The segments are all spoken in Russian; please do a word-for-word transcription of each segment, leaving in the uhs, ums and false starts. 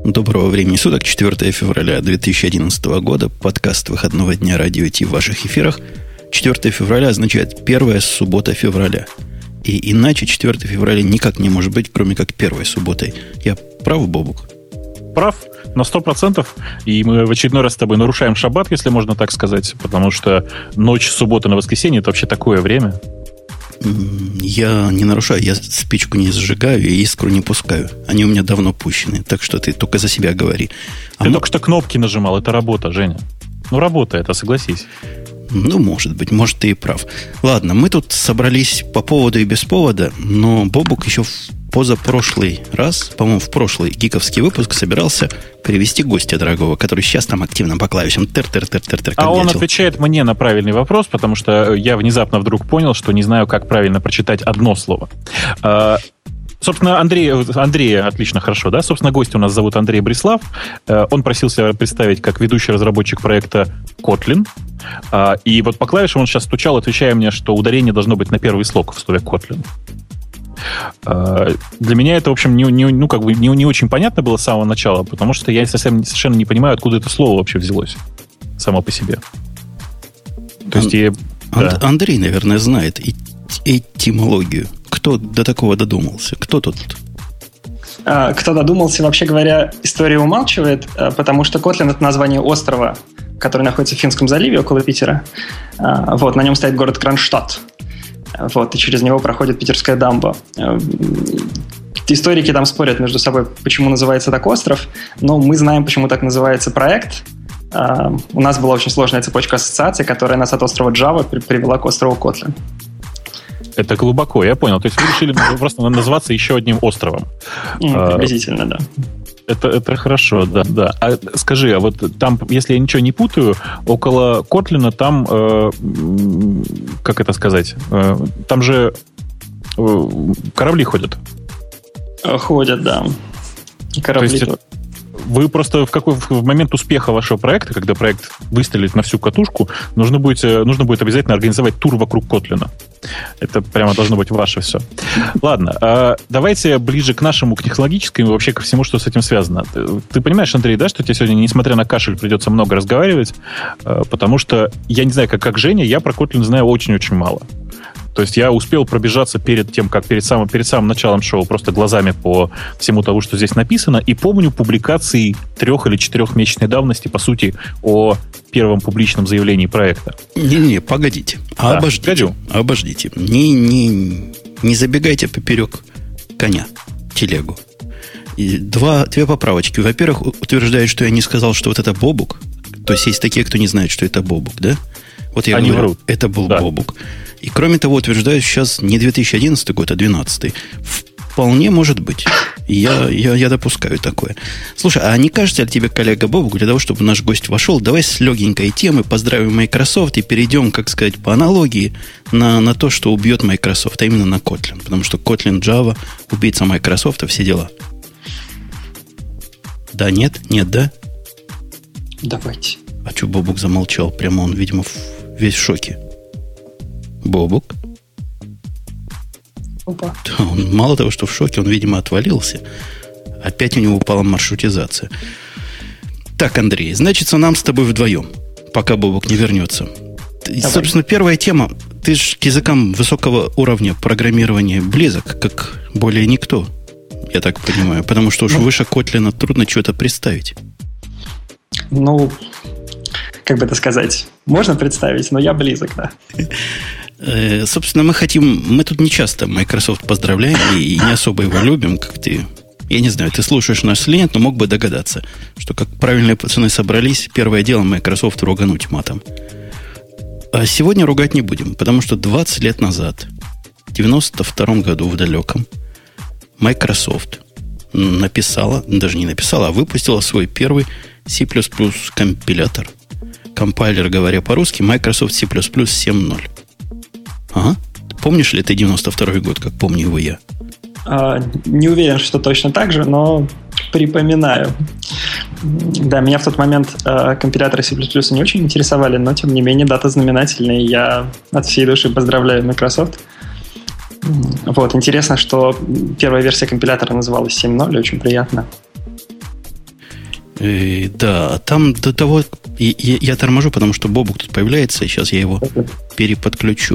Доброго времени суток, четвёртого февраля две тысячи одиннадцатого года, подкаст выходного дня Радио Ти в ваших эфирах. четвёртого февраля означает первая суббота февраля. И иначе четвёртого февраля никак не может быть, кроме как первой субботой. Я прав, Бобук? Прав, на сто процентов. И мы в очередной раз с тобой нарушаем шаббат, если можно так сказать, потому что ночь с субботы на воскресенье – это вообще такое время. Я не нарушаю, я спичку не сжигаю и искру не пускаю. Они у меня давно пущены, так что ты только за себя говори. А ты мы... только что кнопки нажимал, это работа, Женя. Ну, работа это, согласись. Ну, может быть, может, ты и прав. Ладно, мы тут собрались по поводу и без повода, но Бобук еще в позапрошлый раз, по-моему, в прошлый гиковский выпуск собирался привести гостя дорогого, который сейчас там активно по клавишам тыр-тыр-тыр-тыр-тыр. А он отвечает мне на правильный вопрос, потому что я внезапно вдруг понял, что не знаю, как правильно прочитать одно слово. Собственно, Андрей, Андрея, отлично, хорошо, да? Собственно, гость у нас зовут Андрей Брислав. Он просил себя представить как ведущий разработчик проекта Kotlin. И вот по клавишам он сейчас стучал, отвечая мне, что ударение должно быть на первый слог в слове Kotlin. Для меня это, в общем, не, не, ну, как бы не, не очень понятно было с самого начала, потому что я совсем, совершенно не понимаю, откуда это слово вообще взялось само по себе. То Ан- есть я, Ан- да. Андрей, наверное, знает и- этимологию. Кто до такого додумался? Кто тут? Кто додумался, вообще говоря, история умалчивает, потому что Kotlin — это название острова, который находится в Финском заливе около Питера. Вот, на нем стоит город Кронштадт. Вот, и через него проходит Питерская дамба. Историки там спорят между собой, почему называется так остров, но мы знаем, почему так называется проект. У нас была очень сложная цепочка ассоциаций, которая нас от острова Java привела к острову Kotlin. Это глубоко, я понял. То есть вы решили просто назваться еще одним островом. Mm, приблизительно, да. Это, это хорошо, да, да. А скажи, а вот там, если я ничего не путаю, около Котлина там, э, как это сказать, э, там же э, корабли ходят. Ходят, да. Корабли. То есть вы просто в какой в момент успеха вашего проекта, когда проект выстрелит на всю катушку, нужно будет, нужно будет обязательно организовать тур вокруг Котлина. Это прямо должно быть ваше все. Ладно, давайте ближе к нашему, к технологическому и вообще ко всему, что с этим связано. Ты понимаешь, Андрей, да, что тебе сегодня, несмотря на кашель, придется много разговаривать, потому что я не знаю, как, как Женя, я про Kotlin знаю очень-очень мало. То есть я успел пробежаться перед тем, как перед самым, перед самым началом шоу просто глазами по всему тому, что здесь написано, и помню публикации трех- или четырехмесячной давности, по сути, о первом публичном заявлении проекта. Не-не, погодите. Да, обождите. погодю. Обождите. Не, не, не забегайте поперек коня, телегу. И два, две поправочки. Во-первых, утверждают, что я не сказал, что вот это Бобук. То есть есть такие, кто не знает, что это Бобук, да? Вот я Они говорю, врут. это был Да. Бобук. И кроме того, утверждают сейчас не две тысячи одиннадцатый год, а две тысячи двенадцатый. Вполне может быть. Я, я, я допускаю такое. Слушай, а не кажется ли тебе, коллега Бобук, для того, чтобы наш гость вошел, давай с легенькой темы поздравим Microsoft и перейдем, как сказать, по аналогии на, на то, что убьет Microsoft, а именно на Kotlin. Потому что Kotlin, Java, убийца Microsoft, все дела. Да, нет? Нет, да? Давайте. А что Бобук замолчал? Прямо он, видимо, в- весь в шоке. Бобук? Опа. Да, он мало того, что в шоке, он, видимо, отвалился. Опять у него упала маршрутизация. Так, Андрей, значит, нам с тобой вдвоем, пока Бобук не вернется. И, собственно, первая тема. Ты же к языкам высокого уровня программирования близок, как более никто, я так понимаю. Потому что уж Ну. выше Котлина трудно что-то представить. Ну, как бы это сказать, можно представить, но я близок, да. Э, собственно, мы хотим... Мы тут не часто Microsoft поздравляем и, и не особо его любим, как ты... Я не знаю, ты слушаешь наш или нет, но мог бы догадаться, что как правильные пацаны собрались, первое дело Microsoft ругануть матом. А сегодня ругать не будем, потому что двадцать лет назад, в девяносто втором году в далеком, Microsoft написала, даже не написала, а выпустила свой первый C++ компилятор. Компайлер, говоря по-русски, Microsoft C++ семь ноль. Ага. Помнишь ли ты девяносто второй год, как помню его я? А, не уверен, что точно так же, но припоминаю. Да, меня в тот момент э, компиляторы C++ не очень интересовали, но, тем не менее, дата знаменательная, и я от всей души поздравляю Microsoft. Вот, интересно, что первая версия компилятора называлась семь ноль, очень приятно. И, да, там до того... Я, я торможу, потому что Бобук тут появляется, и сейчас я его переподключу.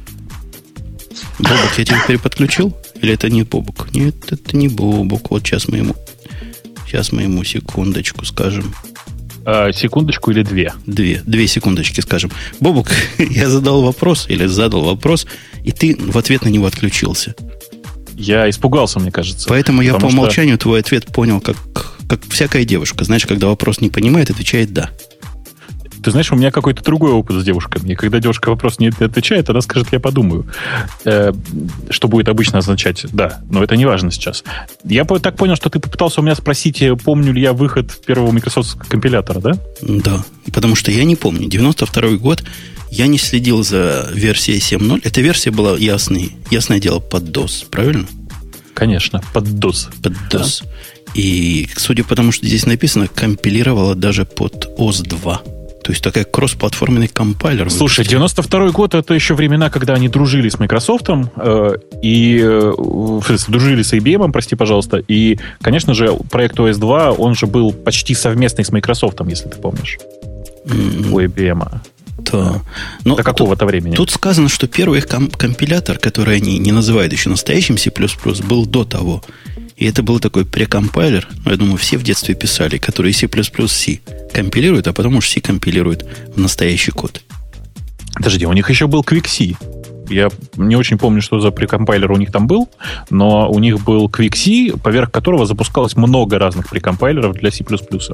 Бобук, я тебя переподключил? Или это не Бобук? Нет, это не Бобук. Вот сейчас мы ему... Сейчас мы ему секундочку скажем. А, секундочку или две? Две. Две секундочки скажем. Бобук, я задал вопрос, или задал вопрос, и ты в ответ на него отключился. Я испугался, мне кажется. Поэтому я по умолчанию что... твой ответ понял, как, как всякая девушка. Знаешь, когда вопрос не понимает, отвечает «да». Ты знаешь, у меня какой-то другой опыт с девушками. И когда девушка вопрос не отвечает, она скажет «я подумаю». Э, что будет обычно означать «да». Но это не важно сейчас. Я так понял, что ты попытался у меня спросить, помню ли я выход первого Microsoft компилятора, да? Да, потому что я не помню. девяносто второй год, я не следил за версией семь ноль. Эта версия была ясный, ясное дело под дос, правильно? Конечно, под дос. Под дос. Да. И, судя по тому, что здесь написано, компилировала даже под о эс два. То есть такая кроссплатформенный компайлер. Слушай, девяносто второй год — это еще времена, когда они дружили с Microsoft, э, и э, дружили с ай би эм, прости, пожалуйста. И, конечно же, проект о эс два, он же был почти совместный с Microsoft, если ты помнишь. Mm-hmm. У ай би эм. Да. Но до какого-то тут, времени. Тут сказано, что первый комп- компилятор, который они не называют еще настоящим C++, был до того. И это был такой прекомпайлер, я думаю, все в детстве писали, который C++ C компилирует, а потом уж C компилирует в настоящий код. Подожди, у них еще был QuickC. Я не очень помню, что за прекомпайлер у них там был, но у них был QuickC, поверх которого запускалось много разных прекомпайлеров для C++.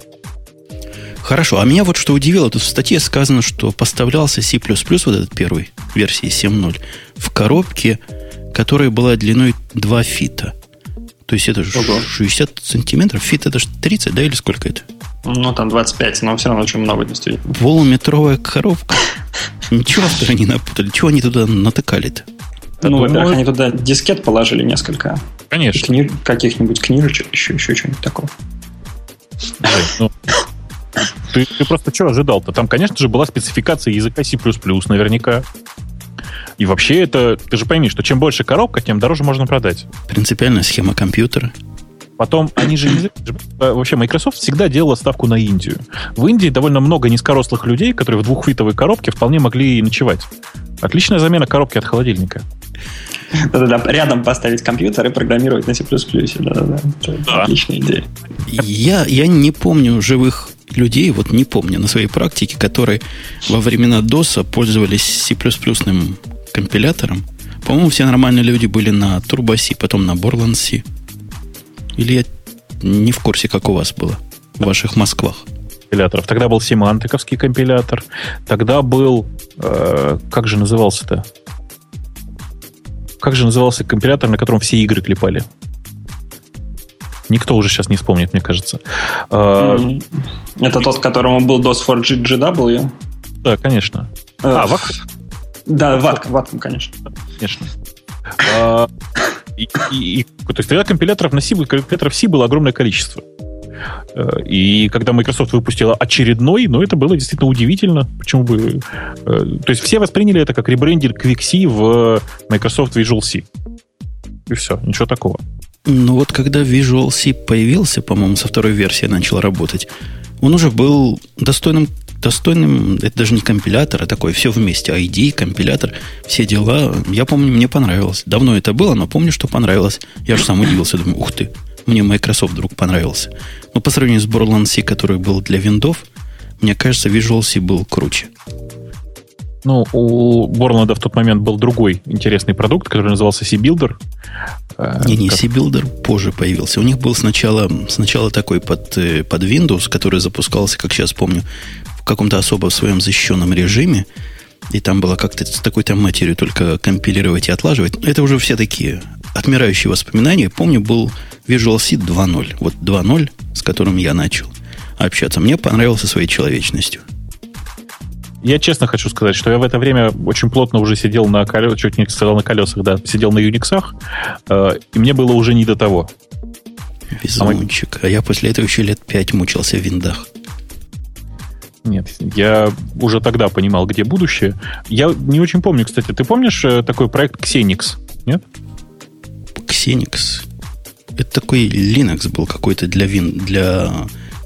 Хорошо, а меня вот что удивило, тут в статье сказано, что поставлялся C++, вот этот первый, версии семь ноль, в коробке, которая была длиной два фита. То есть это же Ого. шестьдесят сантиметров, фит это же тридцать, да, или сколько это? Ну, там двадцать пять, но все равно очень много, действительно. Полуметровая коробка. Ничего авторы не напутали. Чего они туда натыкали-то? Ну, во-первых, они туда дискет положили несколько. Конечно. Кни... Каких-нибудь книжечек, еще, еще что-нибудь такого. Ну, ты, ты просто что ожидал-то? Там, конечно же, была спецификация языка C++, наверняка. И вообще это, ты же пойми, что чем больше коробка, тем дороже можно продать. Принципиальная схема компьютера. Потом, они же... Вообще, Microsoft всегда делала ставку на Индию. В Индии довольно много низкорослых людей, которые в двухфитовой коробке вполне могли ночевать. Отличная замена коробки от холодильника. Да-да-да, рядом поставить компьютер и программировать на C++. Да-да-да, это да. Отличная идея. Я, я не помню живых людей, вот не помню на своей практике, которые во времена доса пользовались C++-ным компилятором. По-моему, все нормальные люди были на Turbo C, потом на Borland C. Или я не в курсе, как у вас было в ваших Москвах. Компиляторов. Тогда был семантиковский компилятор. Тогда был... Э, как же назывался-то? Как же назывался компилятор, на котором все игры клепали? Никто уже сейчас не вспомнит, мне кажется. Mm-hmm. Это тот, которому был дос фор джи дабл ю? Да, конечно. Uh, а, Ватком? Да, Ватком, Ватком, конечно. Конечно. Uh, и, и, и, то есть тогда компиляторов на C, компиляторов C было огромное количество. Uh, и когда Microsoft выпустила очередной, ну, это было действительно удивительно. Почему бы... Uh, то есть все восприняли это как ребрендинг QuickC в Microsoft Visual C. И все, ничего такого. Ну вот когда Visual C появился, по-моему, со второй версии начал работать, он уже был достойным, достойным, это даже не компилятор, а такой все вместе, ай ди, компилятор, все дела. Я помню, мне понравилось. Давно это было, но помню, что понравилось. Я же сам удивился, думаю, ух ты, мне Microsoft вдруг понравился. Но по сравнению с Borland C, который был для Windows, мне кажется, Visual C был круче. Ну, у Borland в тот момент был другой интересный продукт, который назывался C-Builder. Не-не, как... C-Builder позже появился. У них был сначала, сначала такой под, под Windows, который запускался, как сейчас помню, в каком-то особо своем защищенном режиме. И там было как-то с такой-то матерью только компилировать и отлаживать. Это уже все такие отмирающие воспоминания. Помню, был Visual C два ноль. Вот два ноль, с которым я начал общаться. Мне понравился своей человечностью. Я честно хочу сказать, что я в это время очень плотно уже сидел на колесах, чуть не сказал на колесах, да, сидел на юниксах, э, и мне было уже не до того. Везунчик. А я после этого еще лет пять мучился в виндах. Нет, я уже тогда понимал, где будущее. Я не очень помню, кстати, ты помнишь такой проект Xenix, нет? Xenix? Это такой Linux был какой-то для, вин, для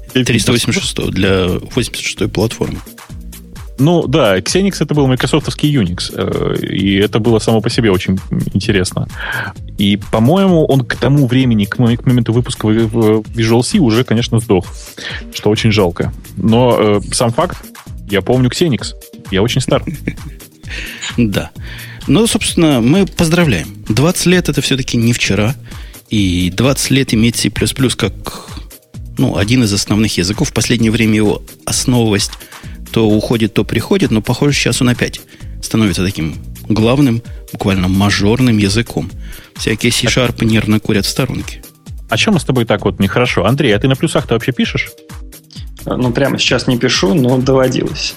триста восемьдесят шесть для восемьдесят шестой платформы. Ну, да, Xenix это был майкрософтовский Unix, и это было само по себе очень интересно. И, по-моему, он к тому времени, к моменту выпуска Visual C уже, конечно, сдох, что очень жалко. Но э, сам факт, я помню Xenix, я очень стар. Да. Ну, собственно, мы поздравляем. двадцать лет это все-таки не вчера, и двадцать лет иметь C++ как, ну, один из основных языков. В последнее время его основывать то уходит, то приходит, но, похоже, сейчас он опять становится таким главным, буквально мажорным языком. Всякие C-Sharp нервно курят в сторонке. А чем мы с тобой так вот нехорошо? Андрей, а ты на плюсах-то вообще пишешь? Ну, прямо сейчас не пишу, но доводилось.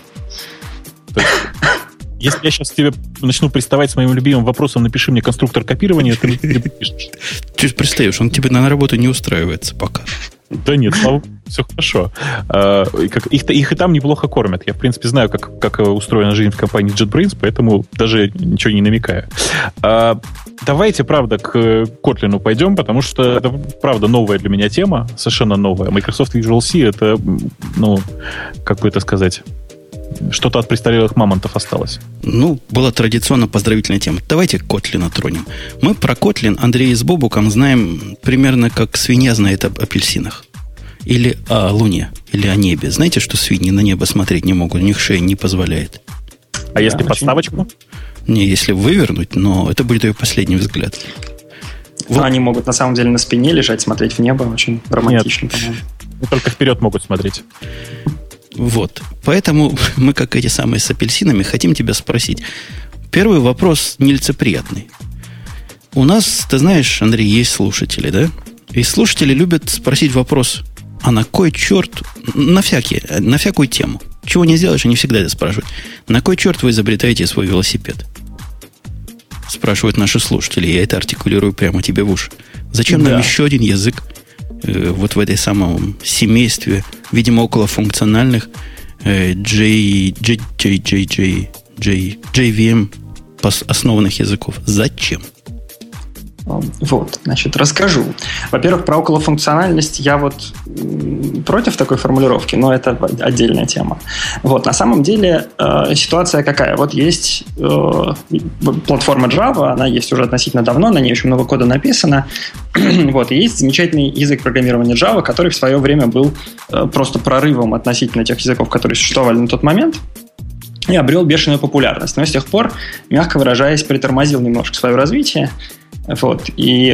Если я сейчас тебе начну приставать с моим любимым вопросом, напиши мне конструктор копирования, ты не пишешь. Ты же пристаешь, он тебе на работу не устраивается пока. Да нет, слава богу, все хорошо. А, как, их, их и там неплохо кормят. Я, в принципе, знаю, как, как устроена жизнь в компании JetBrains, поэтому даже ничего не намекаю. А, давайте, правда, к Kotlin пойдем, потому что это, правда, новая для меня тема, совершенно новая. Microsoft Visual C — это, ну, как бы это сказать, что-то от престарелых мамонтов осталось. Ну, была традиционно поздравительная тема. Давайте Kotlin тронем. Мы про Kotlin, Андрей с Бобуком, знаем примерно как свинья знает об апельсинах. Или о Луне, или о небе. Знаете, что свиньи на небо смотреть не могут? У них шея не позволяет. А если да, подставочку? Не, если вывернуть, но это будет ее последний взгляд. Вот. Они могут на самом деле на спине лежать, смотреть в небо. Очень романтично, Нет, по-моему. Только вперед могут смотреть. Вот. Поэтому мы, как эти самые с апельсинами, хотим тебя спросить. Первый вопрос нелицеприятный. У нас, ты знаешь, Андрей, есть слушатели, да? И слушатели любят спросить вопрос: а на кой черт, на всякие, на всякую тему. Чего не сделаешь, они всегда это спрашивают. На кой черт вы изобретаете свой велосипед? Спрашивают наши слушатели. Я это артикулирую прямо тебе в уши. Зачем да. нам еще один язык э, вот в этой самом семействе, видимо, околофункциональных э, J, J, J, J, J, J, джей ви эм основанных языков? Зачем? Вот, значит, расскажу. Во-первых, про околофункциональность я вот против такой формулировки, но это отдельная тема. Вот, на самом деле э, ситуация какая? Вот есть э, платформа Java, она есть уже относительно давно, на ней очень много кода написано. Вот, и есть замечательный язык программирования Java, который в свое время был э, просто прорывом относительно тех языков, которые существовали на тот момент, и обрел бешеную популярность. Но с тех пор, мягко выражаясь, притормозил немножко свое развитие. Вот. И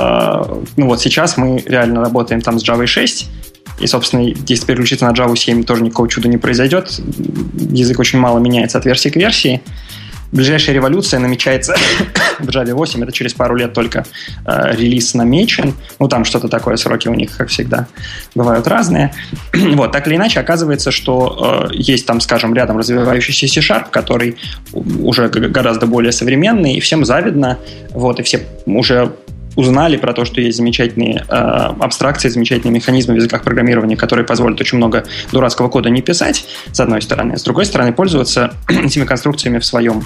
э, ну вот сейчас мы реально работаем там с Java шесть. И, собственно, если переключиться на Java семь, тоже никакого чуда не произойдет. Язык очень мало меняется от версии к версии. Ближайшая революция намечается в Java восемь. Это через пару лет только э, релиз намечен. Ну, там что-то такое, сроки у них, как всегда, бывают разные. Вот, так или иначе, оказывается, что э, есть там, скажем, рядом развивающийся C-Sharp, который уже г- гораздо более современный, и всем завидно. Вот, и все уже узнали про то, что есть замечательные э, абстракции, замечательные механизмы в языках программирования, которые позволят очень много дурацкого кода не писать, с одной стороны. С другой стороны, пользоваться этими конструкциями в своем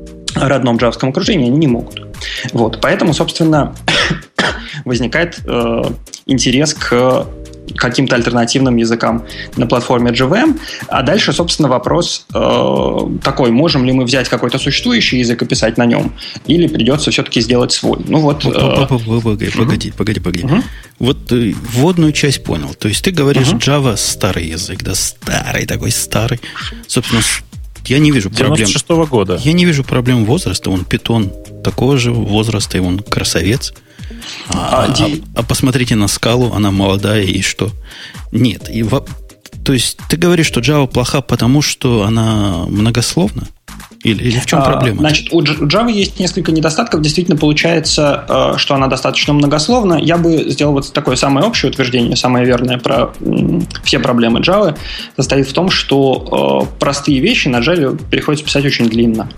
родном джавском окружении они не могут. Вот. Поэтому, собственно, возникает э, интерес к каким-то альтернативным языкам на платформе джей ви эм. А дальше, собственно, вопрос э, такой: можем ли мы взять какой-то существующий язык и писать на нем, или придется все-таки сделать свой? Ну вот... Э... Погоди, погоди, погоди, погоди. Вот вводную часть понял. То есть ты говоришь, Java старый язык, да, старый такой старый. Собственно, я не вижу проблем. девяносто шестого года. Я не вижу проблем возраста. Он питон такого же возраста, и он красавец. А, а, а, а посмотрите на скалу, она молодая, и что? Нет. И во... То есть ты говоришь, что Java плоха, потому что она многословна? Или, или в чем проблема? А, значит, у Java есть несколько недостатков. Действительно, получается, что она достаточно многословна. Я бы сделал вот такое самое общее утверждение, самое верное про все проблемы Java, состоит в том, что простые вещи на Java приходится писать очень длинно.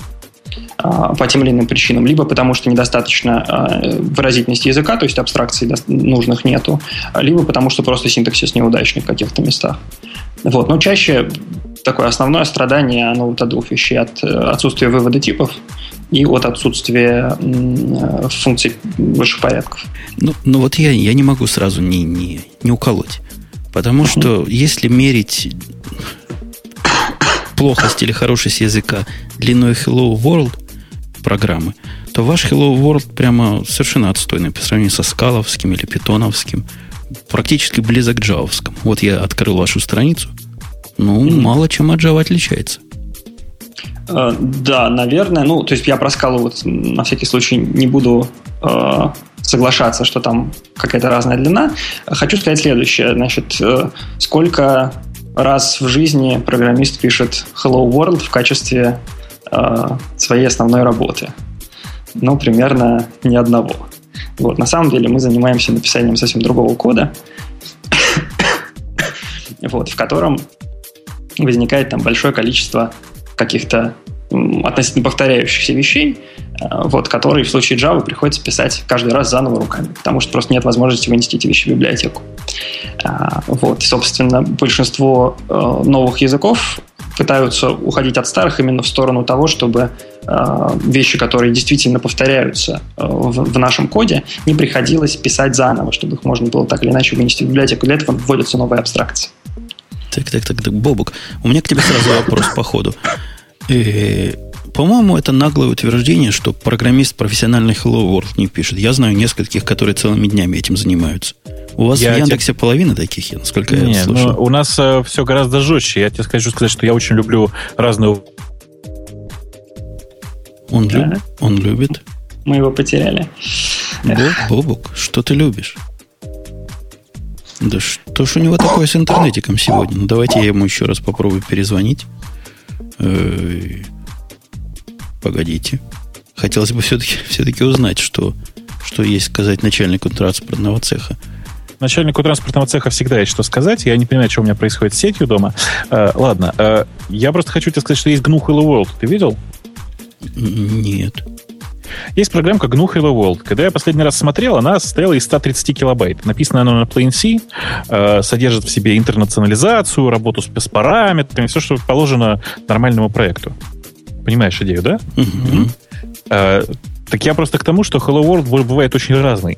По тем или иным причинам. Либо потому, что недостаточно выразительности языка, то есть абстракций нужных нету, либо потому, что просто синтаксис неудачный в каких-то местах. Вот. Но чаще такое основное страдание, оно вот от двух вещей: от отсутствия вывода типов и от отсутствия функций высших порядков. Ну, ну вот я, я не могу сразу не, не, не уколоть. Потому что если мерить плохость или хорошесть языка длиной Hello World программы, то ваш Hello World прямо совершенно отстойный по сравнению со скаловским или питоновским, практически близок к джавовскому. Вот я открыл вашу страницу, ну, mm-hmm. мало чем от Java отличается. Uh, да, наверное. Ну, то есть я про скалу вот на всякий случай не буду uh, соглашаться, что там какая-то разная длина. Хочу сказать следующее. Значит, uh, сколько раз в жизни программист пишет Hello World в качестве uh, своей основной работы? Ну, примерно ни одного. Вот. На самом деле мы занимаемся написанием совсем другого кода, вот, в котором возникает там большое количество каких-то м, относительно повторяющихся вещей, э, вот, которые в случае Java приходится писать каждый раз заново руками, потому что просто нет возможности вынести эти вещи в библиотеку. А, вот, собственно, большинство э, новых языков пытаются уходить от старых именно в сторону того, чтобы э, вещи, которые действительно повторяются э, в, в нашем коде, не приходилось писать заново, чтобы их можно было так или иначе вынести в библиотеку. Для этого вводятся новые абстракции. Так, так, так, так, Бобук, у меня к тебе сразу вопрос по ходу. Э, по-моему, это наглое утверждение, что программист профессиональный Hello World не пишет. Я знаю нескольких, которые целыми днями этим занимаются. У вас я в Яндексе те... половина таких, насколько не, я слышал. У нас э, все гораздо жестче. Я тебе хочу сказать, что я очень люблю разную... Он, да. люб... Он любит? Мы его потеряли. Боб, Бобук, что ты любишь? Да что ж у него такое с интернетиком сегодня? Ну, давайте я ему еще раз попробую перезвонить. Э-э- погодите. Хотелось бы все-таки, все-таки узнать, что, что есть сказать начальнику транспортного цеха. Начальнику транспортного цеха всегда есть что сказать. Я не понимаю, что у меня происходит с сетью дома. Э, ладно. Э, я просто хочу тебе сказать, что есть гну Hello World. Ты видел? Нет. Есть программка гну Hello World. Когда я последний раз смотрел, она состояла из ста тридцати килобайт. Написано она на Plain C, э, содержит в себе интернационализацию, работу с параметрами, все, что положено нормальному проекту. Понимаешь идею, да? Mm-hmm. Э, так я просто к тому, что Hello World бывает очень разный.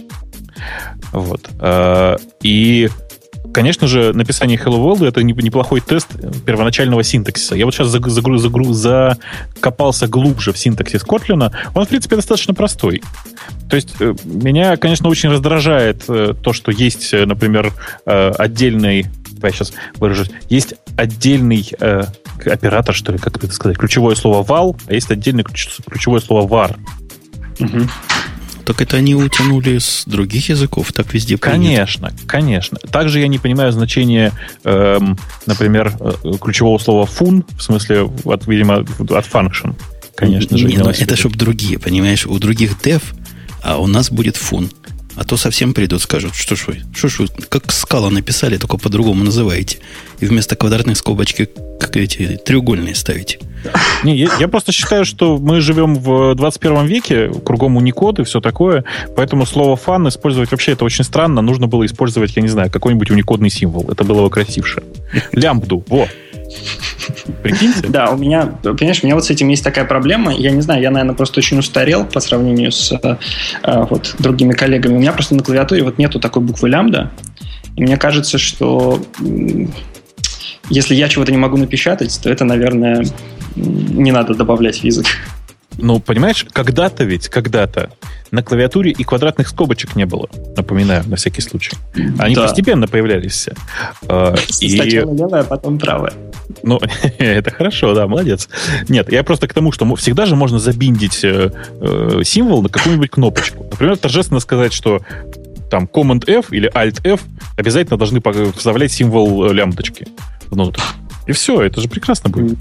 Вот. Э, и, конечно же, написание Hello World — это неплохой тест первоначального синтаксиса. Я вот сейчас загру, загру, загру, закопался глубже в синтаксис Kotlin. Он, в принципе, достаточно простой. То есть меня, конечно, очень раздражает то, что есть, например, отдельный... Я сейчас выражусь. Есть отдельный э, оператор, что ли, как это сказать, ключевое слово val, а есть отдельное ключ, ключевое слово var. Угу. Так это они утянули с других языков, так везде принято. Конечно, конечно. Также я не понимаю значение, эм, например, ключевого слова fun, в смысле, от, видимо, от function. Конечно же. Не, ну, это чтобы другие, понимаешь, у других dev, а у нас будет fun. А то совсем придут, скажут, что ж вы, что ж вы, как скала написали, только по-другому называете. И вместо квадратных скобочки как эти треугольные ставите. Не, я, я просто считаю, что мы живем в двадцать первом веке, кругом уникод и все такое, поэтому слово фан использовать вообще это очень странно. Нужно было использовать, я не знаю, какой-нибудь уникодный символ. Это было бы красивше. Лямбду, во! Прикиньте? Да, у меня, понимаешь, у меня вот с этим есть такая проблема. Я не знаю, я, наверное, просто очень устарел по сравнению с э, вот, другими коллегами. У меня просто на клавиатуре вот нету такой буквы лямбда. И мне кажется, что э, если я чего-то не могу напечатать, то это, наверное, не надо добавлять в язык. Ну, понимаешь, когда-то ведь, когда-то на клавиатуре и квадратных скобочек не было. Напоминаю, на всякий случай. Они да. постепенно появлялись все. Сначала и... левая, а потом правая. Ну, это хорошо, да, молодец. Нет, я просто к тому, что всегда же можно забиндить э, э, символ на какую-нибудь кнопочку. Например, торжественно сказать, что там Command-F или Alt-F обязательно должны вставлять символ лямбдочки внутрь. И все, это же прекрасно будет.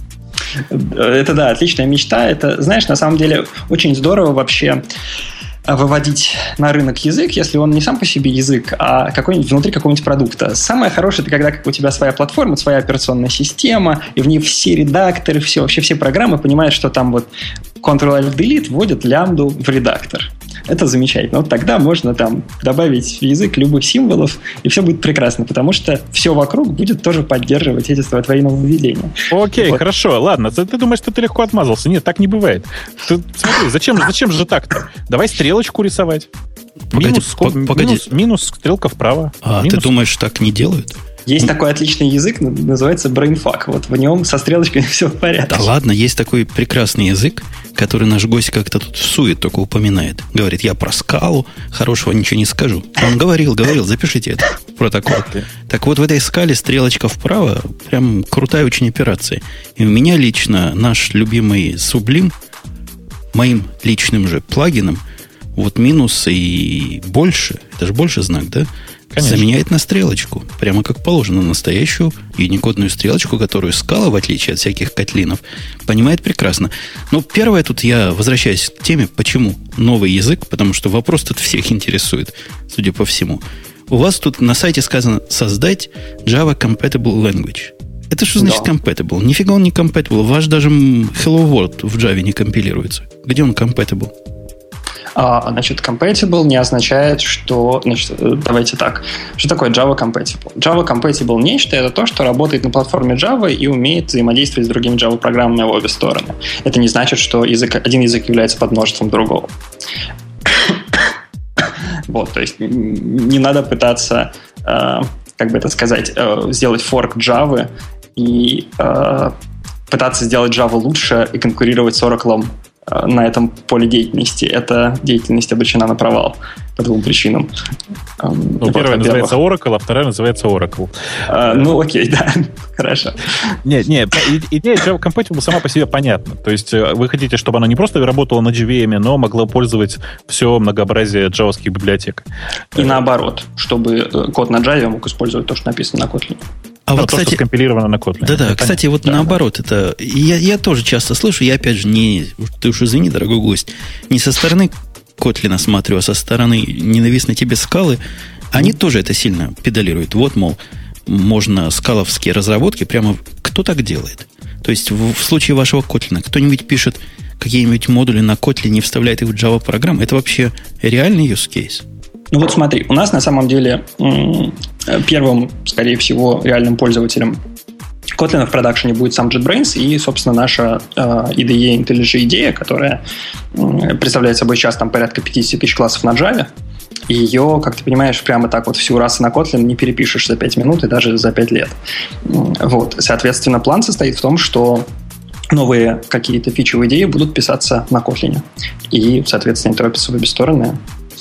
Это, да, отличная мечта. Это, знаешь, на самом деле очень здорово вообще выводить на рынок язык, если он не сам по себе язык, а какой-нибудь внутри какого-нибудь продукта. Самое хорошее, это когда как у тебя своя платформа, своя операционная система, и в ней все редакторы, все, вообще все программы понимают, что там вот Ctrl-Alt-Delete вводят лямбду в редактор. Это замечательно. Вот тогда можно там добавить в язык любых символов, и все будет прекрасно, потому что все вокруг будет тоже поддерживать эти твои нововведения. Окей, вот. Хорошо, ладно. Ты, ты думаешь, что ты легко отмазался? Нет, так не бывает. Ты, смотри, зачем, зачем же так-то? Давай стрелочку рисовать. Погоди, минус, по, погоди. Минус, минус, стрелка вправо. А минус. Ты думаешь, так не делают? Есть такой отличный язык, называется BrainFuck. Вот в нем со стрелочками все в порядке. Да ладно, есть такой прекрасный язык, который наш гость как-то тут всует, только упоминает. Говорит, я про скалу, хорошего ничего не скажу. Он говорил, говорил, запишите это в протокол. Так вот, в этой скале стрелочка вправо, прям крутая очень операция. И у меня лично наш любимый Sublime, моим личным же плагином, вот минус и больше, это же больше знак, да? Конечно. Заменяет на стрелочку. Прямо как положено, настоящую юникодную стрелочку, которую скала, в отличие от всяких котлинов, понимает прекрасно. Но первое тут я возвращаюсь к теме, почему новый язык, потому что вопрос тут всех интересует, судя по всему. У вас тут на сайте сказано создать Java Compatible Language. Это что значит да. compatible? Нифига он не compatible. Ваш даже Hello World в Java не компилируется. Где он compatible? А, значит, compatible не означает, что... Значит, давайте так. Что такое Java Compatible? Java Compatible нечто — это то, что работает на платформе Java и умеет взаимодействовать с другими Java-программами в обе стороны. Это не значит, что язык, один язык является подмножеством другого. Вот, то есть не надо пытаться, э, как бы это сказать, э, сделать форк Java и э, пытаться сделать Java лучше и конкурировать с Oracle на этом поле деятельности. Эта деятельность обречена на провал по двум причинам. Ну, вот, первая называется Oracle, а вторая называется Oracle. А, ну, окей, да, хорошо. Нет, нет, идея Java Compatible сама по себе понятна. То есть вы хотите, чтобы она не просто работала на джей ви эм, но могла пользовать все многообразие джавовских библиотек. И наоборот, чтобы код на Java мог использовать то, что написано на Kotlin. А ну, вот, то, кстати, что скомпилировано на Kotlin. Да-да, это кстати, понятно. Вот да, наоборот, да. это я, я тоже часто слышу, я опять же не, ты уж извини, дорогой гость, не со стороны Kotlin смотрю, а со стороны ненавистной тебе скалы, они mm. тоже это сильно педалируют. Вот, мол, можно скаловские разработки прямо... Кто так делает? То есть в, в случае вашего Kotlin кто-нибудь пишет какие-нибудь модули на Kotlin и вставляет их в Java-программу, это вообще реальный use case? Ну вот смотри, у нас на самом деле первым, скорее всего, реальным пользователем Kotlin в продакшене будет сам JetBrains и, собственно, наша ай ди и IntelliJ идея, которая представляет собой сейчас там порядка пятьдесят тысяч классов на Java. И ее, как ты понимаешь, прямо так вот всю раз на Kotlin не перепишешь за пять минут и даже за пять лет. Вот. Соответственно, план состоит в том, что новые какие-то фичевые идеи будут писаться на Kotlin. И, соответственно, торопятся в обе стороны.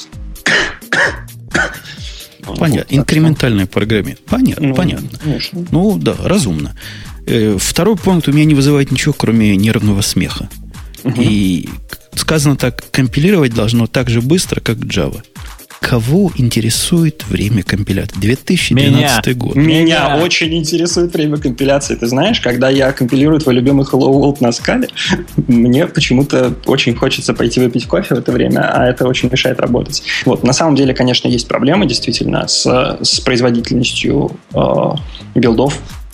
Понятно. Инкрементальное программирование. Понятно, ну, понятно. Конечно. Ну, да, разумно. Э, второй пункт у меня не вызывает ничего, кроме нервного смеха. Угу. И сказано так, компилировать должно так же быстро, как Java. Кого интересует время компиляции? две тысячи двенадцатый меня. год. Меня, Меня очень интересует время компиляции. Ты знаешь, когда я компилирую твой любимый Hello World на скале, мне почему-то очень хочется пойти выпить кофе в это время, а это очень мешает работать. Вот. На самом деле, конечно, есть проблемы действительно с, с производительностью э, билдов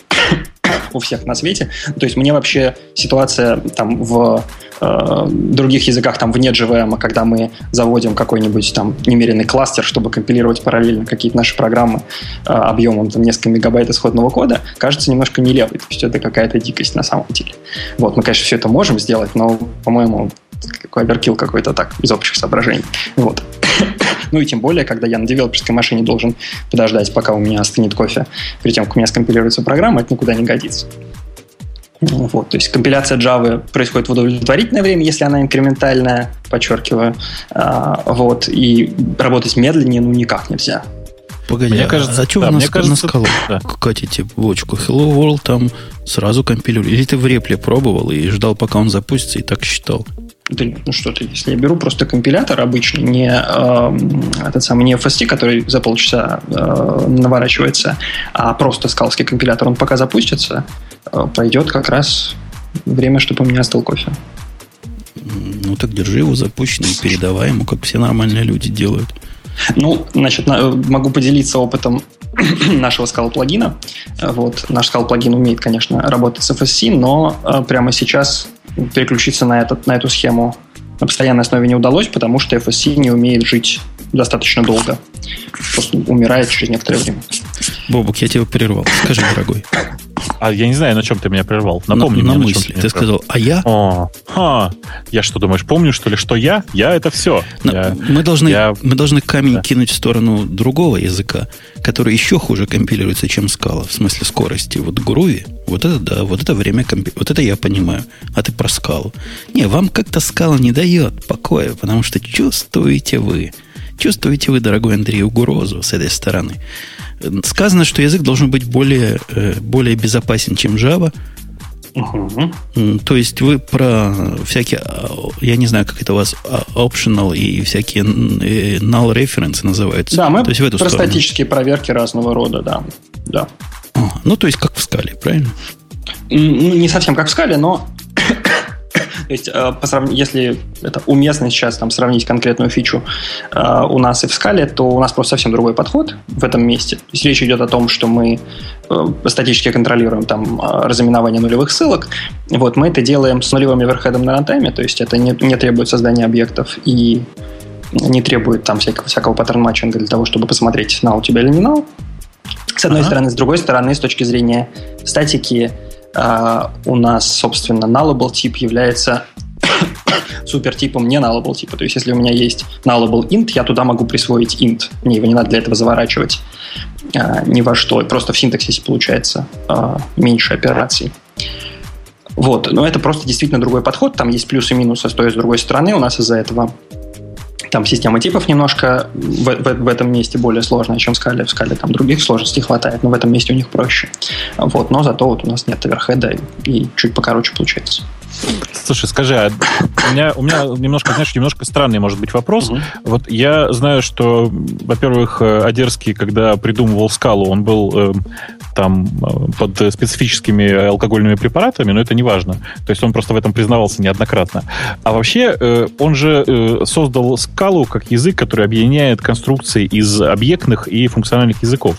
у всех на свете. То есть мне вообще ситуация там в э, других языках, там вне джей ви эм, когда мы заводим какой-нибудь там немеренный кластер, чтобы компилировать параллельно какие-то наши программы э, объемом там несколько мегабайт исходного кода, кажется немножко нелепой. То есть это какая-то дикость на самом деле. Вот, мы, конечно, все это можем сделать, но, по-моему, какой оверкилл какой-то так, из общих соображений. Вот. Ну и тем более, когда я на девелоперской машине должен подождать, пока у меня остынет кофе, перед тем, как у меня скомпилируется программа, это никуда не годится. Вот, то есть компиляция Java происходит в удовлетворительное время, если она инкрементальная, подчеркиваю. А, вот, и работать медленнее ну никак нельзя. Погоди, мне а, кажется, а что да, вы на, кажется, на скалу да. катите бочку? Hello World там сразу компилирует. Или ты в репле пробовал и ждал, пока он запустится, и так считал? Да, ну что ты, если я беру просто компилятор обычный, не, э, этот самый, не эф эс ти, который за полчаса э, наворачивается, а просто скалский компилятор, он пока запустится, э, пройдет как раз время, чтобы у меня остыл кофе. Ну так держи его запущенным, передавай ему, как все нормальные люди делают. Ну, значит, могу поделиться опытом нашего скал-плагина. Вот, наш скал-плагин умеет, конечно, работать с эф эс си, но прямо сейчас переключиться на, этот, на эту схему на постоянной основе не удалось, потому что эф эс си не умеет жить достаточно долго. Просто умирает через некоторое время. Бобук, я тебя прервал. Скажи, дорогой. А я не знаю, на чем ты меня прервал. Напомни на, мне, на на мысли. чем ты, ты сказал, а я? О, ха. Я что, думаешь, помню, что ли, что я? Я это все. На, я, мы, должны, я... мы должны камень да. кинуть в сторону другого языка, который еще хуже компилируется, чем Scala, в смысле скорости. Вот Groovy, вот это да, вот это время компи... вот это я понимаю. А ты про Scala. Не, вам как-то Scala не дает покоя, потому что чувствуете вы, чувствуете вы, дорогой Андрей, угрозу с этой стороны. Сказано, что язык должен быть более, более безопасен, чем Java. Uh-huh. То есть вы про всякие, я не знаю, как это у вас, optional и всякие null reference называются. Да, мы то есть в эту про сторону. Статические проверки разного рода, да. да. А, ну, то есть как в Scala, правильно? Ну, не совсем как в Scala, но то есть, по срав... если это уместно сейчас там, сравнить конкретную фичу э, у нас и в Scala, то у нас просто совсем другой подход в этом месте. То есть речь идет о том, что мы э, статически контролируем там, разыменование нулевых ссылок. Вот, мы это делаем с нулевым оверхедом на рантайме, то есть это не, не требует создания объектов и не требует там всякого, всякого паттерн-матчинга для того, чтобы посмотреть, на у тебя или не на. С одной ага. стороны. С другой стороны, с точки зрения статики, Uh, у нас, собственно, nullable тип является супертипом не nullable типа. То есть, если у меня есть nullable int, я туда могу присвоить int. Мне его не надо для этого заворачивать uh, ни во что. Просто в синтаксисе получается uh, меньше операций. Вот. Но это просто действительно другой подход. Там есть плюсы и минусы с той и с другой стороны. У нас из-за этого там система типов немножко в, в, в этом месте более сложная, чем в Scala. В Scala там других сложностей хватает, но в этом месте у них проще. Вот, но зато вот у нас нет оверхеда и, и чуть покороче получается. Слушай, скажи, а у меня, у меня немножко, знаешь, немножко странный может быть вопрос. Uh-huh. Вот я знаю, что, во-первых, Одерский, когда придумывал Scala, он был э, там под специфическими алкогольными препаратами, но это не важно. То есть он просто в этом признавался неоднократно. А вообще э, он же э, создал Scala как язык, который объединяет конструкции из объектных и функциональных языков.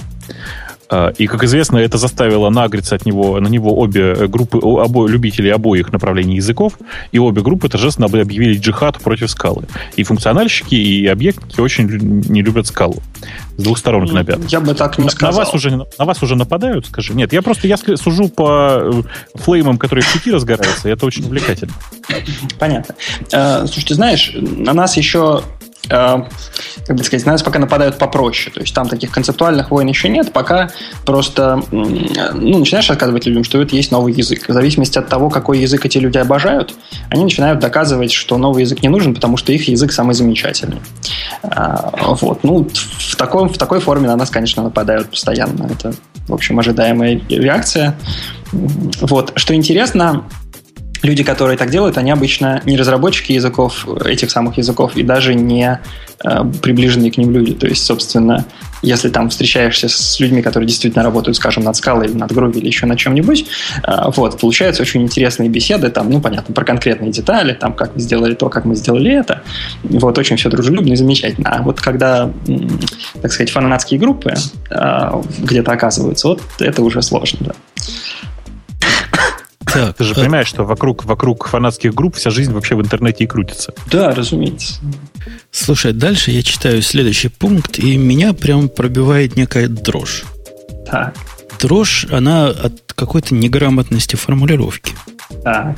И, как известно, это заставило нагриться от него, на него обе группы, обо, любителей обоих направлений языков, и обе группы торжественно объявили джихад против Scala. И функциональщики, и объектники очень не любят Scala. С двух сторон гнобят. Я бы так не на, сказал. На вас, уже, на вас уже нападают, скажи? Нет, я просто я сужу по флеймам, которые в сети разгораются, и это очень увлекательно. Понятно. Слушайте, знаешь, на нас еще... как бы сказать, на нас пока нападают попроще. То есть там таких концептуальных войн еще нет, пока просто ну, начинаешь рассказывать людям, что это есть новый язык. В зависимости от того, какой язык эти люди обожают, они начинают доказывать, что новый язык не нужен, потому что их язык самый замечательный. Вот. Ну, в, такой, в такой форме на нас, конечно, нападают постоянно. Это, в общем, ожидаемая реакция. Вот. Что интересно, люди, которые так делают, они обычно не разработчики языков, этих самых языков, и даже не э, приближенные к ним люди. То есть, собственно, если там встречаешься с людьми, которые действительно работают, скажем, над Scala или над Groovy или еще на чем-нибудь, э, вот, получаются очень интересные беседы, там, ну, понятно, про конкретные детали, там, как мы сделали то, как мы сделали это. Вот, очень все дружелюбно и замечательно. А вот когда, так сказать, фанатские группы э, где-то оказываются, вот это уже сложно, да. Так, ты же понимаешь, что вокруг, вокруг фанатских групп вся жизнь вообще в интернете и крутится. Да, разумеется. Слушай, дальше я читаю следующий пункт, и меня прям пробивает некая дрожь. Так. Дрожь, она от какой-то неграмотности формулировки. Так.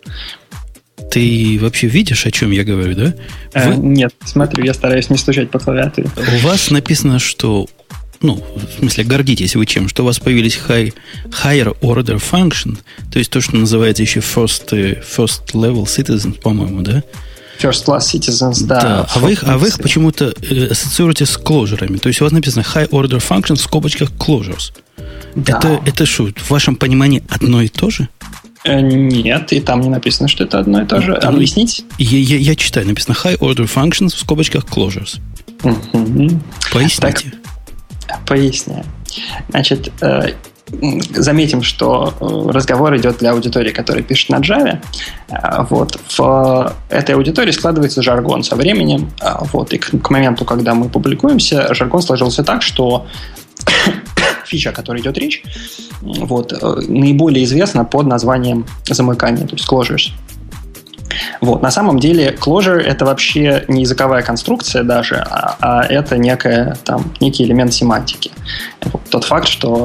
Ты вообще видишь, о чем я говорю, да? Вы... Э, нет, смотрю, я стараюсь не стучать по клавиатуре. У вас написано, что... Ну, в смысле, гордитесь вы чем? Что у вас появились high, higher order function, то есть то, что называется еще first, first level citizens, по-моему, да? First class citizens, да. Да, а вы их, а вы их почему-то ассоциируете с closure. То есть у вас написано high order function в скобочках closures. Да. Это, это что, в вашем понимании одно и то же? Э, нет, и там не написано, что это одно и то же. Там, Объяснить? Я, я, я читаю, написано high order functions в скобочках closures. Угу. Поясните. Так, поясняю. Значит, э, заметим, что разговор идет для аудитории, которая пишет на Java. Вот. В этой аудитории складывается жаргон со временем. Вот. И к, к моменту, когда мы публикуемся, жаргон сложился так, что фича, о которой идет речь, вот, наиболее известна под названием замыкания, то есть closures. Вот. На самом деле closure — это вообще не языковая конструкция даже, а, а это некая, там, некий элемент семантики. Вот. Тот факт, что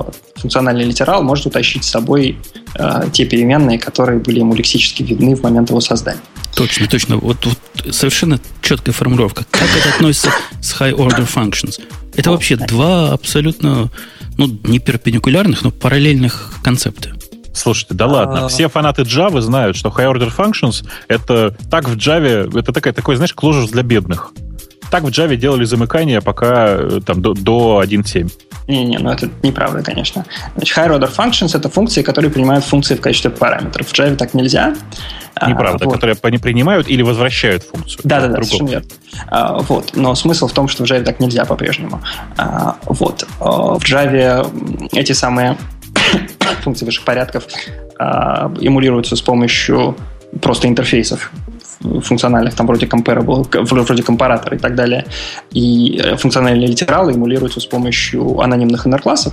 функциональный литерал может утащить с собой э, те переменные, которые были ему лексически видны в момент его создания. Точно, точно. Вот, вот совершенно четкая формулировка. Как это относится с high-order functions? Это вообще два абсолютно, ну, не перпендикулярных, но параллельных концепта. Слушайте, да ладно. Все фанаты Java знают, что high-order functions — это так в Java, это такая, такой, знаешь, closure для бедных. Так в Java делали замыкание пока там, до, до один точка семь. Не-не, ну это неправда, конечно. Значит, high-order functions — это функции, которые принимают функции в качестве параметров. В Java так нельзя. Неправда, а, вот. Которые они принимают или возвращают функцию. Да-да-да, совершенно верно. А, вот. Но смысл в том, что в Java так нельзя по-прежнему. А, вот. А, в Java эти самые функции высших порядков а, эмулируются с помощью просто интерфейсов функциональных, там вроде comparable, вроде компаратора и так далее. И функциональные литералы эмулируются с помощью анонимных иннер-классов.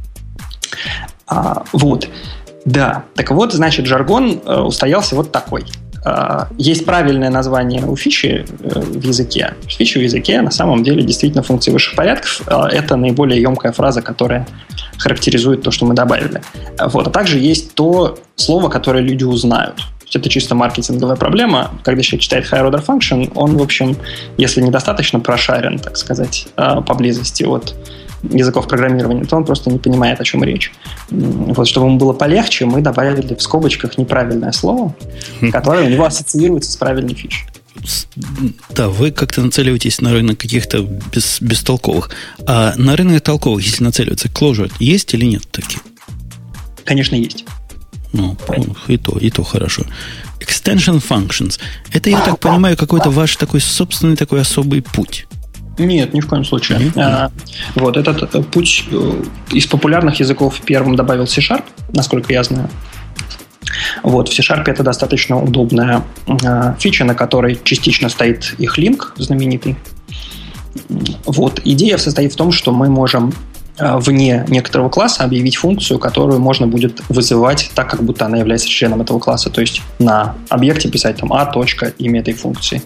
А, вот. Да. Так вот, значит, жаргон э, устоялся вот такой. Э, есть правильное название у фичи э, в языке. Фича в языке на самом деле действительно функции высших порядков. Э, это наиболее емкая фраза, которая характеризует то, что мы добавили. Вот. А также есть то слово, которое люди узнают. Это чисто маркетинговая проблема. Когда человек читает high-order function, он, в общем, если недостаточно прошарен, так сказать, поблизости от языков программирования, то он просто не понимает, о чем речь. Вот, чтобы ему было полегче, мы добавили в скобочках неправильное слово, которое у него ассоциируется с правильной фичей. Да, вы как-то нацеливаетесь на рынок каких-то бес, бестолковых. А на рынок толковых, если нацеливаться, closure есть или нет таких? Конечно, есть. Ну, и то, и то хорошо. Extension functions. Это, я так понимаю, какой-то ваш такой собственный такой особый путь. Нет, ни в коем случае. Mm-hmm. А, вот этот путь из популярных языков первым добавил C-Sharp, насколько я знаю. Вот, в C-Sharp это достаточно удобная а, фича, на которой частично стоит их линк знаменитый. Вот, идея состоит в том, что мы можем вне некоторого класса объявить функцию, которую можно будет вызывать так, как будто она является членом этого класса. То есть на объекте писать там а. имя этой функции.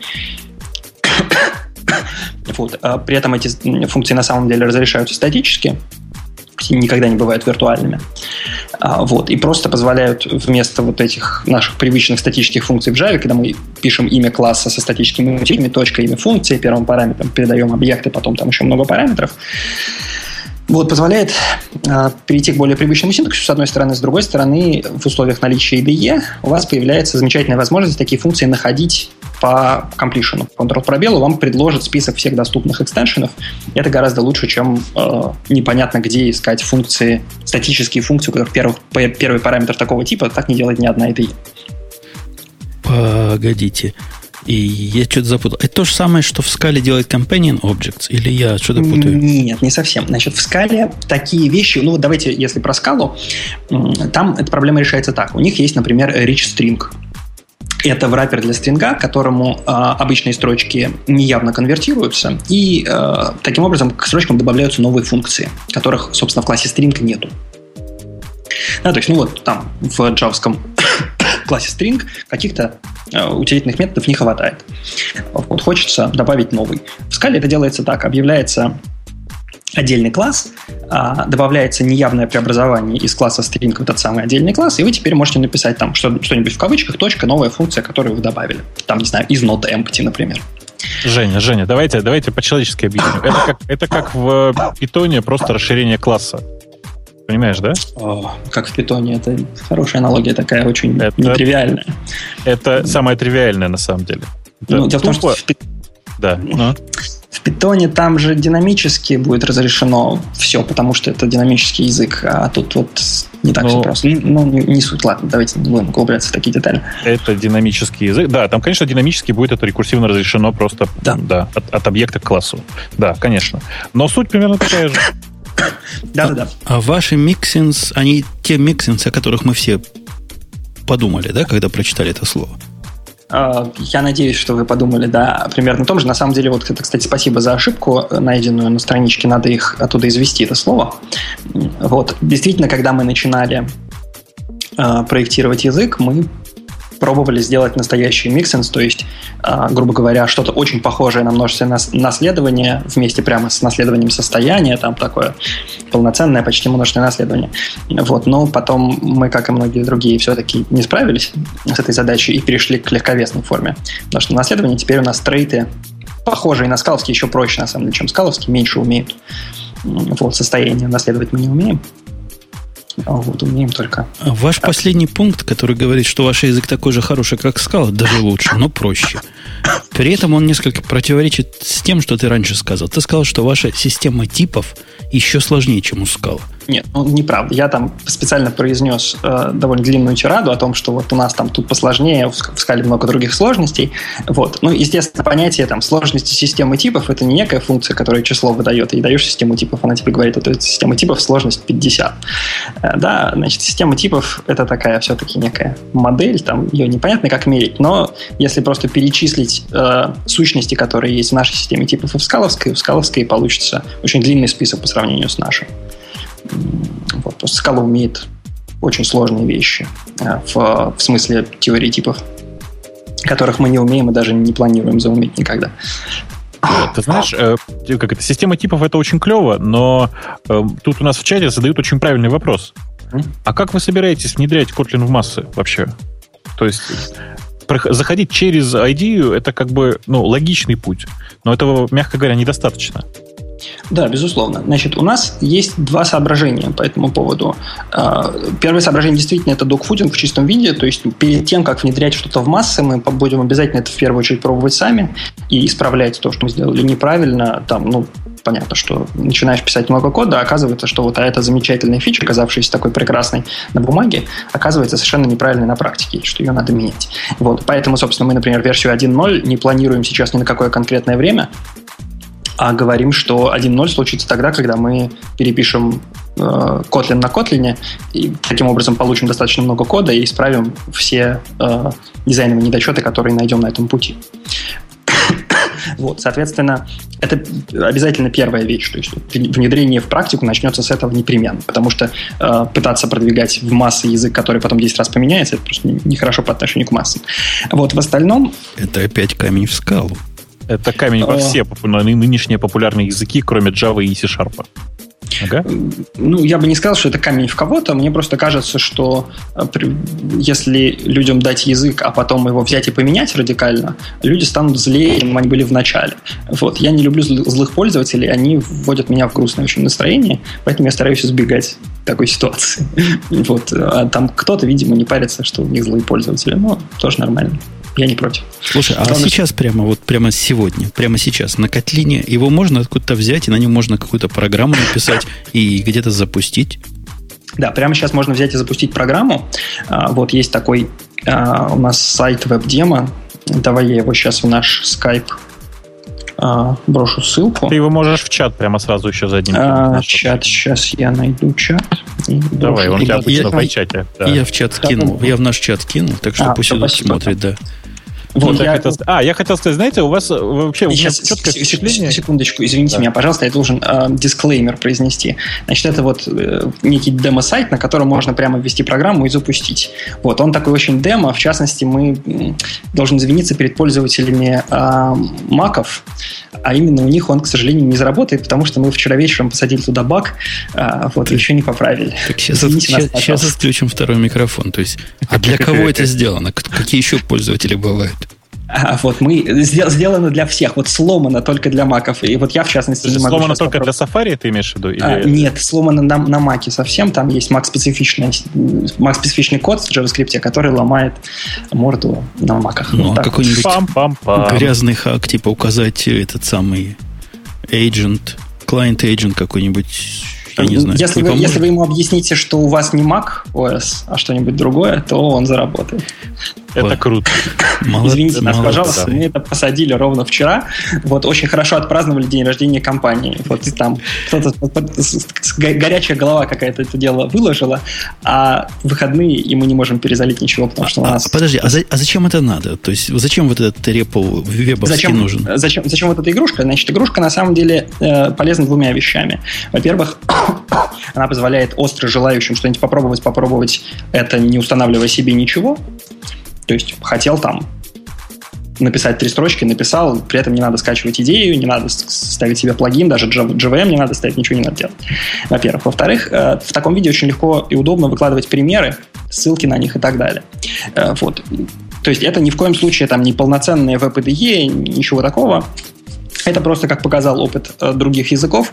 Вот. При этом эти функции на самом деле разрешаются статически, никогда не бывают виртуальными. Вот. И просто позволяют вместо вот этих наших привычных статических функций в Java, когда мы пишем имя класса со статическими утилями, точка, имя функции, первым параметром передаем объекты, потом там еще много параметров. Вот, позволяет э, перейти к более привычному синтаксису, с одной стороны. С другой стороны, в условиях наличия ай ди и у вас появляется замечательная возможность такие функции находить по completion. Ctrl-пробелу вам предложит список всех доступных экстеншенов. Это гораздо лучше, чем э, непонятно где искать функции, статические функции, у которых первых, первый параметр такого типа, так не делает ни одна ай ди и. Погодите. И я что-то запутал. Это то же самое, что в Scala делает Companion Objects? Или я что-то путаю? Нет, не совсем. Значит, в Scala такие вещи... Ну, давайте, если про Scala, там эта проблема решается так. У них есть, например, rich string. Это враппер для стринга, к которому э, обычные строчки неявно конвертируются. И э, таким образом к строчкам добавляются новые функции, которых, собственно, в классе string нету. Да, то есть, ну вот там в джавском классе string каких-то э, утилитных методов не хватает. Вот, хочется добавить новый. В Scala это делается так. Объявляется отдельный класс, э, добавляется неявное преобразование из класса string в этот самый отдельный класс, и вы теперь можете написать там что- что-нибудь в кавычках, точка, новая функция, которую вы добавили. Там, не знаю, is not empty, например. Женя, Женя, давайте, давайте по-человечески объясню. Это как, это как в Python просто расширение класса. Понимаешь, да? О, как в питоне. Это хорошая аналогия такая, очень это, нетривиальная. Это самое тривиальное на самом деле. Это ну, дело в том, что в, пи... да. ну. в питоне там же динамически будет разрешено все, потому что это динамический язык, а тут вот не так ну, все просто. Ну, не, не суть. Ладно, давайте не будем углубляться в такие детали. Это динамический язык. Да, там, конечно, динамически будет это рекурсивно разрешено просто да. Да, от, от объекта к классу. Да, конечно. Но суть примерно такая же. Да-да-да. А, а ваши миксинс, они те миксинсы, о которых мы все подумали, да, когда прочитали это слово? Я надеюсь, что вы подумали, да, примерно о том же. На самом деле, вот это, кстати, спасибо за ошибку, найденную на страничке, надо их оттуда извести, это слово. Вот, действительно, когда мы начинали э, проектировать язык, мы пробовали сделать настоящий миксенс, то есть, э, грубо говоря, что-то очень похожее на множественное наследование вместе прямо с наследованием состояния, там такое полноценное почти множественное наследование. Вот. Но потом мы, как и многие другие, все-таки не справились с этой задачей и перешли к легковесной форме. Потому что наследование теперь у нас трейты, похожие на скаловские, еще проще, на самом деле, чем скаловские, меньше умеют. Вот, состояние наследовать мы не умеем. А вот умеем только. Ваш так. Последний пункт, который говорит, что ваш язык такой же хороший, как Scala, даже лучше, но проще. При этом он несколько противоречит с тем, что ты раньше сказал. Ты сказал, что ваша система типов еще сложнее, чем у Scala. Нет, ну неправда. Я там специально произнес э, довольно длинную тираду о том, что вот у нас там тут посложнее, в, в скале много других сложностей. Вот. Ну, естественно, понятие там сложности системы типов — это не некая функция, которая число выдает, и даешь систему типов, она тебе говорит, вот эта система типов сложность пятьдесят. Э, да, значит, система типов — это такая все-таки некая модель, там ее непонятно как мерить, но если просто перечислить э, сущности, которые есть в нашей системе типов и в скаловской, в скаловской получится очень длинный список по сравнению с нашим. Вот, просто Scala умеет очень сложные вещи в, в смысле теории типов, которых мы не умеем и даже не планируем зауметь никогда. Ты знаешь, э, как это, система типов — это очень клево, но э, тут у нас в чате задают очень правильный вопрос. Mm? А как вы собираетесь внедрять Kotlin в массы вообще? То есть заходить через ай ди ю — это как бы ну, логичный путь, но этого, мягко говоря, недостаточно. Да, безусловно. Значит, у нас есть два соображения по этому поводу. Первое соображение действительно это догфудинг в чистом виде, то есть перед тем, как внедрять что-то в массы, мы будем обязательно это в первую очередь пробовать сами и исправлять то, что мы сделали неправильно. Там, ну, понятно, что начинаешь писать много кода, а оказывается, что вот а эта замечательная фича, оказавшаяся такой прекрасной на бумаге, оказывается совершенно неправильной на практике, что ее надо менять. Вот. Поэтому, собственно, мы, например, версию один ноль не планируем сейчас ни на какое конкретное время, а говорим, что один ноль случится тогда, когда мы перепишем э, Kotlin на Kotlin, и таким образом получим достаточно много кода и исправим все э, дизайновые недочеты, которые найдем на этом пути. Вот, соответственно, это обязательно первая вещь. То есть внедрение в практику начнется с этого непременно, потому что э, пытаться продвигать в массы язык, который потом десять раз поменяется, это просто нехорошо по отношению к массам. Вот, в остальном... Это опять камень в скалу. Это камень во все популярные, нынешние популярные языки, кроме Java и C-Sharp. Ага. Ну, я бы не сказал, что это камень в кого-то. Мне просто кажется, что если людям дать язык, а потом его взять и поменять радикально, люди станут злее, чем они были в начале. Вот. Я не люблю злых пользователей, они вводят меня в грустное очень настроение, поэтому я стараюсь избегать такой ситуации. Вот. А там кто-то, видимо, не парится, что у них злые пользователи. Ну, тоже нормально. Я не против. Слушай, а Главное, сейчас прямо вот прямо сегодня, прямо сейчас на Котлине его можно откуда-то взять, и на нем можно какую-то программу написать и где-то запустить? Да, прямо сейчас можно взять и запустить программу. Вот есть такой у нас сайт веб-демо. Давай я его сейчас в наш Skype брошу ссылку. Ты его можешь в чат прямо сразу еще за одним. А, чат, сейчас я найду чат. Давай, он у тебя будет в чате. Да. Я в чат кинул, я в наш чат кинул, так что а, пусть идут смотрят, да. Вот я... хотел... А, я хотел сказать, знаете, у вас вообще сейчас, четкое впечатление... Секундочку, извините да. меня, пожалуйста, я должен э, дисклеймер произнести. Значит, это вот э, некий демо-сайт, на котором можно прямо ввести программу и запустить. Вот, он такой очень демо, в частности, мы э, должны извиниться перед пользователями э, маков, а именно у них он, к сожалению, не заработает, потому что мы вчера вечером посадили туда баг, э, вот, и еще не поправили. Так сейчас, сейчас, нас, сейчас отключим второй микрофон. То есть, а для кого это сделано? Какие еще пользователи бывают? А, вот мы сделано для всех, вот сломано только для маков. И вот я, в частности, не могу. Сломано только для Safari, ты имеешь в виду? Или... А, нет, сломано на, на маке совсем. Там есть Mac-специфичный, Mac-специфичный код в JavaScript, который ломает морду на маках. Ну, вот а какой-нибудь Пам-пам-пам. грязный хак, типа указать этот самый agent, client agent какой-нибудь. Я не знаю, если, не вы, если вы ему объясните, что у вас не Mac о эс, а что-нибудь другое, то он заработает. Это вот. Круто. Молодцы, Извините нас, молодцы. Пожалуйста, мы это посадили ровно вчера. Вот очень хорошо отпраздновали день рождения компании. Вот там кто-то горячая голова какая-то это дело выложила, а в выходные и мы не можем перезалить ничего, потому что у нас... А, подожди, а, за, а зачем это надо? То есть зачем вот этот репо вебовский зачем, нужен? Зачем, зачем вот эта игрушка? Значит, игрушка на самом деле э, полезна двумя вещами. Во-первых, она позволяет остро желающим что-нибудь попробовать, попробовать это, не устанавливая себе ничего. То есть хотел там написать три строчки, написал, при этом не надо скачивать идею, не надо ставить себе плагин, даже джей ви эм не надо ставить, ничего не надо делать. Во-первых. Во-вторых, в таком виде очень легко и удобно выкладывать примеры, ссылки на них и так далее. Вот. То есть это ни в коем случае там не полноценное ви пи ди и, ничего такого. Это просто, как показал опыт других языков,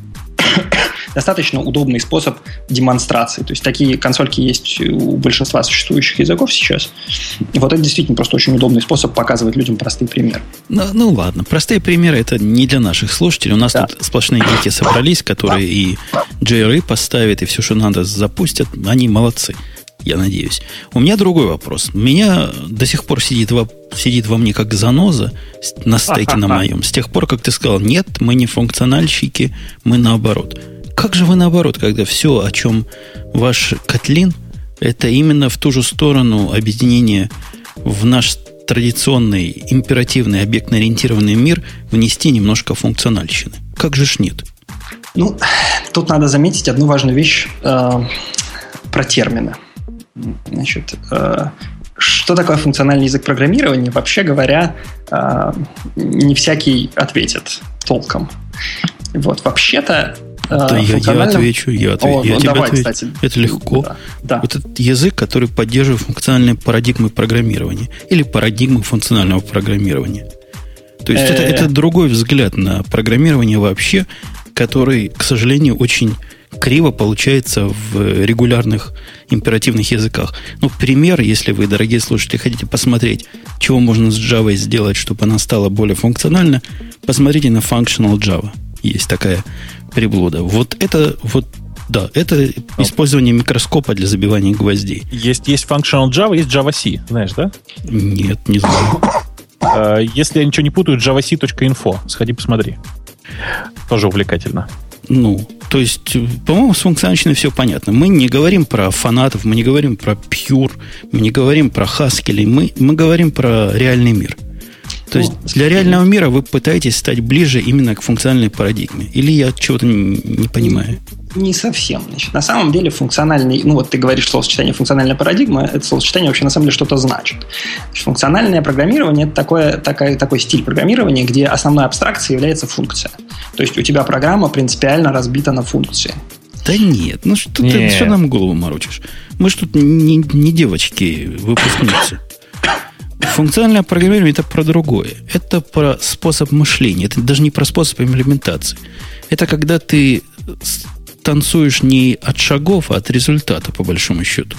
достаточно удобный способ демонстрации. То есть такие консольки есть у большинства существующих языков сейчас. И вот это действительно просто очень удобный способ показывать людям простые примеры. Ну, ну ладно, простые примеры это не для наших слушателей. У нас да. тут сплошные гики собрались, которые да. и джей ар и поставят, и все, что надо, запустят. Они молодцы, я надеюсь. У меня другой вопрос. У меня до сих пор сидит во, сидит во мне как заноза на стеке на моем. С тех пор, как ты сказал, нет, мы не функциональщики, мы наоборот. Как же вы наоборот, когда все, о чем ваш Kotlin, это именно в ту же сторону объединения в наш традиционный императивный объектно-ориентированный мир внести немножко функциональщины? Как же ж нет? Ну, тут надо заметить одну важную вещь э, про термины. Значит, э, что такое функциональный язык программирования? Вообще говоря, э, не всякий ответит толком. Вот, вообще-то Да, я, я отвечу, я, отвечу, О, я ну, тебе давай, отвечу. Кстати. Это легко. Да, да. Вот этот язык, который поддерживает функциональные парадигмы программирования или парадигмы функционального программирования. То есть это, это другой взгляд на программирование вообще, который, к сожалению, очень криво получается в регулярных императивных языках. Ну, пример, если вы, дорогие слушатели, хотите посмотреть, чего можно с Java сделать, чтобы она стала более функциональна, посмотрите на Functional Java. Есть такая приблуда. Вот это, вот, да, это использование микроскопа для забивания гвоздей. Есть, есть Functional Java, есть Java-C, знаешь, да? Нет, не знаю. Если я ничего не путаю, javac.info. Сходи, посмотри. Тоже увлекательно. Ну, то есть, по-моему, с функциональщиной все понятно. Мы не говорим про фанатов, мы не говорим про Pure, мы не говорим про Haskell, мы, мы говорим про реальный мир. То есть для реального мира вы пытаетесь стать ближе именно к функциональной парадигме. Или я чего-то не, не понимаю? Не совсем. Значит, на самом деле функциональный... Ну вот ты говоришь словосочетание функциональная парадигма, это словосочетание вообще на самом деле что-то значит. Значит, функциональное программирование – это такое, такой, такой стиль программирования, где основной абстракцией является функция. То есть у тебя программа принципиально разбита на функции. Да нет, ну что нет. ты что нам голову морочишь? Мы ж тут не, не девочки, выпускницы. Функциональное программирование – это про другое. Это про способ мышления. Это даже не про способ имплементации. Это когда ты танцуешь не от шагов, а от результата, по большому счету.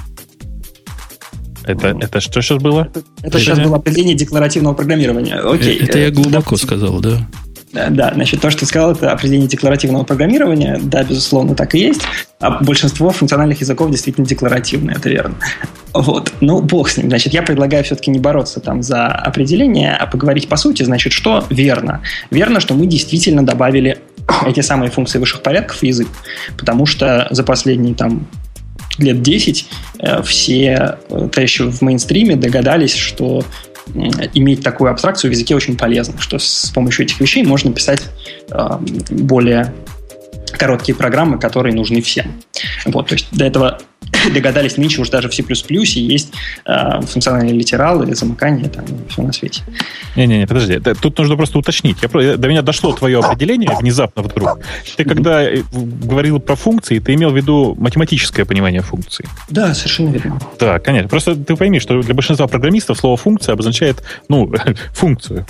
Это, это что сейчас было? Это, это сейчас было определение декларативного программирования. Окей. Это я глубоко да, сказал, да. Да, значит, то, что ты сказал, это определение декларативного программирования. Да, безусловно, так и есть. А большинство функциональных языков действительно декларативные, это верно. Вот. Ну, бог с ним. Значит, я предлагаю все-таки не бороться там за определение, а поговорить по сути. Значит, что верно? Верно, что мы действительно добавили эти самые функции высших порядков в язык. Потому что за последние там лет десять э, все товарищи в мейнстриме догадались, что иметь такую абстракцию в языке очень полезно, что с помощью этих вещей можно писать э, более короткие программы, которые нужны всем. Вот, то есть до этого догадались меньше, уж даже в C++ есть э, функциональные литералы, замыкания, там, все на свете. Не-не-не, подожди, тут нужно просто уточнить. Я, до меня дошло твое определение внезапно вдруг. Ты когда говорил про функции, ты имел в виду математическое понимание функций. Да, совершенно верно. Да, конечно. Просто ты пойми, что для большинства программистов слово «функция» обозначает, ну, функцию.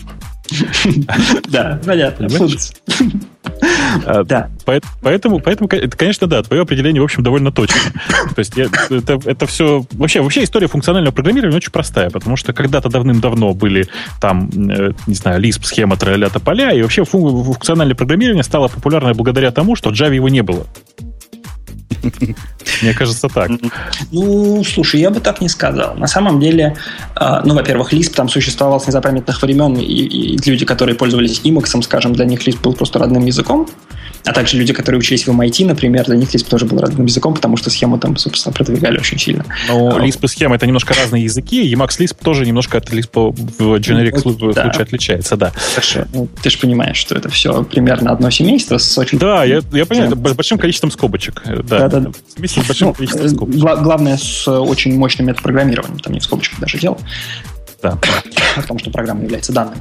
Да, понятно. Да. Поэтому, поэтому, конечно, да, твое определение, в общем, довольно точно. То есть я, это, это все... Вообще, вообще история функционального программирования очень простая, потому что когда-то давным-давно были там, не знаю, Lisp, схема, тра-ля-ля, тополя, и вообще функциональное программирование стало популярное благодаря тому, что в Java его не было. Мне кажется, так. Ну, слушай, я бы так не сказал. На самом деле, ну, во-первых, Lisp там существовал с незапамятных времен, и, и люди, которые пользовались Emacs, скажем, для них Lisp был просто родным языком. А также люди, которые учились в эм ай ти, например, для них Lisp тоже был родным языком, потому что схему там, собственно, продвигали очень сильно. Но Lisp и схема — это немножко разные языки, Emacs Lisp тоже немножко от Lisp в generic ну, случае да. отличается, да. Хорошо. Ну, ты же понимаешь, что это все примерно одно семейство с очень... Да, я, я понимаю, с большим количеством скобочек. Да, да, да. Семейство с большим ну, количеством скобочек. Гла- главное, с очень мощным метапрограммированием. Там не в скобочках даже дело. Да. Потому что программа является данным.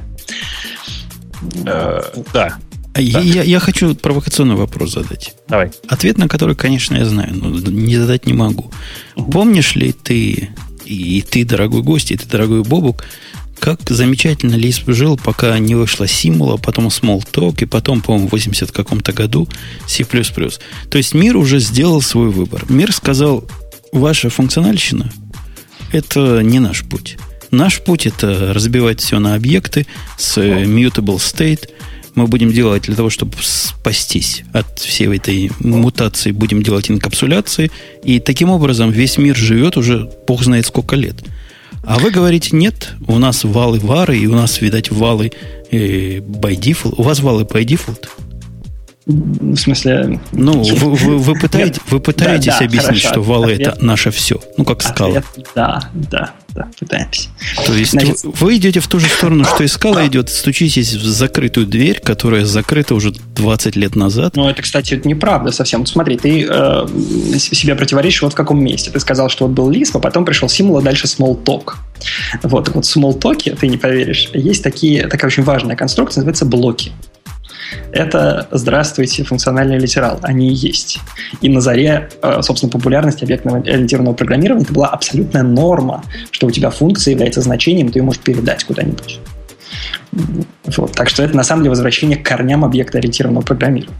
Э, да. Я, я, я хочу провокационный вопрос задать. Давай. Ответ на который, конечно, я знаю, но не задать не могу. Uh-huh. Помнишь ли ты, и, и ты, дорогой гость, и ты, дорогой Бобук, как замечательно Lisp жил, пока не вышла Simula, потом Smalltalk, и потом, по-моему, в восьмидесятом каком-то году C++. То есть мир уже сделал свой выбор. Мир сказал, ваша функциональщина – это не наш путь. Наш путь – это разбивать все на объекты с mutable state. Мы будем делать для того, чтобы спастись от всей этой мутации, будем делать инкапсуляции. И таким образом весь мир живет уже бог знает сколько лет. А вы говорите, нет, у нас валы вары, и у нас, видать, валы э, by default. У вас валы by default? В смысле... Ну, вы, вы, вы, пытаете, вы пытаетесь да, да, объяснить, хорошо, что валы ответ, это наше все. Ну, как скала. Ответ, да, да, да, пытаемся. То есть Значит, вы, вы идете в ту же сторону, что и скала идет, стучитесь в закрытую дверь, которая закрыта уже двадцать лет назад. Ну, это, кстати, это неправда совсем. Вот смотри, ты э, себе противоречишь вот в каком месте. Ты сказал, что вот был Lisp, а потом пришел Simula, дальше Smalltalk. Вот, так вот в Smalltalk, ты не поверишь, есть такие, такая очень важная конструкция, называется блоки. Это, здравствуйте, функциональный литерал. Они и есть. И на заре, собственно, популярности объектно-ориентированного программирования это была абсолютная норма, что у тебя функция является значением, ты ее можешь передать куда-нибудь. Вот. Так что это, на самом деле, возвращение к корням объектно-ориентированного программирования.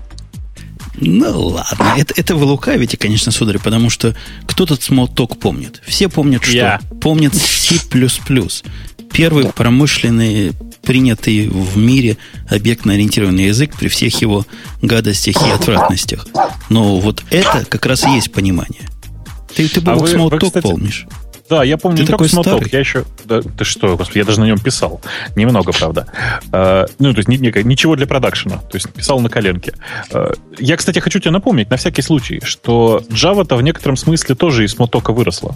Ну, ладно. Это, это вы лукавите, конечно, сударь, потому что кто тут Smalltalk помнит? Все помнят, что? Я. Помнят C++. Первый да. промышленный, принятый в мире объектно-ориентированный язык при всех его гадостях и отвратностях. Но вот это как раз и есть понимание. Ты, ты был а Smalltalk помнишь? Да, я помню, ты не такой только Smalltalk, старый? я еще... Да, ты что, господи, я даже на нем писал. Немного, правда. Uh, ну, то есть, ни, ни, ничего для продакшена. То есть, писал на коленке. Uh, я, кстати, хочу тебе напомнить, на всякий случай, что Java-то в некотором смысле тоже из Smalltalk выросла.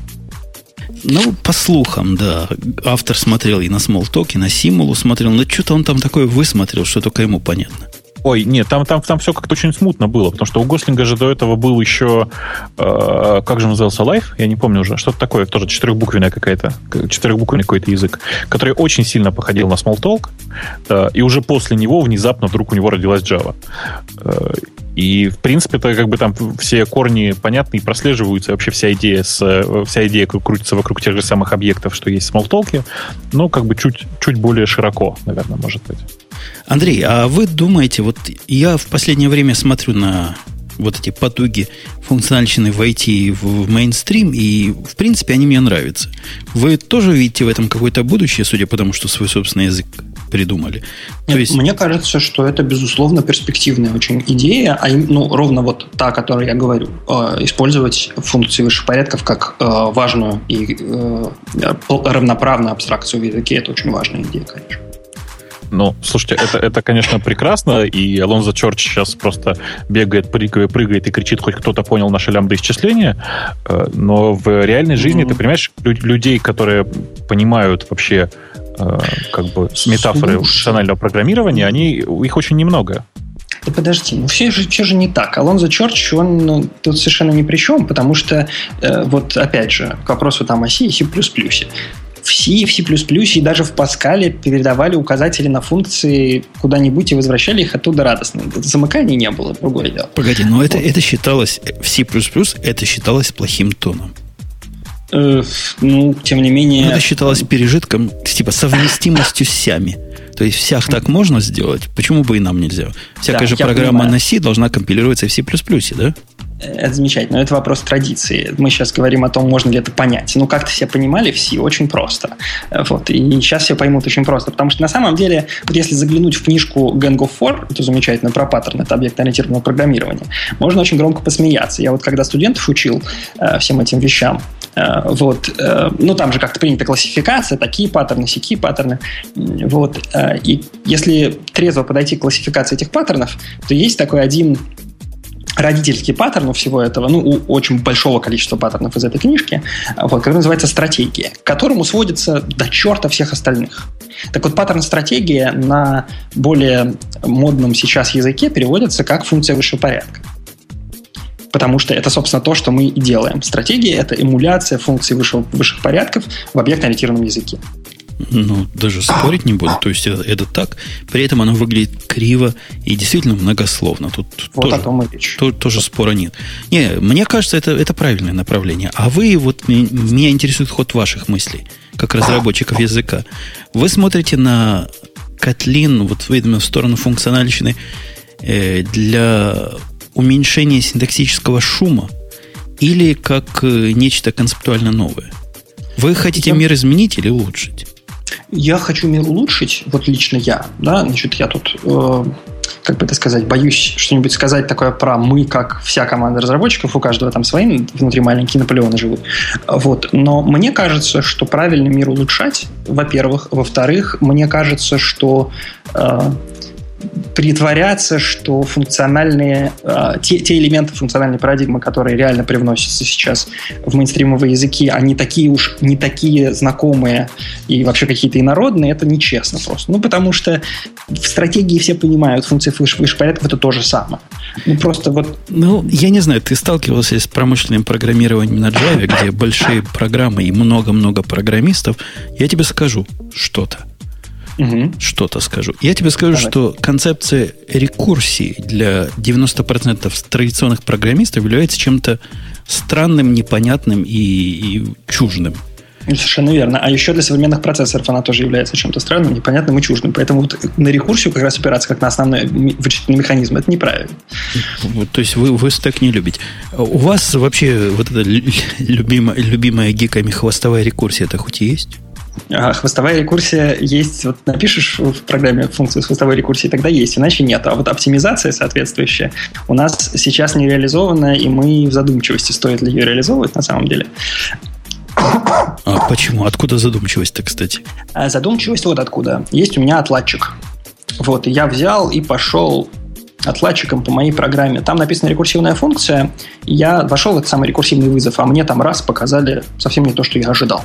Ну, по слухам, да. Автор смотрел и на Smalltalk, и на Simula смотрел, но что-то он там такое высмотрел, что только ему понятно. Ой, нет, там, там, там все как-то очень смутно было, потому что у Гослинга же до этого был еще, э, как же он назывался, Life? Я не помню уже, что-то такое, тоже четырехбуквенная какая-то, четырехбуквенный какой-то язык, который очень сильно походил на Smalltalk, э, и уже после него внезапно вдруг у него родилась Java. Э, и, в принципе, это как бы там все корни понятны и прослеживаются, и вообще вся идея, с, вся идея крутится вокруг тех же самых объектов, что есть в Smalltalk, но как бы чуть, чуть более широко, наверное, может быть. Андрей, а вы думаете, вот я в последнее время смотрю на вот эти потуги функциональщины войти в мейнстрим, и, в принципе, они мне нравятся. Вы тоже видите в этом какое-то будущее, судя по тому, что свой собственный язык придумали? Нет, То есть... Мне кажется, что это, безусловно, перспективная очень идея, а ну, ровно вот та, о которой я говорю, э, использовать функции высших порядков как э, важную и э, равноправную абстракцию в языке, это очень важная идея, конечно. Ну, слушайте, это, это, конечно, прекрасно, и Алонзо Чорч сейчас просто бегает, прыгает, прыгает и кричит, хоть кто-то понял наши лямбда-исчисления, но в реальной жизни, mm-hmm. ты понимаешь, людей, которые понимают вообще как бы метафоры Слушай. функционального программирования, они, их очень немного. Да подожди, ну все же, все же не так. Алонзо Чорч, он ну, тут совершенно ни при чем, потому что, э, вот опять же, к вопросу там о C и C++. В C, в C++ и даже в Паскале передавали указатели на функции куда-нибудь и возвращали их оттуда радостно. Замыканий не было, другое дело. Погоди, но это, вот. это считалось, в C++ это считалось плохим тоном. Э, ну, тем не менее... Но это считалось пережитком, типа совместимостью с сями. То есть в сях так можно сделать, почему бы и нам нельзя? Всякая да, же программа понимаю. на C должна компилироваться в C++, да? Это замечательно, но это вопрос традиции. Мы сейчас говорим о том, можно ли это понять. Ну, как-то все понимали в C очень просто. Вот. И сейчас все поймут очень просто. Потому что на самом деле, вот если заглянуть в книжку Gang of Four, это замечательно про паттерн, это объектно-ориентированное программирование, можно очень громко посмеяться. Я вот когда студентов учил э, всем этим вещам, Вот. Ну, там же как-то принята классификация, такие паттерны, сякие паттерны. Вот. И если трезво подойти к классификации этих паттернов, то есть такой один родительский паттерн у всего этого, ну, у очень большого количества паттернов из этой книжки, вот, который называется стратегия, к которому сводится до черта всех остальных. Так вот, паттерн стратегия на более модном сейчас языке переводится как функция высшего порядка. Потому что это, собственно, то, что мы и делаем. Стратегия – это эмуляция функций высшего, высших порядков в объектно-ориентированном языке. Ну, даже спорить не буду. То есть это, это так. При этом оно выглядит криво и действительно многословно. Тут вот тоже, о том и речь. то, тоже спора нет. Не, мне кажется, это, это правильное направление. А вы, вот меня интересует ход ваших мыслей, как разработчиков языка. Вы смотрите на Kotlin вот именно в сторону функциональщины э, для уменьшения синтаксического шума или как э, нечто концептуально новое? Вы хотите я... мир изменить или улучшить? Я хочу мир улучшить, вот лично я, да, значит, я тут, э, как бы это сказать, боюсь что-нибудь сказать такое про мы, как вся команда разработчиков, у каждого там свои внутри маленькие Наполеоны живут, вот, но мне кажется, что правильно мир улучшать, во-первых, во-вторых, мне кажется, что э, притворяться, что функциональные, э, те, те элементы функциональной парадигмы, которые реально привносятся сейчас в мейнстримовые языки, они такие уж не такие знакомые и вообще какие-то инородные, это нечестно просто. Ну, потому что в стратегии все понимают, функции выше, выше порядков это то же самое. Ну, просто вот... Ну, я не знаю, ты сталкивался с промышленным программированием на Java, где большие программы и много-много программистов, я тебе скажу что-то. Угу. Что-то скажу. Я тебе скажу, Давай. что концепция рекурсии для девяносто процентов традиционных программистов является чем-то странным, непонятным и, и чуждым. Совершенно верно. А еще для современных процессоров она тоже является чем-то странным, непонятным и чуждым. Поэтому вот на рекурсию как раз опираться как на основной вычислительный механизм, это неправильно. Вот, то есть вы, вы так не любите. У вас вообще вот эта любимая, любимая гиками хвостовая рекурсия, это хоть и есть? Хвостовая рекурсия есть, вот напишешь в программе функцию с хвостовой рекурсией, тогда есть, иначе нет. А вот оптимизация соответствующая у нас сейчас не реализована, и мы в задумчивости, стоит ли ее реализовывать на самом деле. А почему? Откуда задумчивость-то, кстати? Задумчивость вот откуда. Есть у меня отладчик. Вот, и я взял и пошел отладчиком по моей программе. Там написана рекурсивная функция, я вошел в этот самый рекурсивный вызов, а мне там раз показали совсем не то, что я ожидал.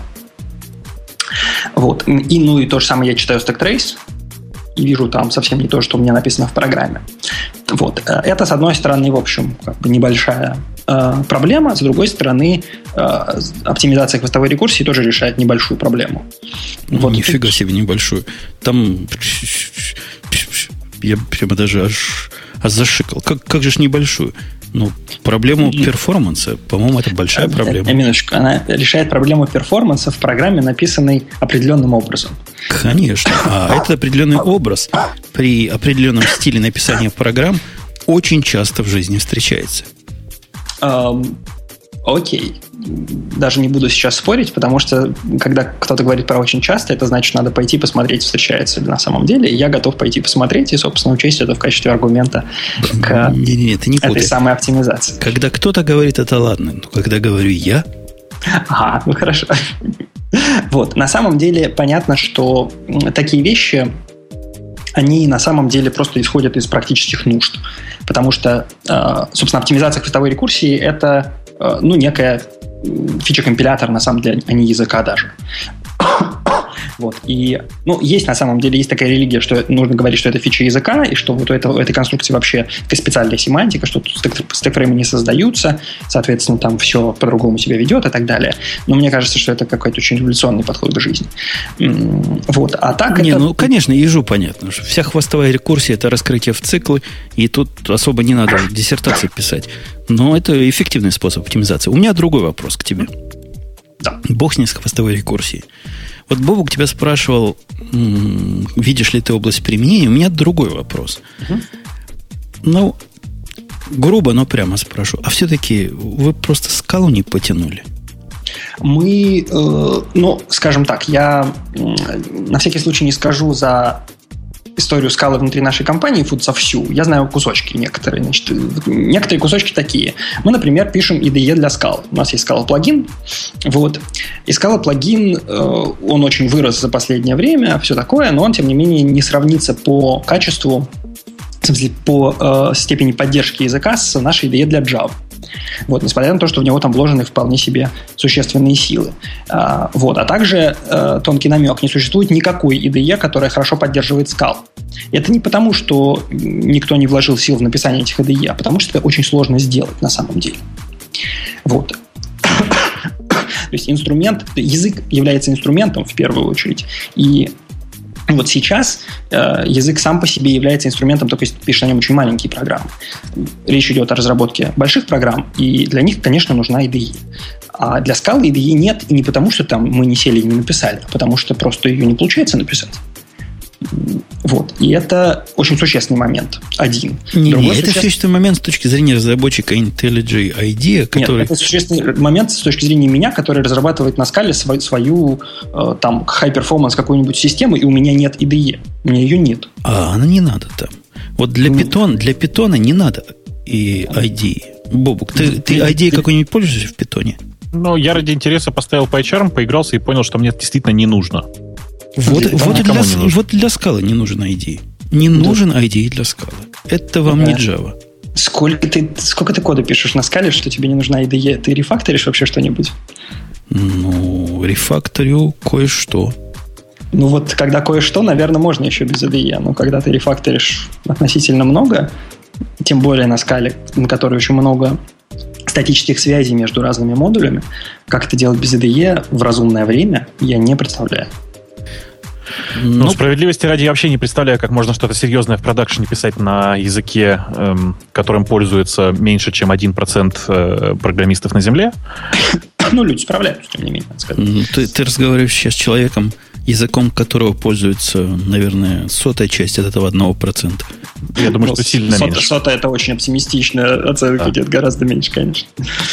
Вот. И, ну и то же самое я читаю StackTrace и вижу там совсем не то, что у меня написано в программе. Вот. Это, с одной стороны, в общем, как бы небольшая э, проблема, с другой стороны, э, оптимизация хвостовой рекурсии тоже решает небольшую проблему. Ну, вот. Нифига тут... себе небольшую. Там я прямо даже аж, аж зашикал. Как, как же ж небольшую? Ну, проблему перформанса, по-моему, это большая проблема. Минуточку, она решает проблему перформанса в программе, написанной определенным образом. Конечно. А этот определенный образ при определенном стиле написания программ очень часто в жизни встречается. Um, окей. Даже не буду сейчас спорить, потому что когда кто-то говорит про очень часто, это значит, надо пойти посмотреть, встречается ли на самом деле. И я готов пойти посмотреть и, собственно, учесть это в качестве аргумента к не, не, не, ты не этой путай. Самой оптимизации. Когда кто-то говорит, это ладно. Но когда говорю я... Ага, ну хорошо. Вот. На самом деле понятно, что такие вещи, они на самом деле просто исходят из практических нужд. Потому что, собственно, оптимизация хвостовой рекурсии – это ну, некая фича компилятора, на самом деле, а не языка даже. Вот. И, ну, есть на самом деле, есть такая религия, что нужно говорить, что это фича языка, и что вот у, этого, у этой конструкции вообще такая специальная семантика, что тут стэкфреймы не создаются, соответственно, там все по-другому себя ведет и так далее. Но мне кажется, что это какой-то очень революционный подход к жизни. Вот. А так не, это... ну, конечно, ежу понятно, что вся хвостовая рекурсия – это раскрытие в циклы, и тут особо не надо диссертации писать. Но это эффективный способ оптимизации. У меня другой вопрос к тебе. Да. Бог с ней с хвостовой рекурсией. Вот Бобук тебя спрашивал, м- видишь ли ты область применения. У меня другой вопрос. Uh-huh. Ну, грубо, но прямо спрошу. А все-таки вы просто скалу не потянули? Мы, э, ну, скажем так, я э, на всякий случай не скажу за историю скалы внутри нашей компании, вот со всю, я знаю кусочки некоторые. Значит, некоторые кусочки такие. Мы, например, пишем ай ди и для скалы. У нас есть Scala плагин. Вот. И Scala плагин, он очень вырос за последнее время, все такое, но он, тем не менее, не сравнится по качеству, в смысле, по степени поддержки языка с нашей ай ди и для Java. Вот, несмотря на то, что в него там вложены вполне себе существенные силы. А, вот, а также э, тонкий намек: не существует никакой ай ди и, которая хорошо поддерживает скал. Это не потому, что никто не вложил сил в написание этих ай ди и, а потому что это очень сложно сделать на самом деле. Вот. То есть инструмент, язык является инструментом в первую очередь, и вот сейчас э, язык сам по себе является инструментом, только если ты пишешь на нем очень маленькие программы. Речь идет о разработке больших программ, и для них, конечно, нужна ай ди и. А для Scala ай ди и нет, и не потому, что там мы не сели и не написали, а потому что просто ее не получается написать. Вот. И это очень существенный момент. Один. Не, не, это существенный... существенный момент с точки зрения разработчика IntelliJ ай ди, который... Нет, это существенный момент с точки зрения меня, который разрабатывает на скале свою, свою э, там, high-performance какую-нибудь систему, и у меня нет ай ди и. У меня ее нет. А, она не надо там. Вот для, Python, для Python не надо и ай ди и. Бобук, ты, ты, ты ай ди и какой-нибудь пользуешься в Python? Ну, я ради интереса поставил PyCharm, поигрался и понял, что мне это действительно не нужно. Вот, вот, и для, вот для Scala не нужен ай ди и. Не да. нужен ай ди и для Scala. Это вам да. не Java. Сколько ты, сколько ты кода пишешь на Scala, что тебе не нужна ай ди и? Ты рефакторишь вообще что-нибудь? Ну, рефакторю кое-что. Ну вот, когда кое-что, наверное, можно еще без ай ди и. Но когда ты рефакторишь относительно много, тем более на Scala, на которой очень много статических связей между разными модулями, как это делать без ай ди и в разумное время, я не представляю. Ну, ну, справедливости ради, я вообще не представляю, как можно что-то серьезное в продакшене писать на языке, эм, которым пользуется меньше, чем один процент э, программистов на Земле. Ну, люди справляются, тем не менее, надо сказать. Ты, ты разговариваешь сейчас с человеком, языком которого пользуется, наверное, сотая часть от этого одного процента. Я думаю, ну, что сильно сота, меньше. Сотая – это очень оптимистичная оценка, да. Идет гораздо меньше, конечно.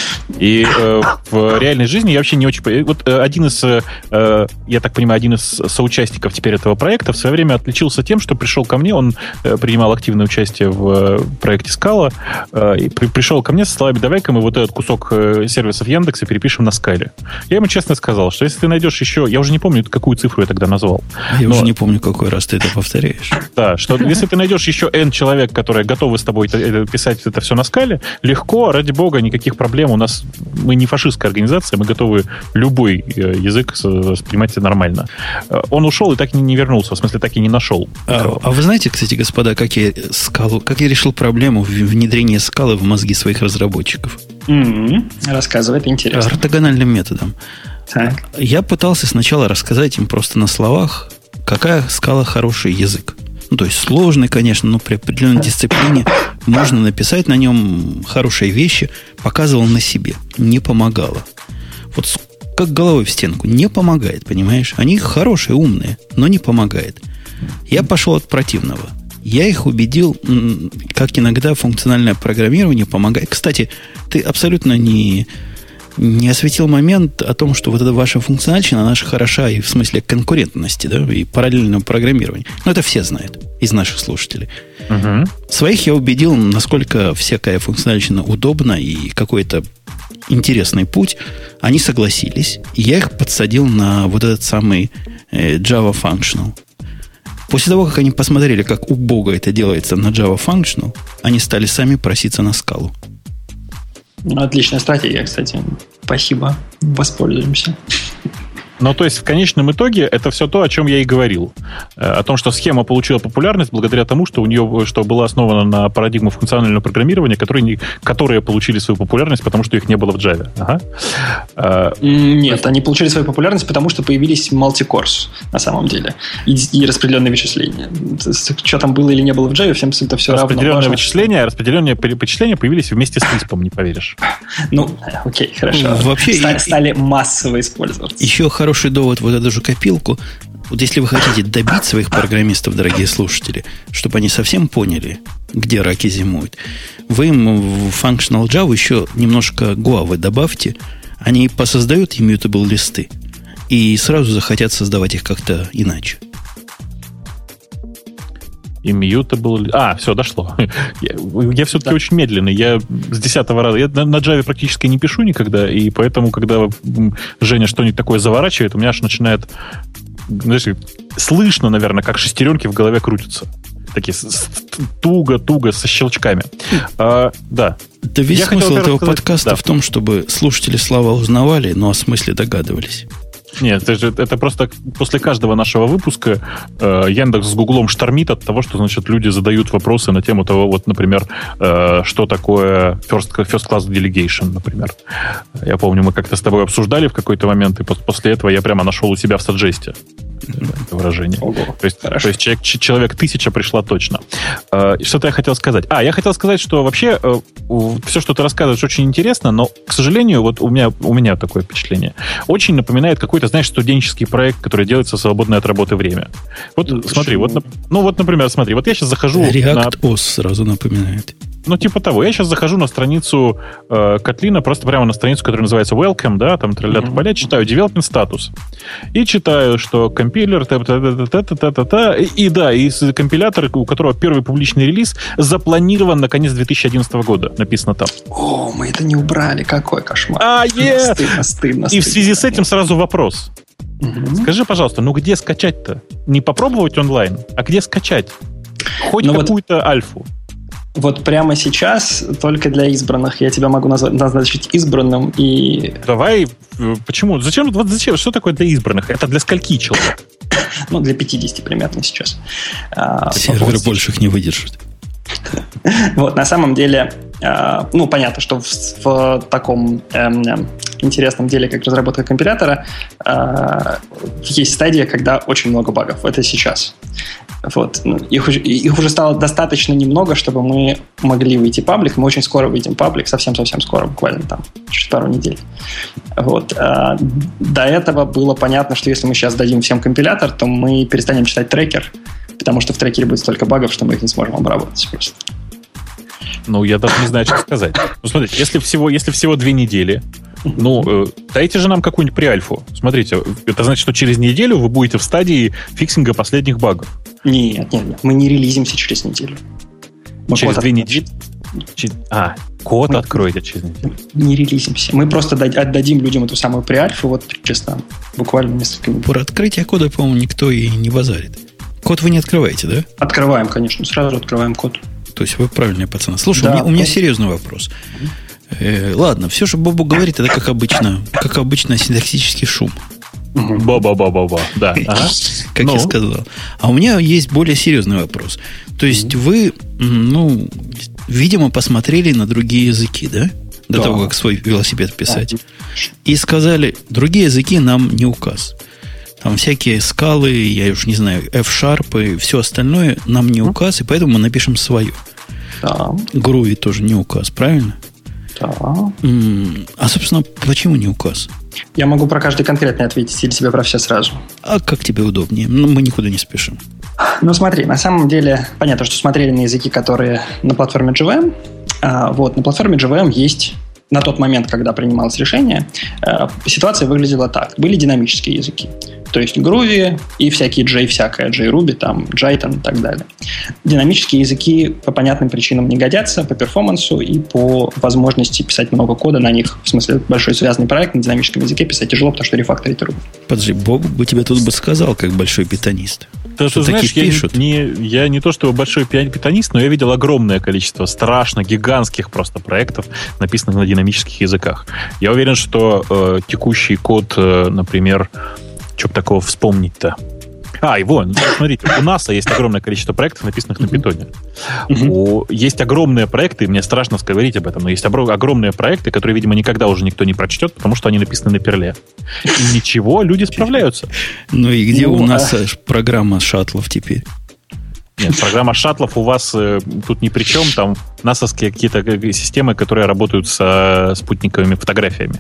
И э, в реальной жизни я вообще не очень... Вот э, один из, э, я так понимаю, один из соучастников теперь этого проекта в свое время отличился тем, что пришел ко мне, он э, принимал активное участие в э, проекте Scala, э, и при, пришел ко мне со словами: давай-ка мы вот этот кусок э, сервисов Яндекса перепишем на Scala. Я ему честно сказал, что если ты найдешь еще... Я уже не помню, какую цифру я тогда назвал. Я но... уже не помню, какой раз ты это повторяешь. Да, что если ты найдешь еще N человек, которые готовы с тобой писать это все на Scala, легко, ради бога, никаких проблем. У нас мы не фашистская организация, мы готовы любой язык воспринимать нормально. Он ушел и так и не вернулся, в смысле, так и не нашел. А, а вы знаете, кстати, господа, как я, Scala, как я решил проблему внедрения Scala в мозги своих разработчиков? Mm-hmm. Рассказывай, это интересно. Ортогональным методом. Так. Я пытался сначала рассказать им просто на словах, какая Scala хороший язык. Ну, то есть сложный, конечно, но при определенной дисциплине можно написать на нем хорошие вещи. Показывал на себе. Не помогало. Вот как головой в стенку. Не помогает, понимаешь? Они хорошие, умные, но не помогает. Я пошел от противного. Я их убедил, как иногда функциональное программирование помогает. Кстати, ты абсолютно не... не осветил момент о том, что вот эта ваша функциональщина, она же хороша и в смысле конкурентности, да, и параллельного программирования. Но это все знают из наших слушателей. Угу. Своих я убедил, насколько всякая функциональщина удобна и какой-то интересный путь. Они согласились. И я их подсадил на вот этот самый э, Java Functional. После того, как они посмотрели, как убого это делается на Java Functional, они стали сами проситься на Scala. Отличная стратегия, кстати. Спасибо. Воспользуемся. Ну, то есть, в конечном итоге, это все то, о чем я и говорил. О том, что схема получила популярность благодаря тому, что у нее что была основана на парадигму функционального программирования, которые, не, которые получили свою популярность, потому что их не было в Java. Ага. Нет, они получили свою популярность, потому что появились multi-cores, на самом деле. И, и распределенные вычисления. Что там было или не было в Java, всем это все равно. Распределенные вычисления, распределенные вычисления появились вместе с Lisp, не поверишь. Ну, окей, хорошо. Вообще, стали, стали массово использоваться. Еще хороший довод, вот эту же копилку. Вот если вы хотите добить своих программистов, дорогие слушатели, чтобы они совсем поняли, где раки зимуют, вы им в Functional Java еще немножко гуавы добавьте, они посоздают immutable листы и сразу захотят создавать их как-то иначе. Immutable... А, все, дошло. Я, я все-таки да. очень медленный. Я с десятого раза... Я на, на Java практически не пишу никогда, и поэтому, когда Женя что-нибудь такое заворачивает, у меня аж начинает... Знаешь, слышно, наверное, как шестеренки в голове крутятся. Такие туго-туго, со щелчками. А, да. Да весь я смысл хотел, этого сказать, подкаста да. в том, чтобы слушатели слова узнавали, но о смысле догадывались. Нет, это, же, это просто после каждого нашего выпуска э, Яндекс с Гуглом штормит от того, что, значит, люди задают вопросы на тему того, вот, например, э, что такое first, first class delegation, например. Я помню, мы как-то с тобой обсуждали в какой-то момент, и после этого я прямо нашел у себя в Саджесте это выражение. Ого, то есть, то есть человек, человек тысяча пришла точно. Э, что-то я хотел сказать. А, я хотел сказать, что вообще э, все, что ты рассказываешь, очень интересно, но, к сожалению, вот у меня, у меня такое впечатление. Очень напоминает какой-то, знаешь, студенческий проект, который делается в свободное от работы время. Вот ну, смотри, вот, ну вот, например, смотри, вот я сейчас захожу React на... React-о эс сразу напоминает. Ну, типа того. Я сейчас захожу на страницу э, Котлина, просто прямо на страницу, которая называется Welcome, да, там троллят поля, читаю Development Status. И читаю, что компилер, та-та-та-та-та-та-та, и, и да, и компилятор, у которого первый публичный релиз запланирован на конец две тысячи одиннадцатого года, написано там. О, мы это не убрали, какой кошмар. А, е! Стыдно, стыдно, И стыдно, в связи с этим сразу вопрос. Угу. Скажи, пожалуйста, ну где скачать-то? Не попробовать онлайн, а где скачать? Хоть ну какую-то вот... альфу. Вот прямо сейчас только для избранных. Я тебя могу назвать, назначить избранным и... Давай, почему? Зачем? Вот зачем? Что такое для избранных? Это для скольки человек? Ну, для пятидесяти примерно сейчас. Сервер больше их не выдержит. Вот, на самом деле, ну, понятно, что в, в таком эм, интересном деле, как разработка компилятора, э, есть стадия, когда очень много багов. Это сейчас. Вот. Их, их уже стало достаточно немного, чтобы мы могли выйти паблик. Мы очень скоро выйдем паблик, совсем-совсем скоро, буквально там, через пару недель. Вот. А до этого было понятно, что если мы сейчас дадим всем компилятор, то мы перестанем читать трекер, потому что в трекере будет столько багов, что мы их не сможем обработать просто. Ну, я даже не знаю, что сказать. Ну, смотрите, если всего, если всего две недели, ну, э, дайте же нам какую-нибудь преальфу. Смотрите, это значит, что через неделю вы будете в стадии фиксинга последних багов. Нет, нет, нет. Мы не релизимся через неделю. Мы через две недели? А, код мы откроете через неделю. Не релизимся. Мы просто отдадим людям эту самую преальфу, вот честно, буквально несколько минут. Про открытие кода, по-моему, никто и не базарит. Код вы не открываете, да? Открываем, конечно. Сразу открываем код. То есть вы правильные пацаны. Слушай, да, у меня, у меня он... серьезный вопрос. Э, ладно, все, что Бобу говорит, это как обычно, как обычно синтаксический шум. Ба-ба-ба-ба-ба. Да. Ага. Как ну. я сказал. А у меня есть более серьезный вопрос. То есть mm-hmm. вы, ну, видимо, посмотрели на другие языки, да? До да. того, как свой велосипед писать. Да. И сказали, другие языки нам не указ. Там всякие скалы, я уж не знаю, F-Sharp и все остальное нам не указ, и поэтому мы напишем свое. Да. Groovy тоже не указ, правильно? Да. А, собственно, почему не указ? Я могу про каждый конкретный ответить или тебе про все сразу? А как тебе удобнее? Ну, мы никуда не спешим. Ну, смотри, на самом деле, понятно, что смотрели на языки, которые на платформе джей ви эм. А, вот, на платформе джей ви эм есть... На тот момент, когда принималось решение, э, ситуация выглядела так. Были динамические языки. То есть Groovy и всякие J, всякое, JRuby, там, Jython и так далее. Динамические языки по понятным причинам не годятся, по перформансу и по возможности писать много кода на них. В смысле, большой связанный проект на динамическом языке писать тяжело, потому что рефакторить трудно. Подожди, Боб бы тебе тут бы сказал, как большой питонист. То, что, знаешь, я не, я не то, что большой питонист, но я видел огромное количество страшно гигантских просто проектов, написанных на динамических языках. Я уверен, что э, текущий код, э, например, что бы такого вспомнить-то? А, и вон, смотрите, у НАСА есть огромное количество проектов, написанных на питоне. Uh-huh. У, есть огромные проекты, мне страшно говорить об этом, но есть обро- огромные проекты, которые, видимо, никогда уже никто не прочтет, потому что они написаны на перле. И ничего, люди справляются. Ну и где у НАСА программа шаттлов теперь? Нет, программа шаттлов у вас э, тут ни при чем. Там насовские какие-то системы, которые работают со спутниковыми фотографиями.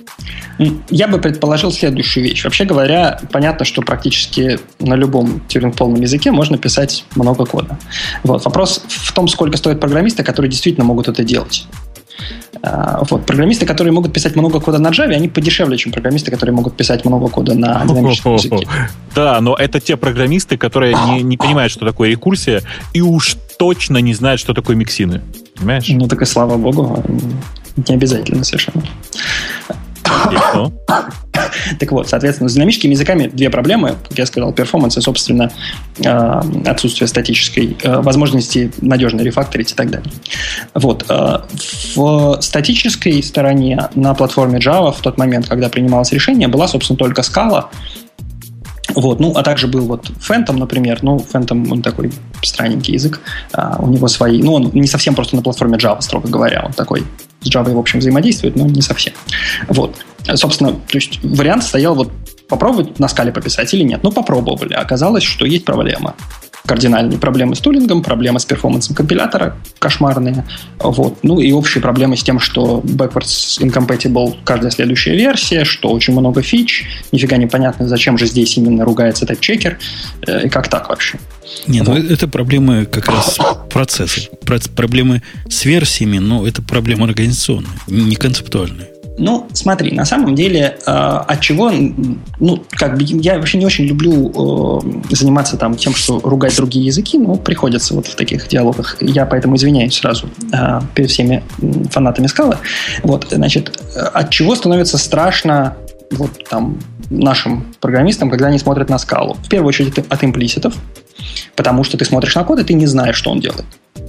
Я бы предположил следующую вещь. Вообще говоря, понятно, что практически на любом Тьюринг-полном языке можно писать много кода. Вот. Вопрос в том, сколько стоят программисты, которые действительно могут это делать. Вот. Программисты, которые могут писать много кода на Java, они подешевле, чем программисты, которые могут писать много кода на динамическом языке. Да, но это те программисты, которые не, не понимают, что такое рекурсия, и уж точно не знают, что такое миксины. Понимаешь? Ну, так и слава богу, не обязательно совершенно. Так вот, соответственно, с динамическими языками две проблемы, как я сказал, перформанс и, собственно, отсутствие статической возможности надежно рефакторить и так далее. Вот. В статической стороне на платформе Java в тот момент, когда принималось решение, была, собственно, только Scala. Вот, ну, а также был вот Phantom, например. Ну, Phantom, он такой странненький язык. А, у него свои... Ну, он не совсем просто на платформе Java, строго говоря. Он такой с Java, в общем, взаимодействует, но не совсем. Вот. Собственно, то есть вариант стоял вот попробовать на скале пописать или нет. Ну, попробовали. Оказалось, что есть проблема. Кардинальные проблемы с тулингом, проблемы с перформансом компилятора кошмарные. Вот. Ну и общие проблемы с тем, что backwards incompatible каждая следующая версия, что очень много фич, нифига не понятно, зачем же здесь именно ругается тайп-чекер, и как так вообще. Нет, вот. Ну это проблемы как раз процесса. Проблемы с версиями, но это проблема организационная, не концептуальная. Ну, смотри, на самом деле, э, от чего, ну, как бы, я вообще не очень люблю э, заниматься там тем, что ругать другие языки, но приходится вот в таких диалогах. Я поэтому извиняюсь сразу э, перед всеми фанатами Scala. Вот, значит, от чего становится страшно вот там нашим программистам, когда они смотрят на Scala? В первую очередь от имплиситов, потому что ты смотришь на код, и ты не знаешь, что он делает.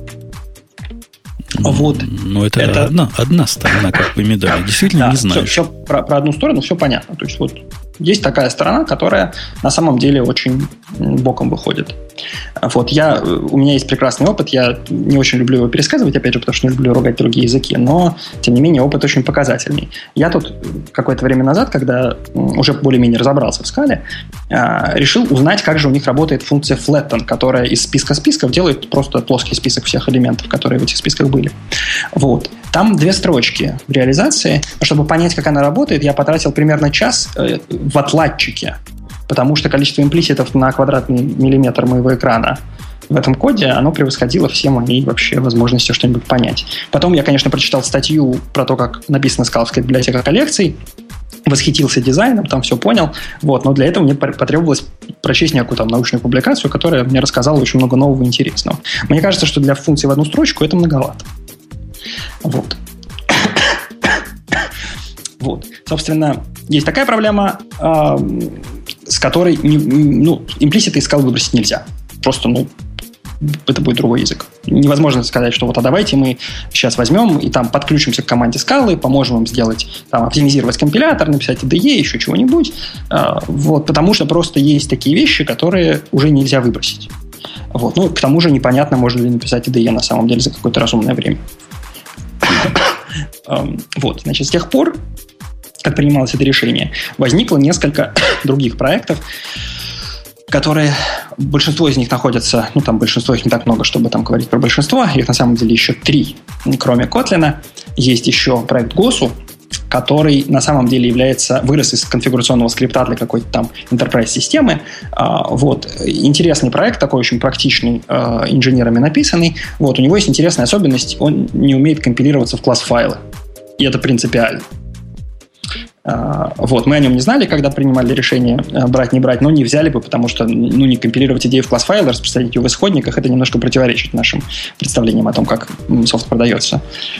Вот. Но это, это... Одна, одна сторона как бы медали. Действительно, да, не знаешь. Все, все про, про одну сторону все понятно. То есть вот есть такая сторона, которая на самом деле очень боком выходит. Вот я, у меня есть прекрасный опыт, я не очень люблю его пересказывать, опять же, потому что не люблю ругать другие языки, но, тем не менее, опыт очень показательный. Я тут какое-то время назад, когда уже более-менее разобрался в скале, решил узнать, как же у них работает функция flatten, которая из списка списков делает просто плоский список всех элементов, которые в этих списках были. Вот. Там две строчки в реализации. Чтобы понять, как она работает, я потратил примерно час в отладчике, потому что количество имплиситов на квадратный миллиметр моего экрана в этом коде, оно превосходило все мои вообще возможности что-нибудь понять. Потом я, конечно, прочитал статью про то, как написана скаловская библиотека коллекций, восхитился дизайном, там все понял. Вот, но для этого мне потребовалось прочесть некую там научную публикацию, которая мне рассказала очень много нового и интересного. Мне кажется, что для функции в одну строчку это многовато. Вот. Вот. Собственно, есть такая проблема, э, с которой не, ну, имплиситы из скалы выбросить нельзя. Просто, ну, это будет другой язык. Невозможно сказать, что вот, а давайте мы сейчас возьмем и там подключимся к команде скалы, поможем им сделать, там, оптимизировать компилятор, написать ай ди и, еще чего-нибудь. Э, вот, потому что просто есть такие вещи, которые уже нельзя выбросить. Вот. Ну, к тому же непонятно, можно ли написать ай ди и на самом деле за какое-то разумное время. Вот, значит, с тех пор, как принималось это решение, возникло несколько других проектов, которые, большинство из них находятся, ну, там большинство их не так много, чтобы там говорить про большинство, их на самом деле еще три, кроме Kotlin. Есть еще проект Gosu, который на самом деле является, вырос из конфигурационного скрипта для какой-то там enterprise-системы. Вот. Интересный проект, такой очень практичный, инженерами написанный. Вот. У него есть интересная особенность, он не умеет компилироваться в класс-файлы. И это принципиально. Вот. Мы о нем не знали, когда принимали решение брать, не брать, но не взяли бы, потому что ну, не компилировать идею в класс-файлы, распространить ее в исходниках, это немножко противоречит нашим представлениям о том, как софт продается.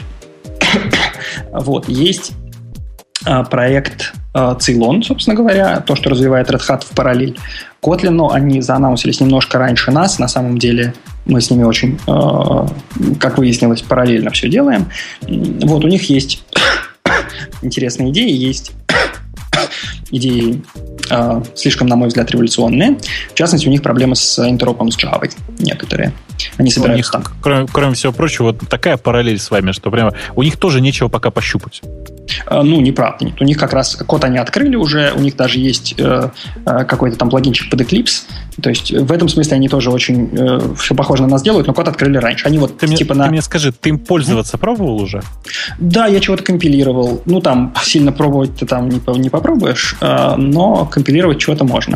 Вот. Есть проект Ceylon, собственно говоря, то, что развивает Red Hat в параллель Kotlin, но они заанонсились немножко раньше нас. На самом деле мы с ними очень, как выяснилось, параллельно все делаем. Вот, у них есть интересные идеи, есть идеи э, слишком, на мой взгляд, революционные. В частности, у них проблемы с интеропом с Java некоторые. Они собираются у них, там. Кроме, кроме всего прочего, вот такая параллель с вами, что прямо у них тоже нечего пока пощупать. Э, ну, неправда. Нет. У них как раз код они открыли уже, у них даже есть э, э, какой-то там плагинчик под Eclipse. То есть в этом смысле они тоже очень э, все похоже на нас делают, но код открыли раньше. Они вот ты, типа мне, на... ты мне скажи, ты им пользоваться mm-hmm. пробовал уже? Да, я чего-то компилировал. Ну, там сильно пробовать ты там не, не попробуешь, э, но компилировать чего-то можно.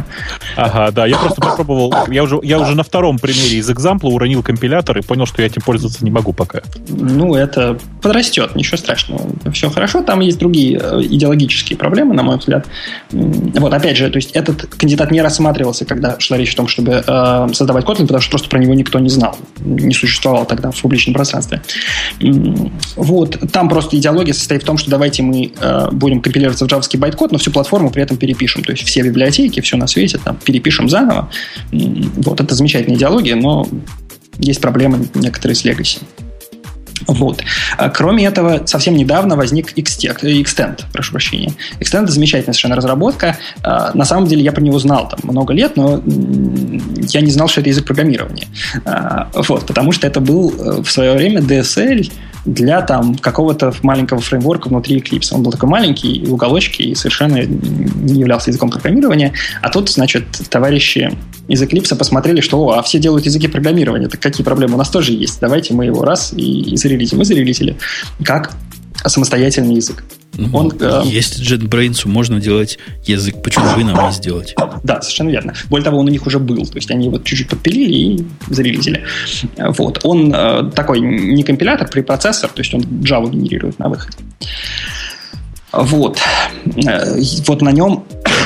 Ага, да, я просто попробовал, я уже, я уже на втором примере из экзампла уронил компилятор и понял, что я этим пользоваться не могу пока. Ну, это подрастет, ничего страшного. Все хорошо, там есть другие идеологические проблемы, на мой взгляд. Вот, опять же, то есть этот кандидат не рассматривался, когда шла речь о том, чтобы э, создавать Kotlin, потому что просто про него никто не знал, не существовал тогда в публичном пространстве. Вот, там просто идеология состоит в том, что давайте мы э, будем компилироваться в джавовский байткод, но всю платформу при этом перепишем, то есть все библиотеки, все на свете, там, перепишем заново. Вот, это замечательная идеология, но есть проблемы некоторые с legacy. Вот. Кроме этого, совсем недавно возник Xtend, прошу прощения. Xtend — это замечательная совершенно разработка. На самом деле я про него знал там много лет, но я не знал, что это язык программирования. Вот, потому что это был в свое время ди эс эл для там какого-то маленького фреймворка внутри Eclipse. Он был такой маленький, в уголочке, и совершенно не являлся языком программирования. А тут, значит, товарищи из Eclipse посмотрели, что о, а все делают языки программирования. Так какие проблемы? У нас тоже есть. Давайте мы его раз и, и зарелизим. Мы зарелизили как самостоятельный язык. Ну, Он, э, если JetBrains можно делать язык, почему бы нам не сделать? Да, совершенно верно. Более того, он у них уже был. То есть они его чуть-чуть подпилили и зарелизили. Вот. Он э, такой не компилятор, препроцессор, то есть он Java генерирует на выходе. Вот. Э, вот на нем...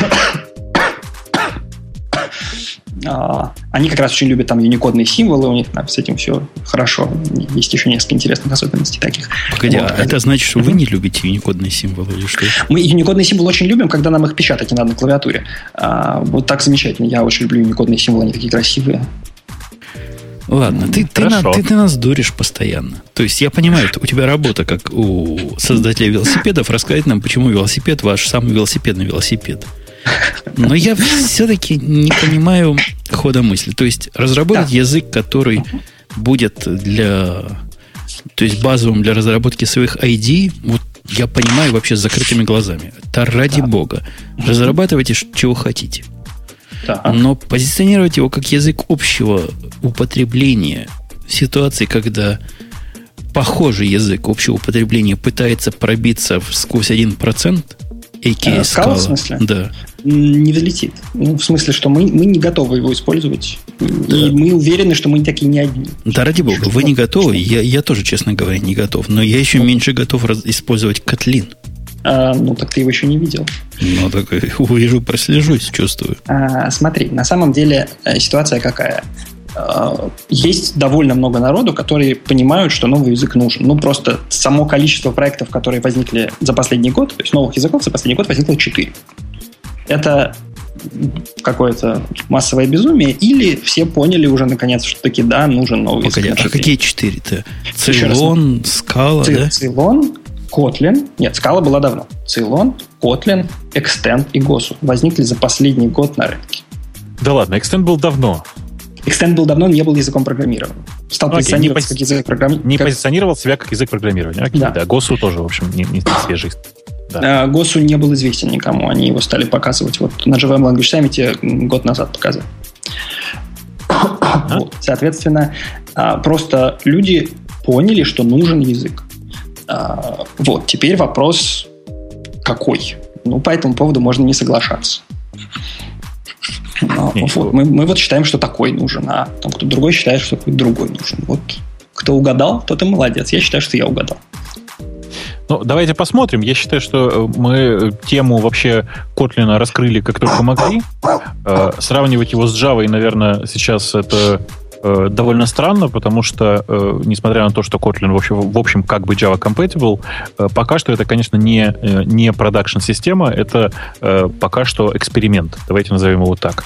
Они как раз очень любят там юникодные символы, у них там, с этим все хорошо. Есть еще несколько интересных особенностей таких. Погоди, вот. А это значит, что вы не любите юникодные символы или что? Мы юникодные символы очень любим, когда нам их печатать не надо на клавиатуре. А, вот так замечательно. Я очень люблю юникодные символы, они такие красивые. Ладно, ты, ты, на, ты, ты нас дуришь постоянно. То есть я понимаю, у тебя работа, как у создателя велосипедов, рассказать нам, почему велосипед ваш самый велосипедный велосипед. Но я все-таки не понимаю хода мысли. То есть разработать да. язык, который будет для... То есть базовым для разработки своих ай ди, вот я понимаю вообще с закрытыми глазами. Это ради да. бога. Разрабатывайте, чего хотите. Да. Но позиционировать его как язык общего употребления в ситуации, когда похожий язык общего употребления пытается пробиться сквозь один процент, эй кей эй Scala, в смысле? Да. Не взлетит. Ну, в смысле, что мы, мы не готовы его использовать. Да. И мы уверены, что мы такие не одни. Да, ради бога, вы не готовы. Я, я тоже, честно говоря, не готов. Но я еще меньше готов раз, использовать Kotlin. А, ну, так ты его еще не видел. Ну, так увижу, прослежусь, чувствую. А, смотри, на самом деле ситуация какая? Есть довольно много народу, которые понимают, что новый язык нужен. Ну, просто само количество проектов, которые возникли за последний год, то есть новых языков за последний год возникло четыре. Это какое-то массовое безумие, или все поняли уже наконец, что таки да, нужен новый Погоди, язык. А какие четыре-то? Ceylon, Scala, да? Ceylon, Kotlin. Нет, Scala была давно. Ceylon, Kotlin, Extend и Gosu возникли за последний год на рынке. Да ладно, Extend был давно. Extend был давно, не был языком программирования. Стал ну, позиционироваться пози... как язык программирования. Не как... позиционировал себя как язык программирования. Окей, да. да. Gosu тоже, в общем, не, не свежий. Да. Gosu не был известен никому. Они его стали показывать. Вот на джей ви эм Language Summit год назад показывали. А? Вот. Соответственно, просто люди поняли, что нужен язык. Вот. Теперь вопрос какой? Ну, по этому поводу можно не соглашаться. Но, вот, мы, мы вот считаем, что такой нужен, а там кто-то другой считает, что какой-то другой нужен. Вот кто угадал, тот и молодец. Я считаю, что я угадал. Ну, давайте посмотрим. Я считаю, что мы тему вообще Kotlin раскрыли как только могли. Э, сравнивать его с Java, наверное, сейчас это э, довольно странно, потому что, э, несмотря на то, что Kotlin в общем, в общем как бы Java compatible, э, пока что это, конечно, не, э, не продакшн-система, это э, пока что эксперимент. Давайте назовем его так.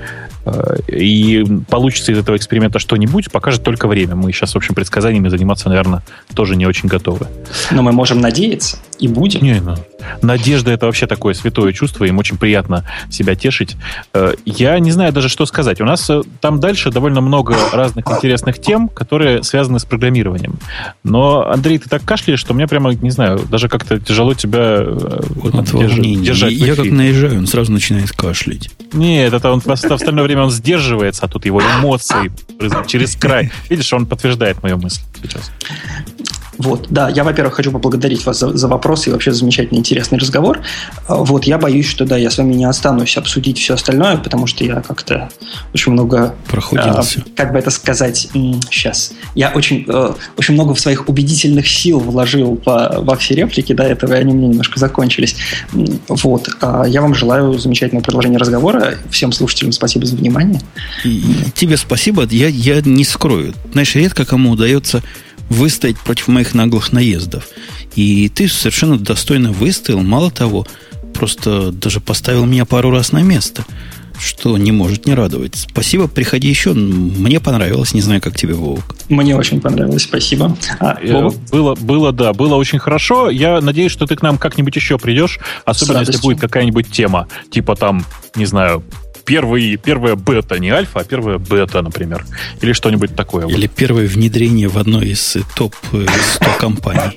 И получится из этого эксперимента что-нибудь, покажет только время. Мы сейчас, в общем, предсказаниями заниматься, наверное, тоже не очень готовы. Но мы можем надеяться и будем. Не, ну, надежда — это вообще такое святое чувство, им очень приятно себя тешить. Я не знаю даже, что сказать. У нас там дальше довольно много разных интересных тем, которые связаны с программированием. Но, Андрей, ты так кашляешь, что мне прямо, не знаю, даже как-то тяжело тебя держ- держать. Я как наезжаю, он сразу начинает кашлять. Нет, это он в остальное время он сдерживается, а тут его эмоции через край. Видишь, он подтверждает мою мысль сейчас. Вот, да, я, во-первых, хочу поблагодарить вас за, за вопросы и вообще за замечательный, интересный разговор. Вот, я боюсь, что, да, я с вами не останусь обсудить все остальное, потому что я как-то очень много... Проходился. Э, как бы это сказать... Сейчас. Я очень, э, очень много в своих убедительных сил вложил по, во все реплики до этого, и они у меня немножко закончились. Вот. Э, я вам желаю замечательного продолжения разговора. Всем слушателям спасибо за внимание. И тебе спасибо. Я, я не скрою. Знаешь, редко кому удается выстоять против моих наглых наездов. И ты совершенно достойно выстоял. Мало того, просто даже поставил меня пару раз на место, что не может не радовать. Спасибо, приходи еще. Мне понравилось. Не знаю, как тебе, Вовк. Мне очень понравилось, спасибо. А, было, было, да, было очень хорошо. Я надеюсь, что ты к нам как-нибудь еще придешь, особенно если будет какая-нибудь тема, типа там, не знаю, Первый, первая бета, не альфа, а первая бета, например. Или что-нибудь такое. Или первое внедрение в одной из топ сто компаний.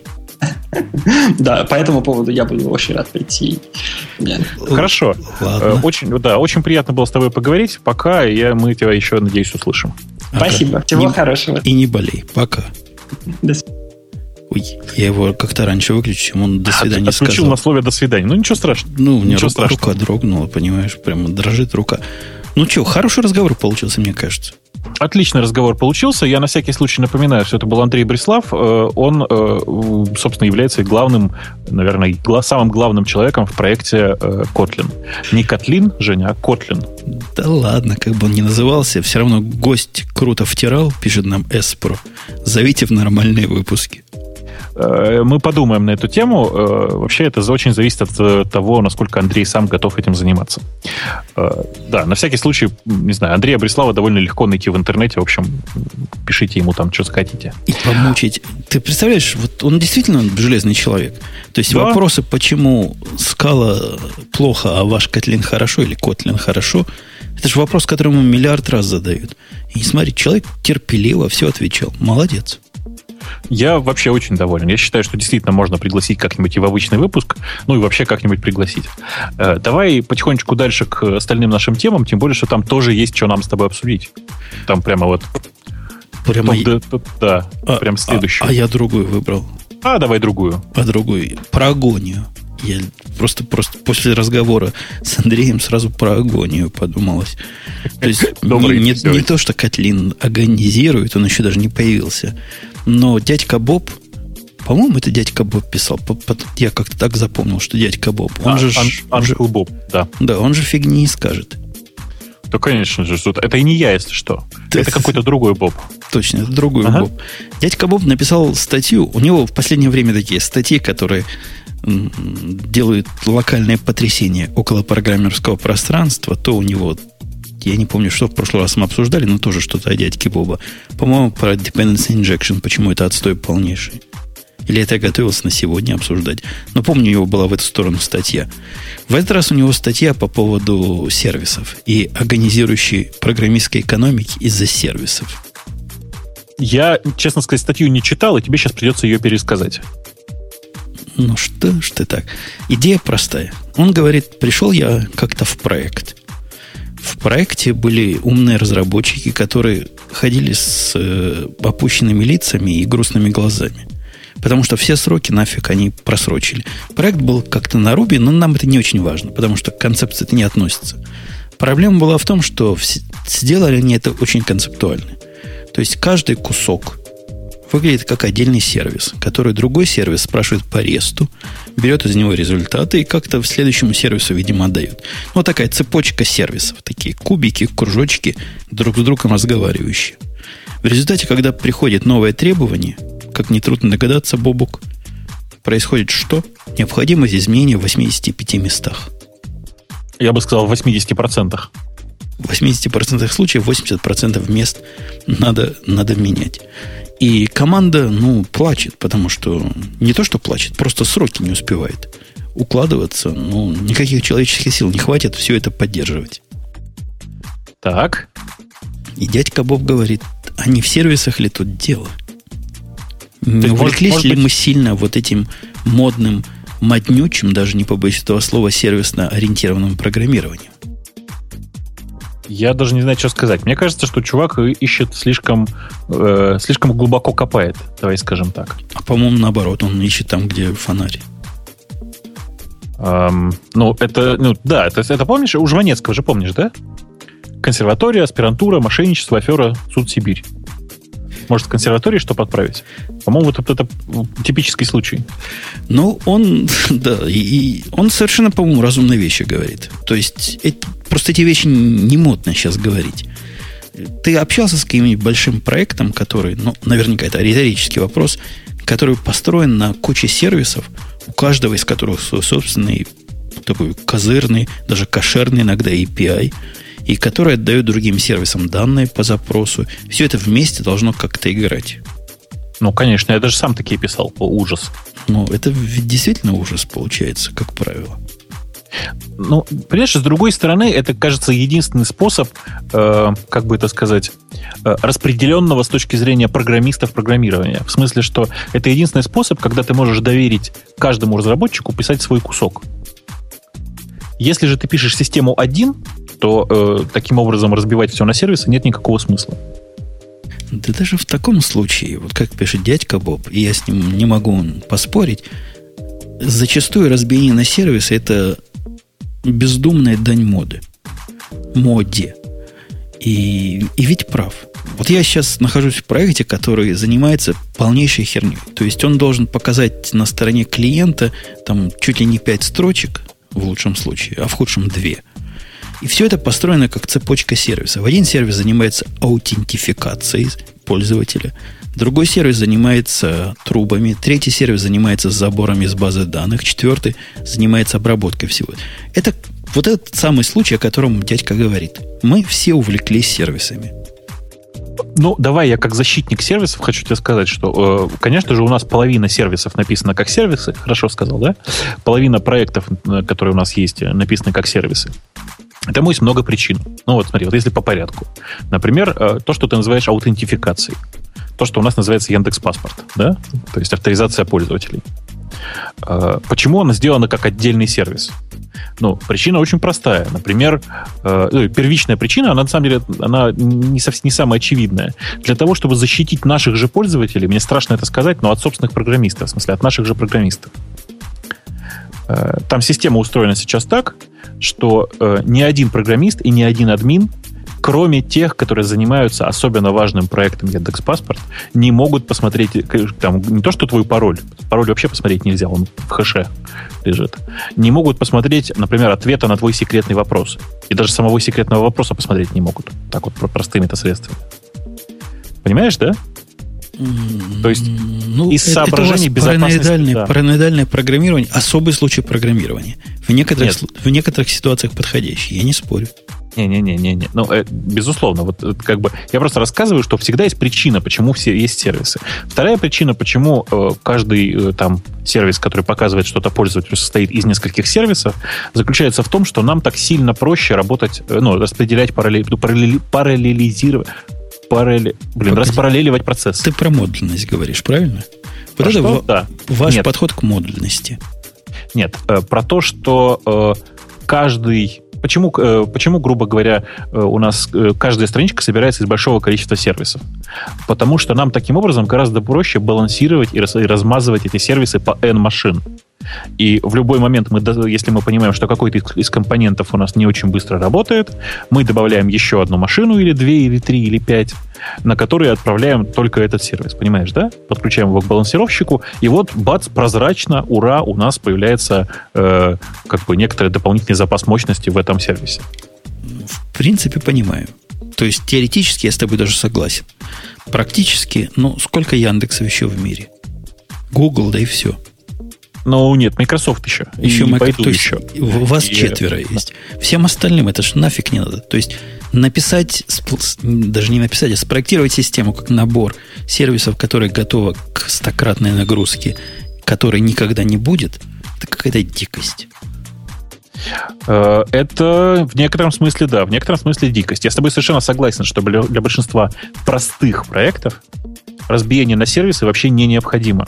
Да, по этому поводу я буду очень рад прийти. Хорошо. Ладно. Очень, да, очень приятно было с тобой поговорить. Пока, и мы тебя еще, надеюсь, услышим. Спасибо. Ага. Всего не, хорошего. И не болей. Пока. До свидания. Ой, я его как-то раньше выключил, чем он до свидания сказал. Отключил на слове «до свидания». Ну, ничего страшного. Ну, у меня ничего рука, страшного. рука дрогнула, понимаешь, прямо дрожит рука. Ну что, хороший разговор получился, мне кажется. Отличный разговор получился. Я на всякий случай напоминаю, что это был Андрей Брислав. Он, собственно, является главным, наверное, самым главным человеком в проекте Kotlin. Не Kotlin, Женя, а Kotlin. Да ладно, как бы он ни назывался, все равно гость круто втирал, пишет нам Эспро. Зовите в нормальные выпуски. Мы подумаем на эту тему. Вообще это очень зависит от того, насколько Андрей сам готов этим заниматься. Да, на всякий случай, не знаю, Андрея Брислава довольно легко найти в интернете. В общем, пишите ему там, что захотите. И помучить. Ты представляешь, вот он действительно железный человек. То есть да. Вопросы, почему Scala плохо, а ваш Kotlin хорошо или Kotlin хорошо, это же вопрос, который ему миллиард раз задают. И смотри, человек терпеливо все отвечал. Молодец. Я вообще очень доволен. Я считаю, что действительно можно пригласить как-нибудь и в обычный выпуск, ну и вообще как-нибудь пригласить. Э, давай потихонечку дальше к остальным нашим темам, тем более, что там тоже есть, что нам с тобой обсудить. Там прямо вот... Прямо... Топ, да, топ, да а, прям следующую. А, а я другую выбрал. А, давай другую. А другую. Про агонию. Я просто, просто после разговора с Андреем сразу про агонию подумалось. То есть не, не, не то, что Kotlin агонизирует, он еще даже не появился. Но дядька Боб, по-моему, это дядька Боб писал. Я как-то так запомнил, что дядька Боб. Он а, же Анжел Боб, да. Да, он же фигни не скажет. Да, конечно же. Это и не я, если что. Это, это какой-то другой Боб. Точно, это другой ага. Боб. Дядька Боб написал статью. У него в последнее время такие статьи, которые делают локальное потрясение около программерского пространства. То у него... Я не помню, что в прошлый раз мы обсуждали, но тоже что-то о дядьке Боба. По-моему, про dependency injection, почему это отстой полнейший. Или это я готовился на сегодня обсуждать. Но помню, у него была в эту сторону статья. В этот раз у него статья по поводу сервисов и агонизирующей программистской экономики из-за сервисов. Я, честно сказать, статью не читал, и тебе сейчас придется ее пересказать. Ну что ж ты так. Идея простая. Он говорит, пришел я как-то в проект. В проекте были умные разработчики, которые ходили с э, опущенными лицами и грустными глазами. Потому что все сроки нафиг они просрочили. Проект был как-то на Ruby, но нам это не очень важно, потому что к концепции это не относится. Проблема была в том, что все, сделали они это очень концептуально. То есть каждый кусок выглядит как отдельный сервис, который другой сервис спрашивает по ресту, берет из него результаты и как-то в следующему сервису, видимо, отдает. Вот такая цепочка сервисов, такие кубики, кружочки, друг с другом разговаривающие. В результате, когда приходит новое требование, как нетрудно догадаться, Бобук, происходит что? Необходимость изменения в восьмидесяти пяти местах. Я бы сказал, в восьмидесяти процентах. В восьмидесяти процентах случаев восемьдесят процентов мест надо, надо менять. И команда, ну, плачет, потому что не то, что плачет, просто сроки не успевает укладываться. Ну, никаких человеческих сил не хватит все это поддерживать. Так. И дядька Боб говорит, а не в сервисах ли тут дело? Не увлеклись может, ли может быть... мы сильно вот этим модным, моднючим, даже не побоюсь этого слова, сервисно ориентированным программированием? Я даже не знаю, что сказать. Мне кажется, что чувак ищет слишком, э, слишком глубоко копает, давай скажем так. А по-моему, наоборот, он ищет там, где фонарь. Эм, ну, это, ну, да, это, это помнишь, у Жванецкого же помнишь, да? Консерватория, аспирантура, мошенничество, афера, суд Сибирь. Может, в консерватории что подправить? По-моему, вот это, это типический случай. Ну, он, да, и, и он совершенно, по-моему, разумные вещи говорит. То есть, это, просто эти вещи не модно сейчас говорить. Ты общался с каким-нибудь большим проектом, который, ну, наверняка это риторический вопрос, который построен на куче сервисов, у каждого из которых свой собственный такой козырный, даже кошерный иногда эй пи ай, и который отдает другим сервисам данные по запросу. Все это вместе должно как-то играть. Ну, конечно, я даже сам такие писал. О, ужас. Ну, это действительно ужас получается, как правило. Ну, понимаешь, с другой стороны, это, кажется, единственный способ, э, как бы это сказать, э, распределенного с точки зрения программистов программирования. В смысле, что это единственный способ, когда ты можешь доверить каждому разработчику писать свой кусок. Если же ты пишешь систему один, то э, таким образом разбивать все на сервисы нет никакого смысла. Да даже в таком случае, вот как пишет дядька Боб, и я с ним не могу поспорить, зачастую разбиение на сервисы – это бездумная дань моды. Моде. И, и ведь прав. Вот я сейчас нахожусь в проекте, который занимается полнейшей херней. То есть он должен показать на стороне клиента там чуть ли не пять строчек, в лучшем случае, а в худшем две. И все это построено как цепочка сервисов. Один сервис занимается аутентификацией пользователя, другой сервис занимается трубами, третий сервис занимается заборами из базы данных, четвертый занимается обработкой всего. Это вот этот самый случай, о котором дядька говорит. Мы все увлеклись сервисами. Ну, давай я как защитник сервисов хочу тебе сказать, что, э, конечно же, у нас половина сервисов написана как сервисы. Хорошо сказал, да? Половина проектов, которые у нас есть, написаны как сервисы. Этому есть много причин. Ну вот смотри, вот если по порядку. Например, э, то, что ты называешь аутентификацией. То, что у нас называется Яндекс.Паспорт, да? То есть авторизация пользователей. Э, почему она сделана как отдельный сервис? Ну, причина очень простая. Например, э, первичная причина, она на самом деле она не, совсем, не самая очевидная. Для того, чтобы защитить наших же пользователей, мне страшно это сказать, но от собственных программистов, в смысле, от наших же программистов. Э, там система устроена сейчас так, что э, ни один программист и ни один админ, кроме тех, которые занимаются особенно важным проектом Яндекс.Паспорт, не могут посмотреть, там, не то, что твой пароль, пароль вообще посмотреть нельзя, он в хэше лежит, не могут посмотреть, например, ответа на твой секретный вопрос. И даже самого секретного вопроса посмотреть не могут. Так вот, простыми-то средствами. Понимаешь, да? То есть ну, из соображений безопасности... Параноидальное, да. параноидальное программирование, особый случай программирования. В некоторых, в некоторых ситуациях подходящий, я не спорю. Не-не-не-не. Ну, э, безусловно, вот э, как бы я просто рассказываю, что всегда есть причина, почему все есть сервисы. Вторая причина, почему э, каждый э, там сервис, который показывает что-то пользователю, состоит из нескольких сервисов, заключается в том, что нам так сильно проще работать, э, ну, распределять, параллель, параллели, параллелизировать, параллели, блин, Погоди. распараллеливать процесс. Ты про модульность говоришь, правильно? Вот про это что? в, да. ваш Нет. подход к модульности. Нет, э, про то, что э, каждый... Почему, э, почему, грубо говоря, э, у нас э, каждая страничка собирается из большого количества сервисов? Потому что нам таким образом гораздо проще балансировать и, раз, и размазывать эти сервисы по N машин. И в любой момент, мы, если мы понимаем, что какой-то из компонентов у нас не очень быстро работает, мы добавляем еще одну машину, или две, или три, или пять, на которые отправляем только этот сервис. Понимаешь, да? Подключаем его к балансировщику, и вот, бац, прозрачно, ура, у нас появляется э, как бы некоторый дополнительный запас мощности в этом сервисе. В принципе, понимаю. То есть, теоретически я с тобой даже согласен. Практически, ну, сколько Яндексов еще в мире? Google, да и все. Ну, нет, Microsoft еще. Еще и Microsoft. То есть еще. У вас и, четверо да. есть. Всем остальным это ж нафиг не надо. То есть написать, даже не написать, а спроектировать систему как набор сервисов, которые готовы к стократной нагрузке, которой никогда не будет, это какая-то дикость. Это в некотором смысле, да, в некотором смысле дикость. Я с тобой совершенно согласен, что для большинства простых проектов разбиение на сервисы вообще не необходимо.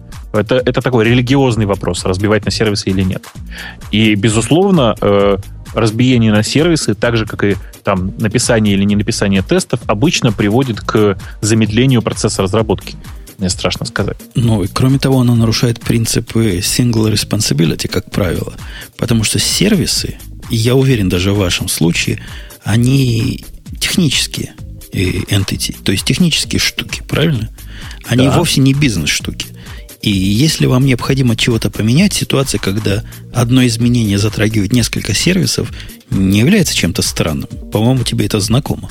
Это, это такой религиозный вопрос, разбивать на сервисы или нет. И, безусловно, э, разбиение на сервисы, так же, как и там написание или не написание тестов, обычно приводит к замедлению процесса разработки. Мне страшно сказать. Ну, и кроме того, оно нарушает принципы single responsibility, как правило. Потому что сервисы, и я уверен даже в вашем случае, они технические entity, то есть технические штуки, правильно? Они да. вовсе не бизнес-штуки. И если вам необходимо чего-то поменять, ситуация, когда одно изменение затрагивает несколько сервисов, не является чем-то странным. По-моему, тебе это знакомо.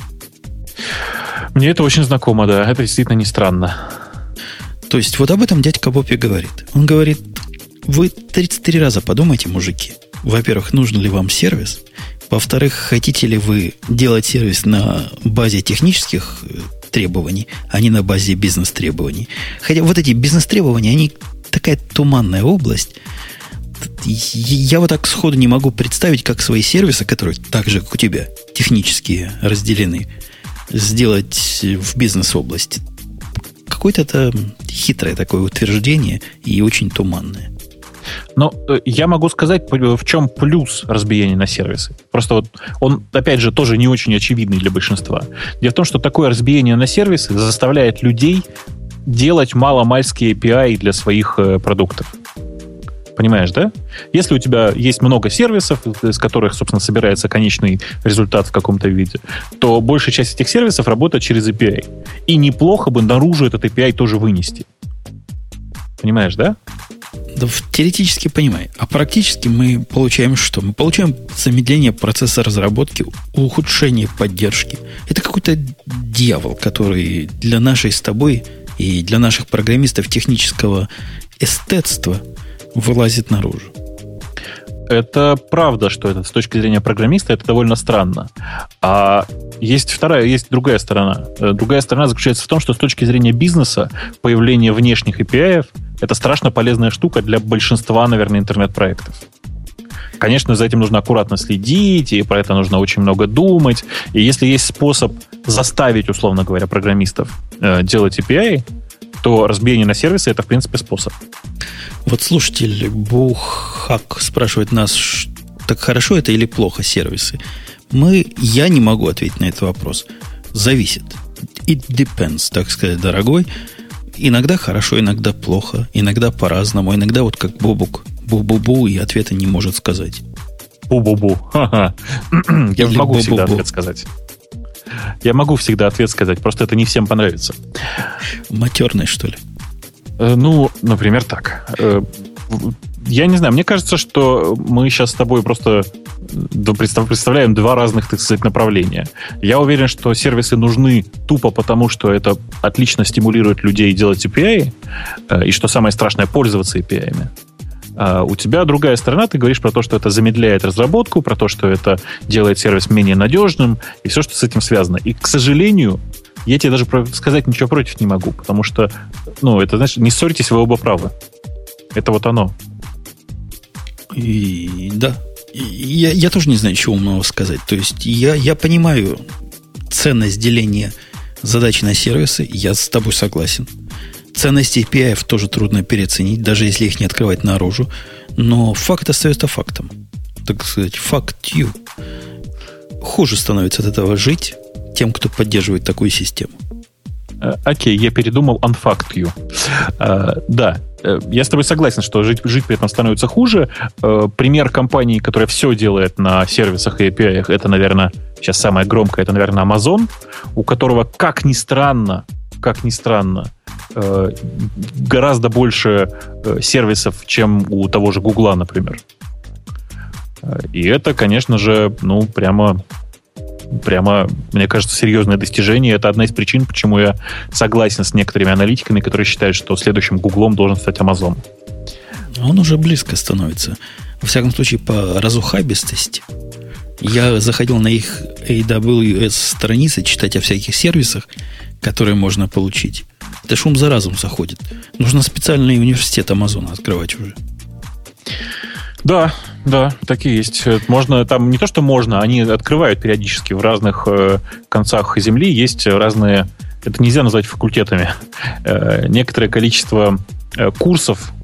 Мне это очень знакомо, да. Это действительно не странно. То есть вот об этом дядька Бобби говорит. Он говорит, вы тридцать три раза подумайте, мужики. Во-первых, нужен ли вам сервис? Во-вторых, хотите ли вы делать сервис на базе технических требований, а не на базе бизнес-требований? Хотя вот эти бизнес-требования, они такая туманная область. Я вот так сходу не могу представить, как свои сервисы, которые так же, как у тебя, технически разделены, сделать в бизнес-области. Какое-то это хитрое такое утверждение и очень туманное. Но я могу сказать, в чем плюс разбиения на сервисы. Просто вот он, опять же, тоже не очень очевидный для большинства. Дело в том, что такое разбиение на сервисы заставляет людей делать маломальские эй пи ай для своих э, продуктов. Понимаешь, да? Если у тебя есть много сервисов, из которых, собственно, собирается конечный результат в каком-то виде, то большая часть этих сервисов работает через эй пи ай. И неплохо бы наружу этот эй пи ай тоже вынести. Понимаешь, да? Да, теоретически понимаю. А практически мы получаем что? Мы получаем замедление процесса разработки, ухудшение поддержки. Это какой-то дьявол, который для нашей с тобой и для наших программистов технического эстетства вылазит наружу. Это правда, что это с точки зрения программиста это довольно странно. А есть вторая, есть другая сторона. Другая сторона заключается в том, что с точки зрения бизнеса появление внешних эй пи ай это страшно полезная штука для большинства, наверное, интернет-проектов. Конечно, за этим нужно аккуратно следить, и про это нужно очень много думать. И если есть способ заставить, условно говоря, программистов э, делать эй пи ай, то разбиение на сервисы — это, в принципе, способ. Вот слушатель Бухак спрашивает нас, так хорошо это или плохо сервисы? Мы, я не могу ответить на этот вопрос. Зависит. It depends, так сказать, дорогой. Иногда хорошо, иногда плохо, иногда по-разному, иногда вот как Бобук, бу-бу-бу, и ответа не может сказать. Бу-бу-бу. Ха-ха. Я же могу всегда ответ сказать. Я могу всегда ответ сказать, просто это не всем понравится. Матерный, что ли? Ну, например, так. Я не знаю, мне кажется, что мы сейчас с тобой просто представляем два разных, так сказать, направления. Я уверен, что сервисы нужны тупо потому, что это отлично стимулирует людей делать эй пи ай, и что самое страшное, пользоваться эй пи ай-ами. А у тебя другая сторона, ты говоришь про то, что это замедляет разработку, про то, что это делает сервис менее надежным, и все, что с этим связано. И, к сожалению, я тебе даже сказать ничего против не могу, потому что, ну, это, значит, не ссорьтесь, вы оба правы. Это вот оно. И, да. И, я, я тоже не знаю, чего умного сказать. То есть я, я понимаю ценность деления задач на сервисы, я с тобой согласен. Ценность эй пи ай тоже трудно переоценить, даже если их не открывать наружу. Но факт остается фактом. Так сказать, факт you. Хуже становится от этого жить тем, кто поддерживает такую систему. Окей, okay, я передумал unfact you. Uh, да, я с тобой согласен, что жить, жить при этом становится хуже. Uh, пример компании, которая все делает на сервисах и эй пи ай, это, наверное, сейчас самое громкое, это, наверное, Amazon, у которого, как ни странно, как ни странно, uh, гораздо больше uh, сервисов, чем у того же Гугла, например. Uh, и это, конечно же, ну, прямо... Прямо, мне кажется, серьезное достижение. Это одна из причин, почему я согласен с некоторыми аналитиками, которые считают, что следующим Гуглом должен стать Amazon. Он уже близко становится. Во всяком случае, по разухабистости. Я заходил на их эй дабл ю эс страницы читать о всяких сервисах, которые можно получить. Это шум за разум заходит. Нужно специальный университет Амазона открывать уже. Да, да, так и есть. Можно, там не то, что можно, они открывают периодически в разных э, концах Земли. Есть разные, это нельзя назвать факультетами, э, некоторое количество э, курсов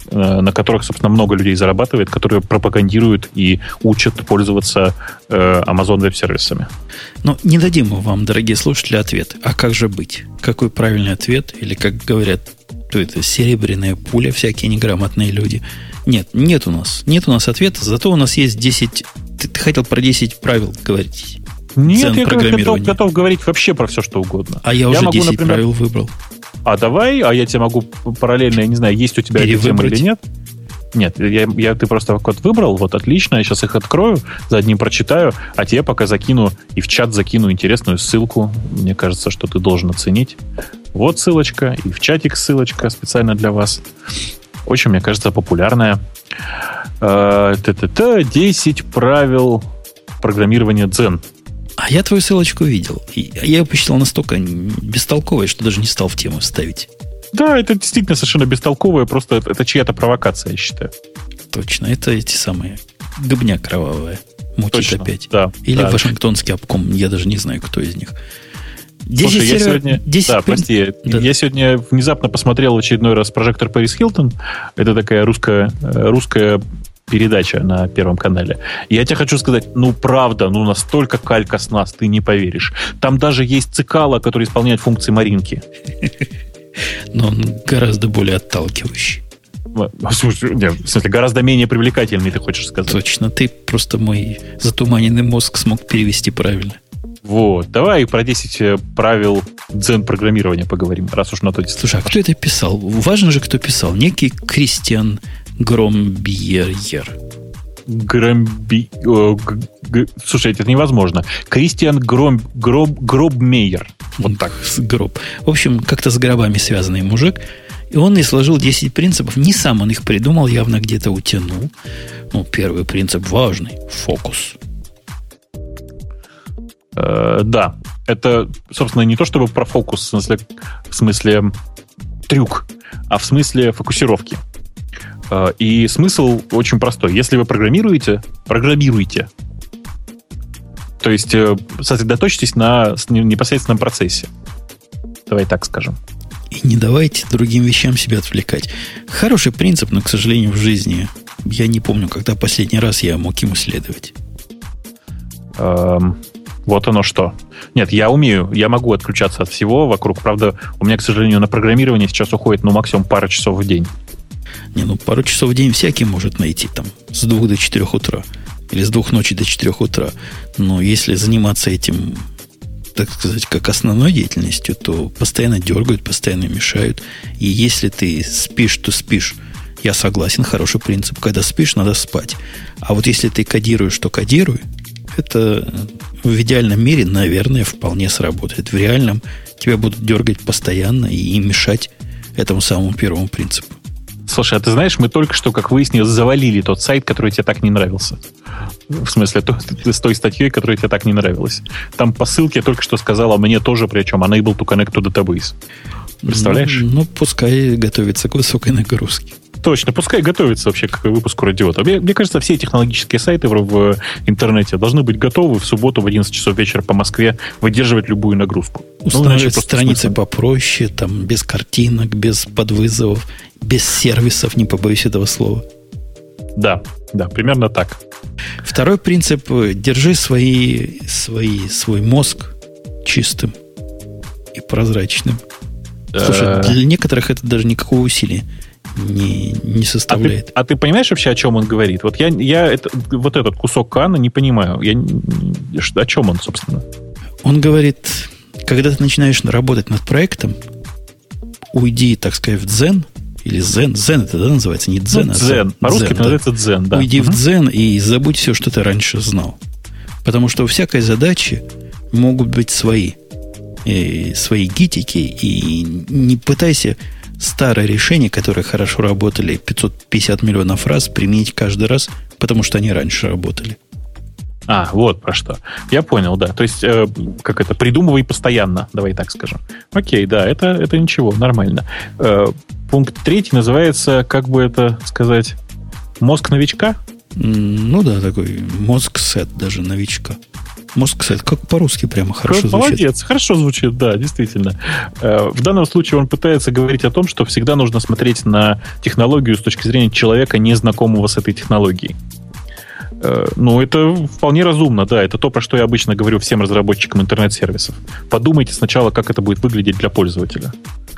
на которых, собственно, много людей зарабатывает, которые пропагандируют и учат пользоваться э, Amazon веб-сервисами. Но не дадим мы вам, дорогие слушатели, ответ. А как же быть? Какой правильный ответ? Или, как говорят, то это серебряная пуля, всякие неграмотные люди. Нет, нет у нас. Нет у нас ответа, зато у нас есть десять... Ты, ты хотел про десять правил говорить? Нет, я готов, готов говорить вообще про все, что угодно. А я, я уже могу, десять например... правил выбрал. А давай, а я тебе могу параллельно, я не знаю, есть у тебя эта тема или нет. Нет, я, я, ты просто код выбрал, вот отлично, я сейчас их открою, за одним прочитаю, а тебе пока закину и в чат закину интересную ссылку. Мне кажется, что ты должен оценить. Вот ссылочка, и в чатик ссылочка специально для вас. Очень, мне кажется, популярная. Та-та-та, десять правил программирования Дзен. А я твою ссылочку видел. И я ее посчитал настолько бестолковой, что даже не стал в тему ставить. Да, это действительно совершенно бестолковое, просто это, это чья-то провокация, я считаю. Точно, это эти самые гобня кровавая. Мутит Точно, опять. Да, Или да. Вашингтонский обком, я даже не знаю, кто из них. Слушай, я сегодня, да, прин... прости, да. я сегодня внезапно посмотрел в очередной раз «Прожектор Пэрис Хилтон». Это такая русская, русская передача на Первом канале. И я тебе хочу сказать, ну правда, ну настолько калька с нас, ты не поверишь. Там даже есть цикало, который исполняет функции Маринки. Но он гораздо более отталкивающий. Слушай, нет, в смысле, гораздо менее привлекательный, ты хочешь сказать. Точно, ты просто мой затуманенный мозг смог перевести правильно. Вот, давай про десять правил дзен-программирования поговорим, раз уж на то действительно. Слушай, а кто это писал? Важно же, кто писал. Некий Кристиан Громбьер. Громби... О, г... Г... Слушай, это невозможно. Кристиан Гром... Гроб... Гробмейер. Вот так. С гроб. В общем, как-то с гробами связанный мужик. И он и сложил десять принципов. Не сам он их придумал, явно где-то утянул. Ну, первый принцип важный. Фокус. Э, да. Это, собственно, не то чтобы про фокус, в смысле, в смысле трюк, а в смысле фокусировки. Э, и смысл очень простой. Если вы программируете, программируйте. То есть э, сосредоточьтесь на непосредственном процессе. Давай так скажем. И не давайте другим вещам себя отвлекать. Хороший принцип, но, к сожалению, в жизни я не помню, когда последний раз я мог ему следовать. Эм, вот оно что. Нет, я умею, я могу отключаться от всего вокруг. Правда, у меня, к сожалению, на программирование сейчас уходит, ну, максимум пара часов в день. Не, ну, пару часов в день всякий может найти там с двух до четырех утра. Или с двух ночи до четырех утра. Но если заниматься этим, так сказать, как основной деятельностью, то постоянно дергают, постоянно мешают. И если ты спишь, то спишь. Я согласен, хороший принцип. Когда спишь, надо спать. А вот если ты кодируешь, то кодируй. Это в идеальном мире, наверное, вполне сработает. В реальном тебя будут дергать постоянно и мешать этому самому первому принципу. Слушай, а ты знаешь, мы только что, как выяснилось, завалили тот сайт, который тебе так не нравился. В смысле, то, с той статьей, которая тебе так не нравилась. Там по ссылке я только что сказала мне тоже, причем unable to connect to database. Представляешь? Ну, ну, пускай готовится к высокой нагрузке. Точно, пускай готовится вообще к выпуску радиота. Мне, мне кажется, все технологические сайты в, в интернете должны быть готовы в субботу в одиннадцать часов вечера по Москве выдерживать любую нагрузку. Установить ну, страницы смысл. Попроще, там, без картинок, без подвызовов, без сервисов, не побоюсь этого слова. Да, да, примерно так. Второй принцип – держи свои, свои, свой мозг чистым и прозрачным. Слушай, для некоторых это даже никакого усилия не, не составляет. А ты, а ты понимаешь вообще, о чем он говорит? Вот я, я это, вот этот кусок Кана не понимаю. Я, о чем он, собственно? Он говорит, когда ты начинаешь работать над проектом, уйди, так сказать, в дзен, или дзен. Дзен это, да, называется? Не дзен, ну, а дзен. По-русски дзен, это называется дзен, да. Уйди угу. в дзен и забудь все, что ты раньше знал. Потому что у всякой задачи могут быть свои, э, свои гитики, и не пытайся старые решения, которые хорошо работали пятьсот пятьдесят миллионов раз, применить каждый раз, потому что они раньше работали. А, вот про что. Я понял, да. То есть, э, как это, придумывай постоянно, давай так скажем. Окей, да, это, это ничего, нормально. Э, пункт третий называется, как бы это сказать, мозг новичка? Ну да, такой мозг-сет даже новичка. Мозг, кстати, как по-русски прямо хорошо Молодец, звучит. Молодец, хорошо звучит, да, действительно. В данном случае он пытается говорить о том, что всегда нужно смотреть на технологию с точки зрения человека, незнакомого с этой технологией. Ну, это вполне разумно, да. Это то, про что я обычно говорю всем разработчикам интернет-сервисов. Подумайте сначала, как это будет выглядеть для пользователя.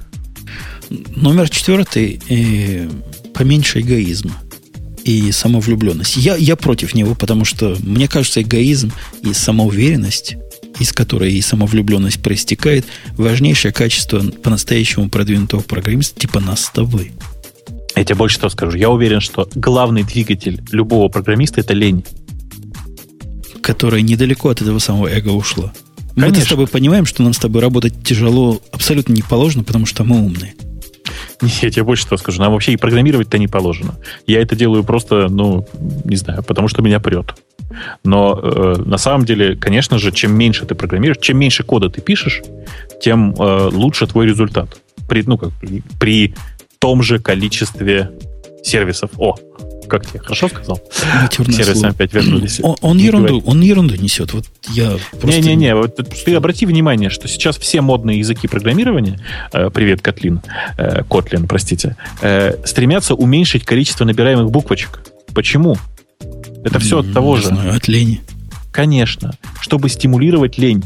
Номер четвертый. Э, поменьше эгоизма и самовлюбленность. Я, я против него, потому что, мне кажется, эгоизм и самоуверенность, из которой и самовлюбленность проистекает, важнейшее качество по-настоящему продвинутого программиста типа нас с тобой. Я тебе больше того скажу. Я уверен, что главный двигатель любого программиста — это лень. Которая недалеко от этого самого эго ушла. Конечно. Мы-то с тобой понимаем, что нам с тобой работать тяжело, абсолютно не положено, потому что мы умные. Я тебе больше того скажу. Нам вообще и программировать-то не положено. Я это делаю просто, ну, не знаю, потому что меня прет. Но э, на самом деле, конечно же, чем меньше ты программируешь, чем меньше кода ты пишешь, тем э, лучше твой результат. При, ну, как, при том же количестве сервисов. О, как тебе, хорошо сказал? Сервисы опять вернулись. Он, он, ерунду, он ерунду несет. Вот я просто... Не-не-не, вот ты обрати внимание, что сейчас все модные языки программирования, э, привет, Kotlin, э, Kotlin, простите, э, стремятся уменьшить количество набираемых буквочек. Почему? Это все от того не же. Знаю, от лени. Конечно, чтобы стимулировать лень.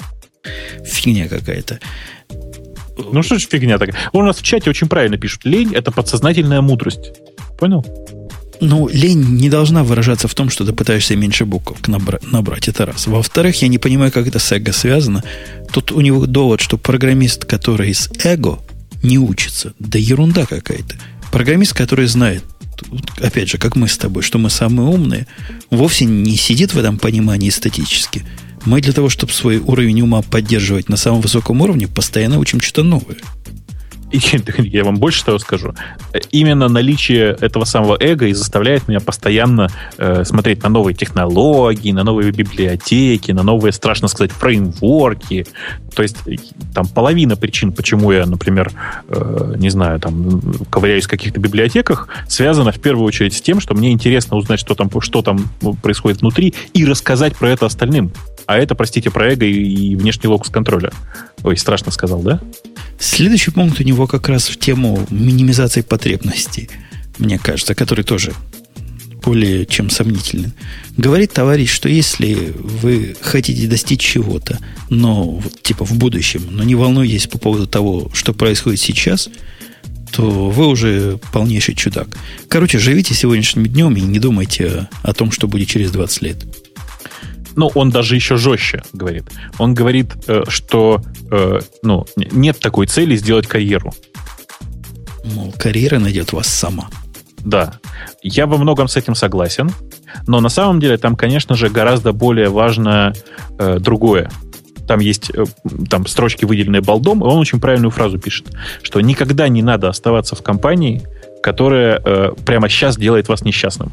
Фигня какая-то. Ну что ж фигня такая? У нас в чате очень правильно пишут. Лень — это подсознательная мудрость. Понял? Ну, лень не должна выражаться в том, что ты пытаешься меньше букв набра- набрать. Это раз. Во-вторых, я не понимаю, как это с эго связано. Тут у него довод, что программист, который с эго, не учится. Да ерунда какая-то. Программист, который знает, опять же, как мы с тобой, что мы самые умные, вовсе не сидит в этом понимании статически. Мы для того, чтобы свой уровень ума поддерживать на самом высоком уровне, постоянно учим что-то новое. И я вам больше того скажу. Именно наличие этого самого эго и заставляет меня постоянно э, смотреть на новые технологии, на новые библиотеки, на новые, страшно сказать, фреймворки. То есть там половина причин, почему я, например, э, не знаю, там ковыряюсь в каких-то библиотеках, связана в первую очередь с тем, что мне интересно узнать, что там, что там происходит внутри, и рассказать про это остальным. А это, простите, про эго и внешний локус контроля. Ой, страшно сказал, да? Следующий пункт у него как раз в тему минимизации потребностей, мне кажется, который тоже более чем сомнителен. Говорит товарищ, что если вы хотите достичь чего-то, но типа в будущем, но не волнуйтесь по поводу того, что происходит сейчас, то вы уже полнейший чудак. Короче, живите сегодняшним днем и не думайте о том, что будет через двадцать лет. Ну, он даже еще жестче говорит. Он говорит, что ну, нет такой цели сделать карьеру. Мол, карьера найдет вас сама. Да. Я во многом с этим согласен. Но на самом деле там, конечно же, гораздо более важно э, другое. Там есть э, там строчки, выделенные Балдом, и он очень правильную фразу пишет, что никогда не надо оставаться в компании, которая э, прямо сейчас делает вас несчастным.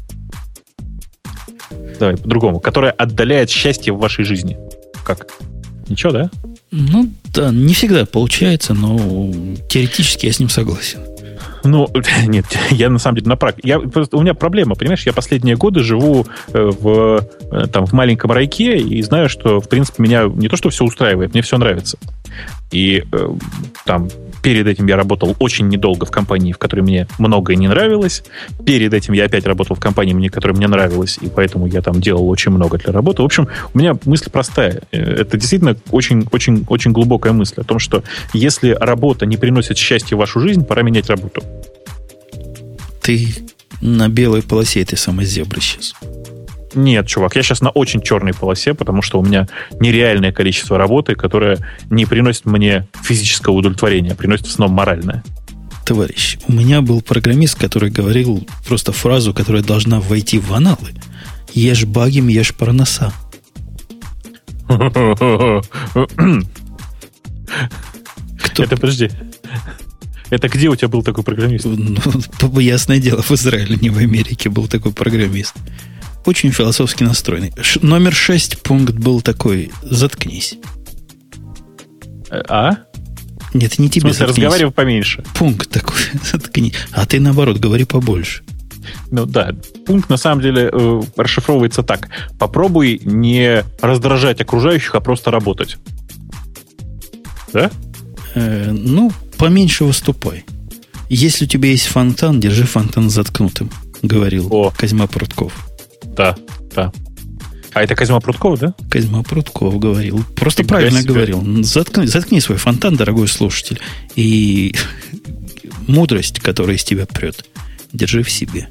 Давай по-другому. Которая отдаляет счастье в вашей жизни. Как? Ничего, да? Ну, да, не всегда получается, но теоретически я с ним согласен. Ну, нет, я на самом деле на практике. Я, у меня проблема, понимаешь, я последние годы живу в, там, в маленьком райке и знаю, что, в принципе, меня не то, что все устраивает, мне все нравится. И там перед этим я работал очень недолго в компании, в которой мне многое не нравилось. Перед этим я опять работал в компании, которая мне нравилась, и поэтому я там делал очень много для работы. В общем, у меня мысль простая. Это действительно очень-очень очень глубокая мысль о том, что если работа не приносит счастья в вашу жизнь, пора менять работу. Ты на белой полосе этой самой зебры сейчас. Нет, чувак, я сейчас на очень черной полосе, потому что у меня нереальное количество работы, которое не приносит мне физического удовлетворения, а приносит в основном моральное. Товарищ, у меня был программист, который говорил просто фразу, которая должна войти в аналы. Ешь багим, ешь парноса. Кто? Это, подожди. Это где у тебя был такой программист? Ну, ясное дело, в Израиле, не в Америке был такой программист. Очень философски настроенный. Ш- номер шесть пункт был такой: заткнись. А? Нет, не тебе. В смысле, разговаривай поменьше. Пункт такой: заткнись. А ты наоборот, говори побольше. Ну да, пункт на самом деле э, расшифровывается так. Попробуй не раздражать окружающих, а просто работать. Да? Э, ну, поменьше выступай. Если у тебя есть фонтан, держи фонтан заткнутым, говорил О. Козьма Прутков. Да, да. А это Козьма Прутков, да? Козьма Прутков говорил. Просто Ты правильно говорил. Заткни, заткни свой фонтан, дорогой слушатель. И мудрость, которая из тебя прет, держи в себе.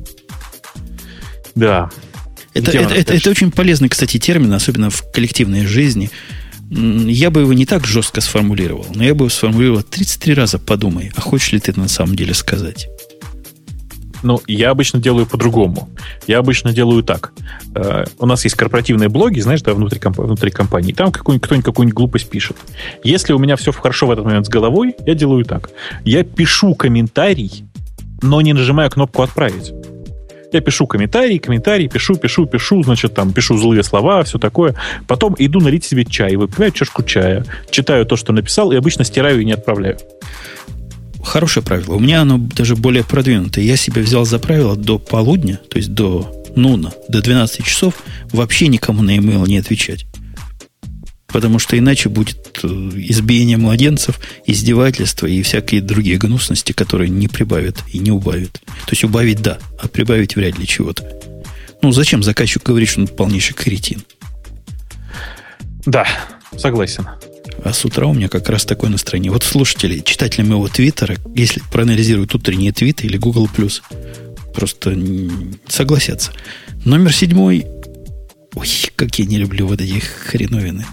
Да. Это, это, это, это очень полезный, кстати, термин, особенно в коллективной жизни. Я бы его не так жестко сформулировал, но я бы его сформулировал тридцать три раза подумай, а хочешь ли ты это на самом деле сказать? Ну, я обычно делаю по-другому. Я обычно делаю так. Uh, у нас есть корпоративные блоги, знаешь, да, внутри, комп- внутри компании. Там какой-нибудь, кто-нибудь какую-нибудь глупость пишет. Если у меня все хорошо в этот момент с головой, я делаю так. Я пишу комментарий, но не нажимаю кнопку «Отправить». Я пишу комментарий, комментарий, пишу, пишу, пишу, значит, там, пишу злые слова, все такое. Потом иду налить себе чай, выпиваю чашку чая, читаю то, что написал, и обычно стираю и не отправляю. Хорошее правило. У меня оно даже более продвинутое. Я себе взял за правило до полудня, то есть до нуна, до двенадцати часов вообще никому на e-mail не отвечать. Потому что иначе будет избиение младенцев, издевательства и всякие другие гнусности, которые не прибавят и не убавят. То есть убавить да, а прибавить вряд ли чего-то. Ну, зачем заказчик говорит, что он полнейший кретин? Да, согласен. А с утра у меня как раз такое настроение. Вот слушатели, читатели моего твиттера, если проанализируют утренние твиты или Google+, просто согласятся. Номер седьмой. Ой, как я не люблю вот эти хреновины.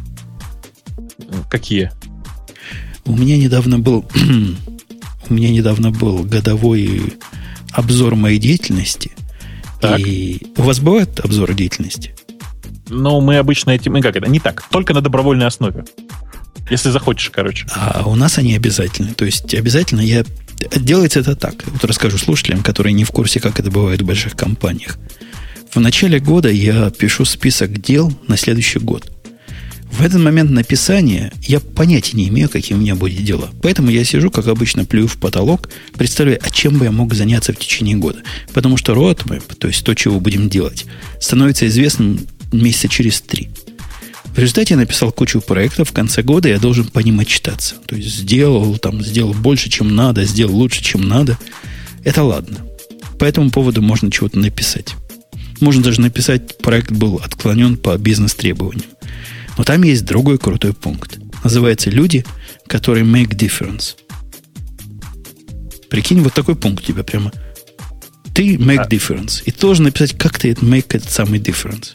Какие? У меня недавно был у меня недавно был годовой обзор моей деятельности. Так. И у вас бывает обзор деятельности? Ну, мы обычно этим... Мы как это? Не так. Только на добровольной основе. Если захочешь, короче. А у нас они обязательны. То есть обязательно я... Делается это так. Вот расскажу слушателям, которые не в курсе, как это бывает в больших компаниях. В начале года я пишу список дел на следующий год. В этот момент написания я понятия не имею, какие у меня будут дела. Поэтому я сижу, как обычно, плюю в потолок, представляю, а чем бы я мог заняться в течение года. Потому что roadmap, то есть то, чего будем делать, становится известным месяца через три. В результате я написал кучу проектов. В конце года я должен по ним отчитаться. То есть сделал, там, сделал больше, чем надо, сделал лучше, чем надо. Это ладно. По этому поводу можно чего-то написать. Можно даже написать, проект был отклонен по бизнес-требованиям. Но там есть другой крутой пункт. Называется «Люди, которые make difference». Прикинь, вот такой пункт у тебя прямо. Ты make difference. И ты должен написать, как ты make этот самый difference.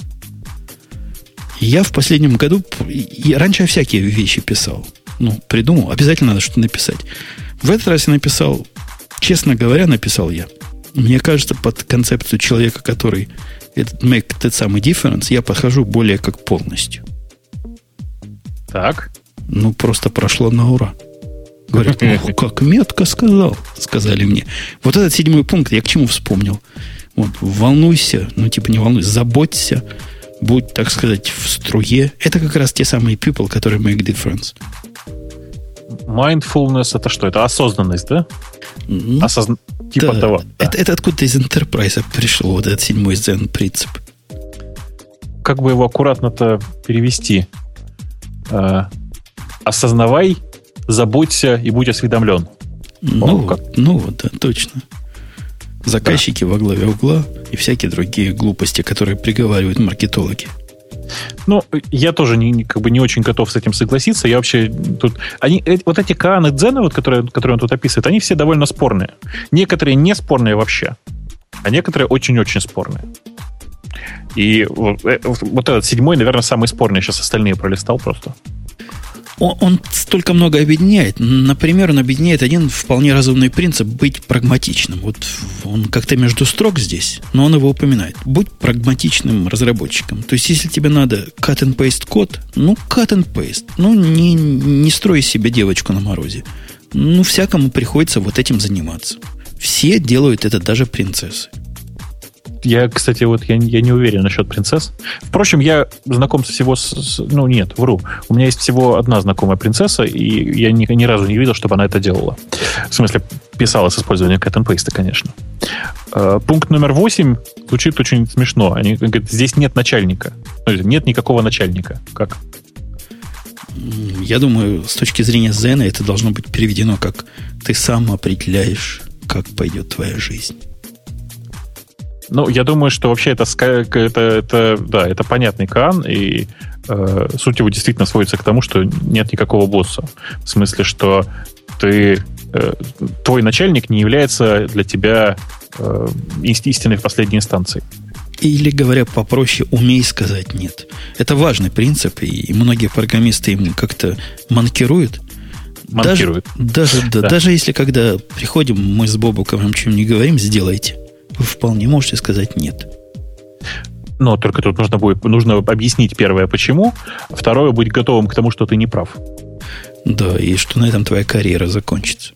Я в последнем году... Я раньше я всякие вещи писал. Ну, придумал. Обязательно надо что-то написать. В этот раз я написал... Честно говоря, написал я. Мне кажется, под концепцию человека, который этот make этот самый difference, я подхожу более как полностью. Так. Ну, просто прошло на ура. Говорят, ох, как метко сказал, сказали мне. Вот этот седьмой пункт я к чему вспомнил? Вот, волнуйся, ну, типа не волнуйся, заботься, будь, так сказать, в струе. Это как раз те самые people, которые make difference. Mindfulness — это что? Это осознанность, да? Ну, Осозна... Типа да. того. Да. Это, это откуда-то из Enterprise пришел вот этот седьмой дзен-принцип. Как бы его аккуратно-то перевести? Э, осознавай, заботься и будь осведомлен. Ну, О, как? ну вот, да, точно. Заказчики да. во главе угла и всякие другие глупости, которые приговаривают маркетологи. Ну, я тоже не, не, как бы не очень готов с этим согласиться. Я вообще тут... Они, э, вот эти Каан и Дзены, вот, которые, которые он тут описывает, они все довольно спорные. Некоторые не спорные вообще, а некоторые очень-очень спорные. И вот, э, вот этот седьмой, наверное, самый спорный. Сейчас остальные пролистал просто. Он, он столько много объединяет. Например, он объединяет один вполне разумный принцип быть прагматичным. Вот он как-то между строк здесь, но он его упоминает. Будь прагматичным разработчиком. То есть, если тебе надо cut and paste код, ну, cut and paste. Ну, не, не строй себе девочку на морозе. Ну, всякому приходится вот этим заниматься. Все делают это, даже принцессы. Я, кстати, вот я, я не уверен насчет принцесс. Впрочем, я знаком всего с, с... Ну, нет, вру. У меня есть всего одна знакомая принцесса, и я ни, ни разу не видел, чтобы она это делала. В смысле, писала с использованием cut and paste, конечно. Uh, пункт номер восемь звучит очень смешно. Они говорят, здесь нет начальника. Нет никакого начальника. Как? Я думаю, с точки зрения Зена это должно быть переведено как «ты сам определяешь, как пойдет твоя жизнь». Ну, я думаю, что вообще это, это, это, да, это понятный кан, и э, суть его действительно сводится к тому, что нет никакого босса. В смысле, что ты, э, твой начальник не является для тебя э, истиной в последней инстанции. Или, говоря попроще, умей сказать «нет». Это важный принцип, и многие программисты им как-то манкируют. Манкируют. Даже, даже, да. Да, даже если когда приходим, мы с Бобуком о чем не говорим, сделайте. Вы вполне можете сказать «нет». Но только тут нужно будет нужно объяснить первое, почему. Второе, быть готовым к тому, что ты не прав. Да, и что на этом твоя карьера закончится.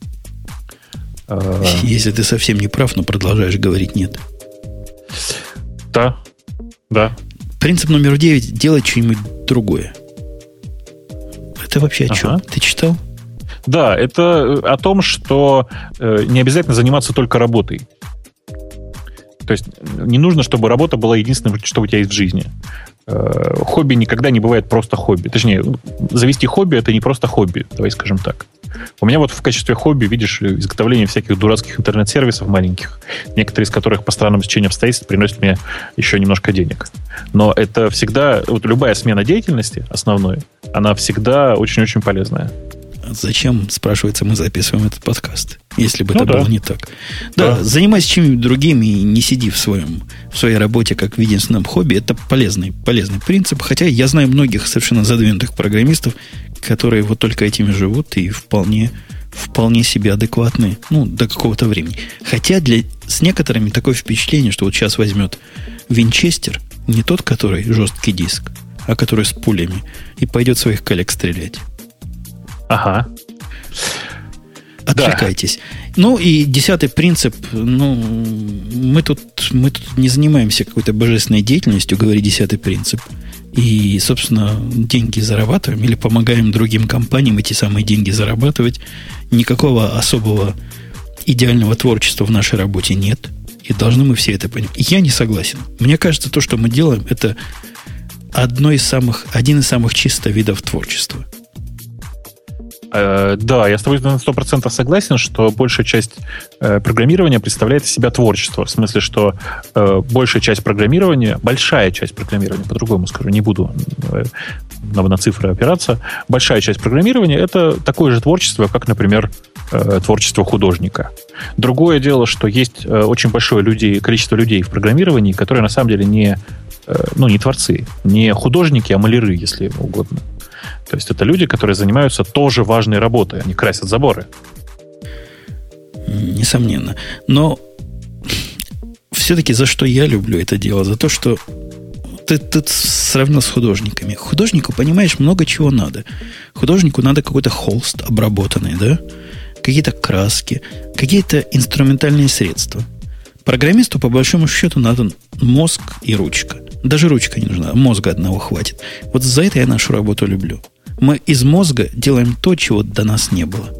А... Если ты совсем не прав, но продолжаешь говорить «нет». Да, да. Принцип номер девять – делать что-нибудь другое. Это вообще о чем? Ага. Ты читал? Да, это о том, что э, не обязательно заниматься только работой. То есть не нужно, чтобы работа была единственным, что у тебя есть в жизни. Э, хобби никогда не бывает просто хобби. Точнее, завести хобби – это не просто хобби, давай скажем так. У меня вот в качестве хобби, видишь, изготовление всяких дурацких интернет-сервисов маленьких, некоторые из которых по странному стечению обстоятельств приносят мне еще немножко денег. Но это всегда, вот любая смена деятельности основной, она всегда очень-очень полезная. Зачем, спрашивается, мы записываем этот подкаст, если бы ну это да. было не так? Да, да. Занимайся чем-нибудь другим и не сиди в, своем, в своей работе как в единственном хобби. Это полезный, полезный принцип. Хотя я знаю многих совершенно задвинутых программистов, которые вот только этими живут и вполне, вполне себе адекватны, ну, до какого-то времени. Хотя для, с некоторыми такое впечатление, что вот сейчас возьмет Винчестер, не тот, который жесткий диск, а который с пулями, и пойдет своих коллег стрелять. Ага. Отвлекайтесь. Да. Ну и десятый принцип. Ну, мы тут, мы тут не занимаемся какой-то божественной деятельностью, говорит десятый принцип. И, собственно, деньги зарабатываем или помогаем другим компаниям эти самые деньги зарабатывать. Никакого особого идеального творчества в нашей работе нет. И должны мы все это понимать. Я не согласен. Мне кажется, то, что мы делаем, это одно из самых, один из самых чисто видов творчества. Uh, да, я с тобой на сто процентов согласен, что большая часть uh, программирования представляет из себя творчество. В смысле, что uh, большая часть программирования, большая часть программирования, по-другому скажу, не буду uh, на, на цифры опираться, большая часть программирования — это такое же творчество, как, например, uh, творчество художника. Другое дело, что есть uh, очень большое людей, количество людей в программировании, которые на самом деле не, uh, ну, не творцы, не художники, а маляры, если угодно. То есть это люди, которые занимаются тоже важной работой. Они красят заборы. Несомненно. Но все-таки за что я люблю это дело? За то, что ты, ты сравнил с художниками. Художнику, понимаешь, много чего надо. Художнику надо какой-то холст обработанный, да? Какие-то краски, какие-то инструментальные средства. Программисту, по большому счету, надо мозг и ручка. Даже ручка не нужна, мозга одного хватит. Вот за это я нашу работу люблю. Мы из мозга делаем то, чего до нас не было.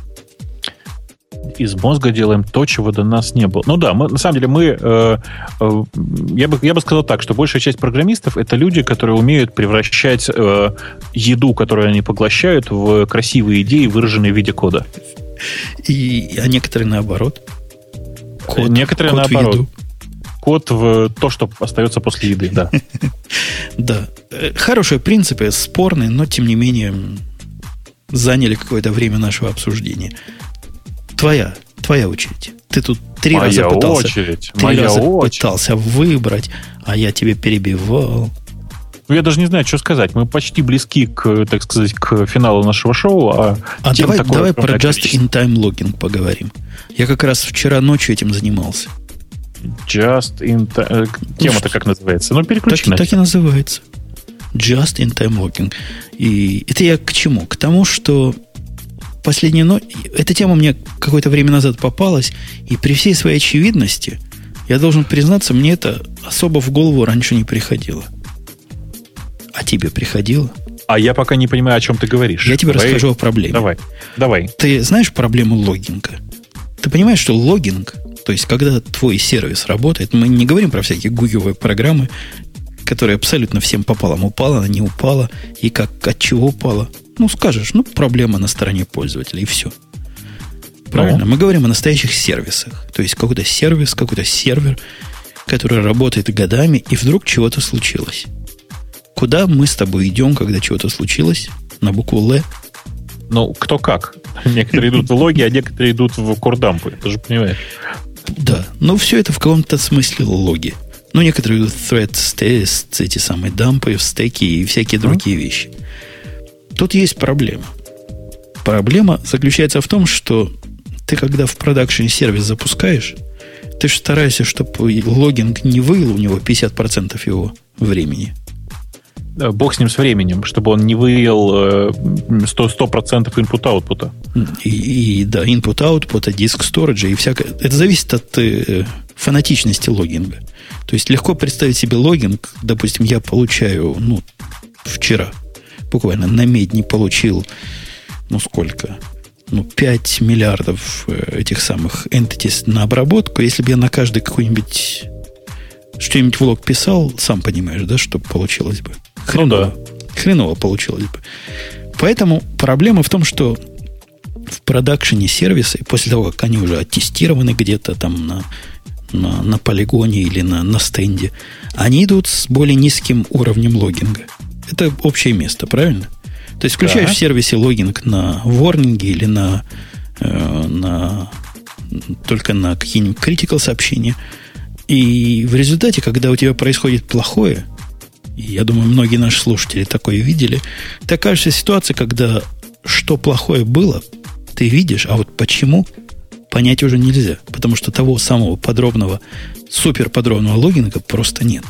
Из мозга делаем то, чего до нас не было. Ну да, мы, на самом деле мы... Э, э, я, бы, я бы сказал так, что большая часть программистов — это люди, которые умеют превращать э, еду, которую они поглощают, в красивые идеи, выраженные в виде кода. И, а некоторые наоборот. Код, некоторые код наоборот. В еду. Код в то, что остается после еды, да. Да. Хорошие принципы, спорные, но, тем не менее, заняли какое-то время нашего обсуждения. Твоя, твоя очередь. Ты тут три моя раза пытался, очередь, три моя раза очередь. пытался выбрать, а я тебе перебивал. Ну, я даже не знаю, что сказать. Мы почти близки к, так сказать, к финалу нашего шоу. А, а давай, давай про Just-in-Time Logging поговорим. Я как раз вчера ночью этим занимался. Just in time. Тема-то как называется? Ну, переключи. Так, так и называется. Just in time logging. И это я к чему? К тому, что последняя ночь... Эта тема мне какое-то время назад попалась, и при всей своей очевидности Я должен признаться, мне это особо в голову раньше не приходило. А тебе приходило? А я пока не понимаю, о чем ты говоришь. Я тебе давай, расскажу о проблеме. Давай, давай. Ты знаешь проблему логинга? Ты понимаешь, что логинг, то есть когда твой сервис работает, мы не говорим про всякие гугловые программы, которые абсолютно всем пополам. Упала, она не упала, и как, от чего упала. Ну, скажешь, ну, проблема на стороне пользователя, и все. Правильно? Ну. Мы говорим о настоящих сервисах. То есть какой-то сервис, какой-то сервер, который работает годами, и вдруг чего-то случилось. Куда мы с тобой идем, когда чего-то случилось? На букву Л? Ну, кто как. Некоторые идут в логи, а некоторые идут в кордампы. Ты же понимаешь. Да, но все это в каком-то смысле логи. Ну, некоторые идут в threads, tests, эти самые дампы, в стеки и всякие другие вещи. Тут есть проблема. Проблема заключается в том, что ты, когда в продакшене сервис запускаешь, ты же стараешься, чтобы логинг не выил у него пятьдесят процентов его времени. Бог с ним с временем, чтобы он не выявил сто процентов input-output. И, и да, input-output, диск storage и всякое. Это зависит от э, фанатичности логинга. То есть легко представить себе логинг. Допустим, я получаю, ну, вчера буквально на медни получил, ну, сколько? Ну, пять миллиардов этих самых entities на обработку. Если бы я на каждый какой-нибудь что-нибудь в лог писал, сам понимаешь, да, что получилось бы. Хреново. Ну, да. Хреново получилось бы. Поэтому проблема в том, что в продакшене сервисы, после того, как они уже оттестированы где-то там на, на, на полигоне или на, на стенде, они идут с более низким уровнем логинга. Это общее место, правильно? То есть включаешь да. в сервисе логинг на ворнинге или на, э, на только на какие-нибудь critical сообщения. И в результате, когда у тебя происходит плохое, и я думаю, многие наши слушатели такое видели, это кажется ситуация, когда что плохое было, ты видишь, а вот почему, понять уже нельзя. Потому что того самого подробного, суперподробного логинга просто нет.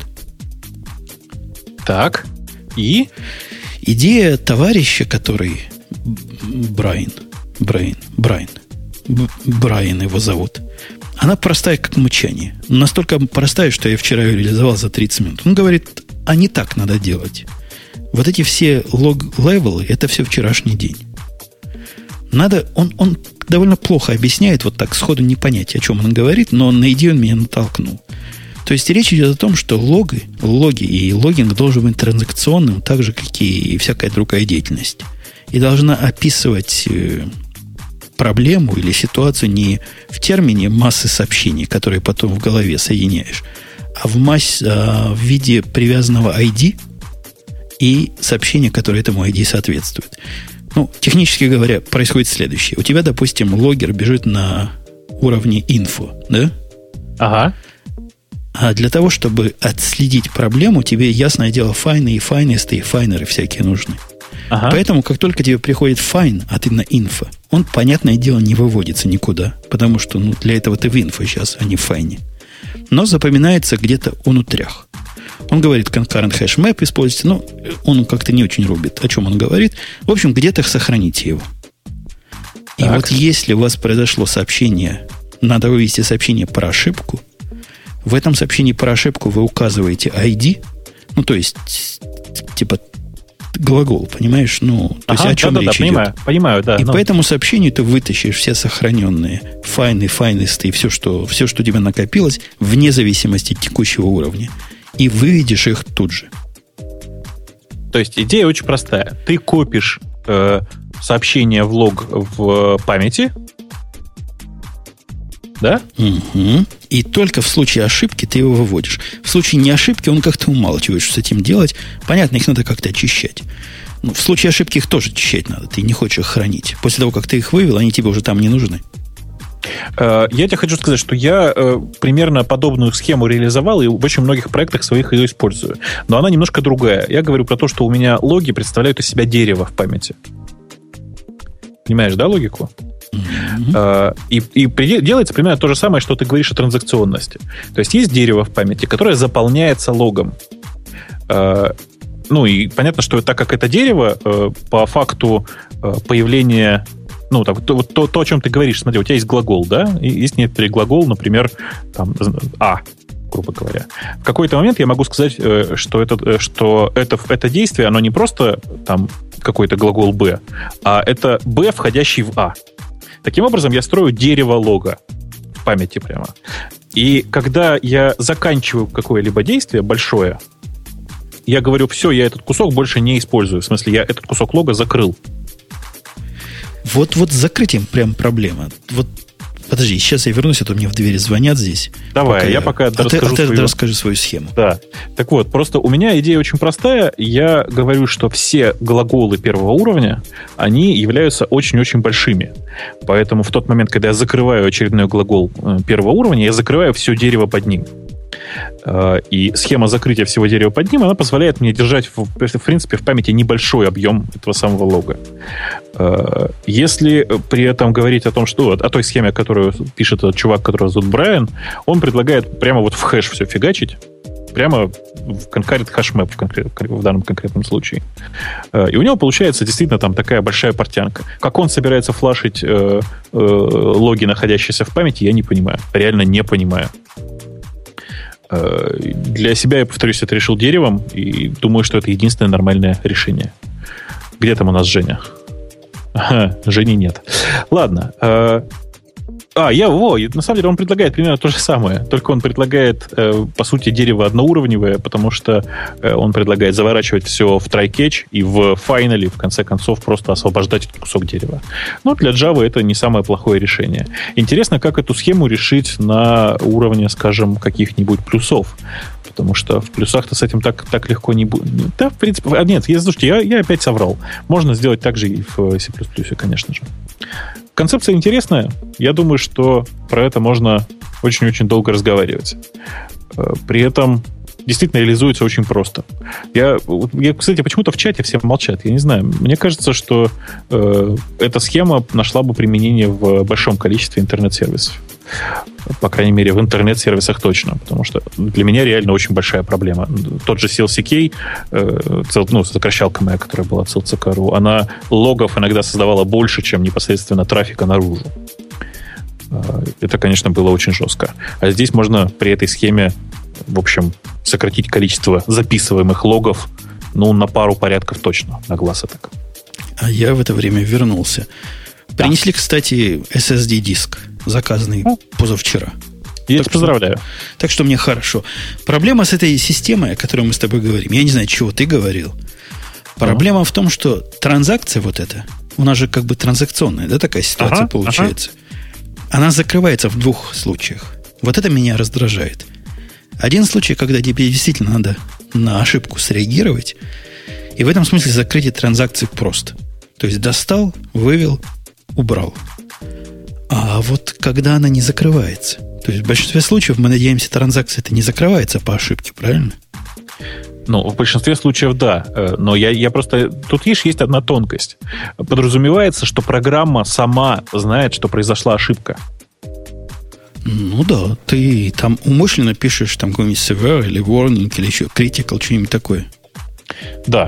Так, и? Идея товарища, который Брайан, Брайан, Брайан, Брайан его зовут, она простая, как мычание. Настолько простая, что я вчера ее реализовал за тридцать минут. Он говорит, а не так надо делать. Вот эти все лог-левелы, это все вчерашний день. Надо, он, он довольно плохо объясняет, вот так сходу не понять, о чем он говорит, но на идею он меня натолкнул. То есть речь идет о том, что логи, логи и логинг должен быть транзакционным, так же, как и всякая другая деятельность. И должна описывать проблему или ситуацию не в термине массы сообщений, которые потом в голове соединяешь, а в, массе, а в виде привязанного ай ди и сообщения, которое этому ай ди соответствует. Ну, технически говоря, происходит следующее. У тебя, допустим, логер бежит на уровне инфо, да? Ага. А для того, чтобы отследить проблему, тебе, ясное дело, файны и файнесты, и файнеры всякие нужны. Ага. Поэтому, как только тебе приходит файн, а ты на инфо, он, понятное дело, не выводится никуда. Потому что ну, для этого ты в инфо сейчас, а не в файне. Но запоминается где-то внутрях. Он говорит, concurrent hash map используйте, но он как-то не очень рубит, о чем он говорит. В общем, где-то сохраните его. И так. Вот если у вас произошло сообщение, надо вывести сообщение про ошибку, в этом сообщении про ошибку вы указываете ай ди, ну, то есть, типа, глагол, понимаешь? Ну, то ага, есть, о чем да, речь да, идет. Понимаю, понимаю, да. И но... по этому сообщению ты вытащишь все сохраненные файны, файнесты и все что, все, что у тебя накопилось, вне зависимости от текущего уровня. И выведешь их тут же. То есть, идея очень простая. Ты копишь э, сообщение в лог в памяти, да? Угу. И только в случае ошибки ты его выводишь. В случае не ошибки он как-то умалчивает, что с этим делать. Понятно, их надо как-то очищать. Но в случае ошибки их тоже очищать надо. Ты не хочешь их хранить. После того, как ты их вывел, они тебе уже там не нужны. Я тебе хочу сказать, что я примерно подобную схему реализовал и в очень многих проектах своих ее использую. Но она немножко другая. Я говорю про то, что у меня логи представляют из себя дерево в памяти. Понимаешь, да, логику? Mm-hmm. И, и делается примерно то же самое, что ты говоришь о транзакционности. То есть есть дерево в памяти, которое заполняется логом. Ну и понятно, что так как это дерево, по факту появления Ну, так, то, то, то, о чем ты говоришь, смотри, у тебя есть глагол, да? И есть некоторый глагол, например, там, «а», грубо говоря. В какой-то момент я могу сказать, что это, что это, это действие, оно не просто там какой-то глагол «б», а это «б», входящий в «а». Таким образом, я строю дерево лога в памяти прямо. И когда я заканчиваю какое-либо действие большое, я говорю, все, я этот кусок больше не использую. В смысле, я этот кусок лога закрыл. Вот, вот с закрытием прям проблема. Вот, подожди, сейчас я вернусь, а то мне в двери звонят здесь. Давай, пока я, я пока а ты, расскажу а ты свою... расскажи свою схему. Да. Так вот, просто у меня идея очень простая. Я говорю, что все глаголы первого уровня, они являются очень-очень большими. Поэтому в тот момент, когда я закрываю очередной глагол первого уровня, я закрываю все дерево под ним. И схема закрытия всего дерева под ним, она позволяет мне держать, в, в принципе, в памяти небольшой объем этого самого лога. Если при этом говорить о том, что о той схеме, которую пишет этот чувак, которого зовут Брайан, он предлагает прямо вот в хэш все фигачить, прямо в concurrent hashmap в, конкрет, в данном конкретном случае. И у него получается действительно там такая большая портянка. Как он собирается флашить э, э, логи, находящиеся в памяти, я не понимаю. Реально не понимаю. Для себя, я повторюсь, это решил деревом, и думаю, что это единственное нормальное решение. Где там у нас Женя? Ага, Жени нет. Ладно. А, я, во, на самом деле он предлагает примерно то же самое, только он предлагает, по сути, дерево одноуровневое, потому что он предлагает заворачивать все в try-catch и в файнале, в конце концов, просто освобождать этот кусок дерева. Но для Java это не самое плохое решение. Интересно, как эту схему решить на уровне, скажем, каких-нибудь плюсов. Потому что в плюсах-то с этим так, так легко не будет. Да, в принципе... А, нет, я, слушайте, я, я опять соврал. Можно сделать так же и в C++, конечно же. Концепция интересная. Я думаю, что про это можно очень-очень долго разговаривать. При этом действительно реализуется очень просто. Я, я, кстати, почему-то в чате все молчат. Я не знаю. Мне кажется, что э, эта схема нашла бы применение в большом количестве интернет-сервисов. По крайней мере, в интернет-сервисах точно. Потому что для меня реально очень большая проблема. Тот же си эл си кей, э, цел, ну, сокращалка моя, которая была си эл си кей точка ру, она логов иногда создавала больше, чем непосредственно трафика наружу. Это, конечно, было очень жестко. А здесь можно при этой схеме, в общем, сократить количество записываемых логов, ну, на пару порядков точно, на глаз и так. А я в это время вернулся. Да. Принесли, кстати, эс эс ди-диск, заказанный а? позавчера. Я тебя поздравляю. Так что мне хорошо. Проблема с этой системой, о которой мы с тобой говорим, я не знаю, чего ты говорил. Проблема а? в том, что транзакция вот эта, у нас же как бы транзакционная, да, такая ситуация ага, получается. Ага. Она закрывается в двух случаях. Вот это меня раздражает. Один случай, когда тебе действительно надо на ошибку среагировать, и в этом смысле закрытие транзакции просто. То есть достал, вывел, убрал. А вот когда она не закрывается, то есть в большинстве случаев мы надеемся, транзакция это не закрывается по ошибке, правильно? Ну, в большинстве случаев да. Но я, я просто... Тут, видишь, есть одна тонкость. Подразумевается, что программа сама знает, что произошла ошибка. Ну да, ты там умышленно пишешь там какой-нибудь severe или warning, или еще critical, что-нибудь такое. Да.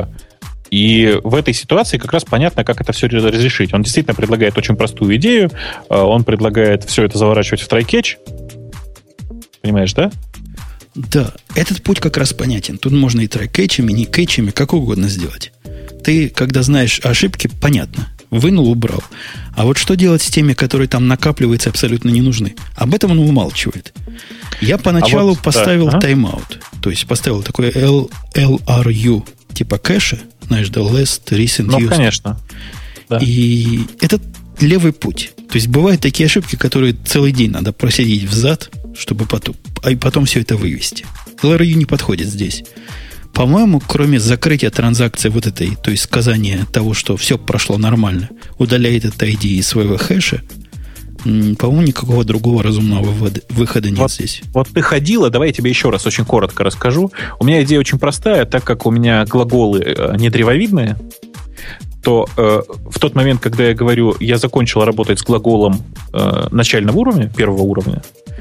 И в этой ситуации как раз понятно, как это все разрешить. Он действительно предлагает очень простую идею. Он предлагает все это заворачивать в try-catch. Понимаешь, да? Да, этот путь как раз понятен. Тут можно и try-catch'ами, и не кэтчами, как угодно сделать. Ты, когда знаешь ошибки, понятно. Вынул, убрал. А вот что делать с теми, которые там накапливаются, абсолютно не нужны? Об этом он умалчивает. Я поначалу а вот, поставил да. тайм-аут. То есть поставил такой эл ар ю типа кэша, знаешь, the last recent ну, used. конечно. Да. И это левый путь. То есть бывают такие ошибки, которые целый день надо просидеть взад, чтобы потом, а потом все это вывести. эл ар ю не подходит здесь. По-моему, кроме закрытия транзакции вот этой, то есть сказания того, что все прошло нормально, удаляет это ай ди из своего хэша, по-моему, никакого другого разумного вывода, выхода нет вот, здесь. Вот ты ходила, давай я тебе еще раз очень коротко расскажу. У меня идея очень простая, так как у меня глаголы не древовидные, то э, в тот момент, когда я говорю, я закончил работать с глаголом э, начального уровня, первого уровня,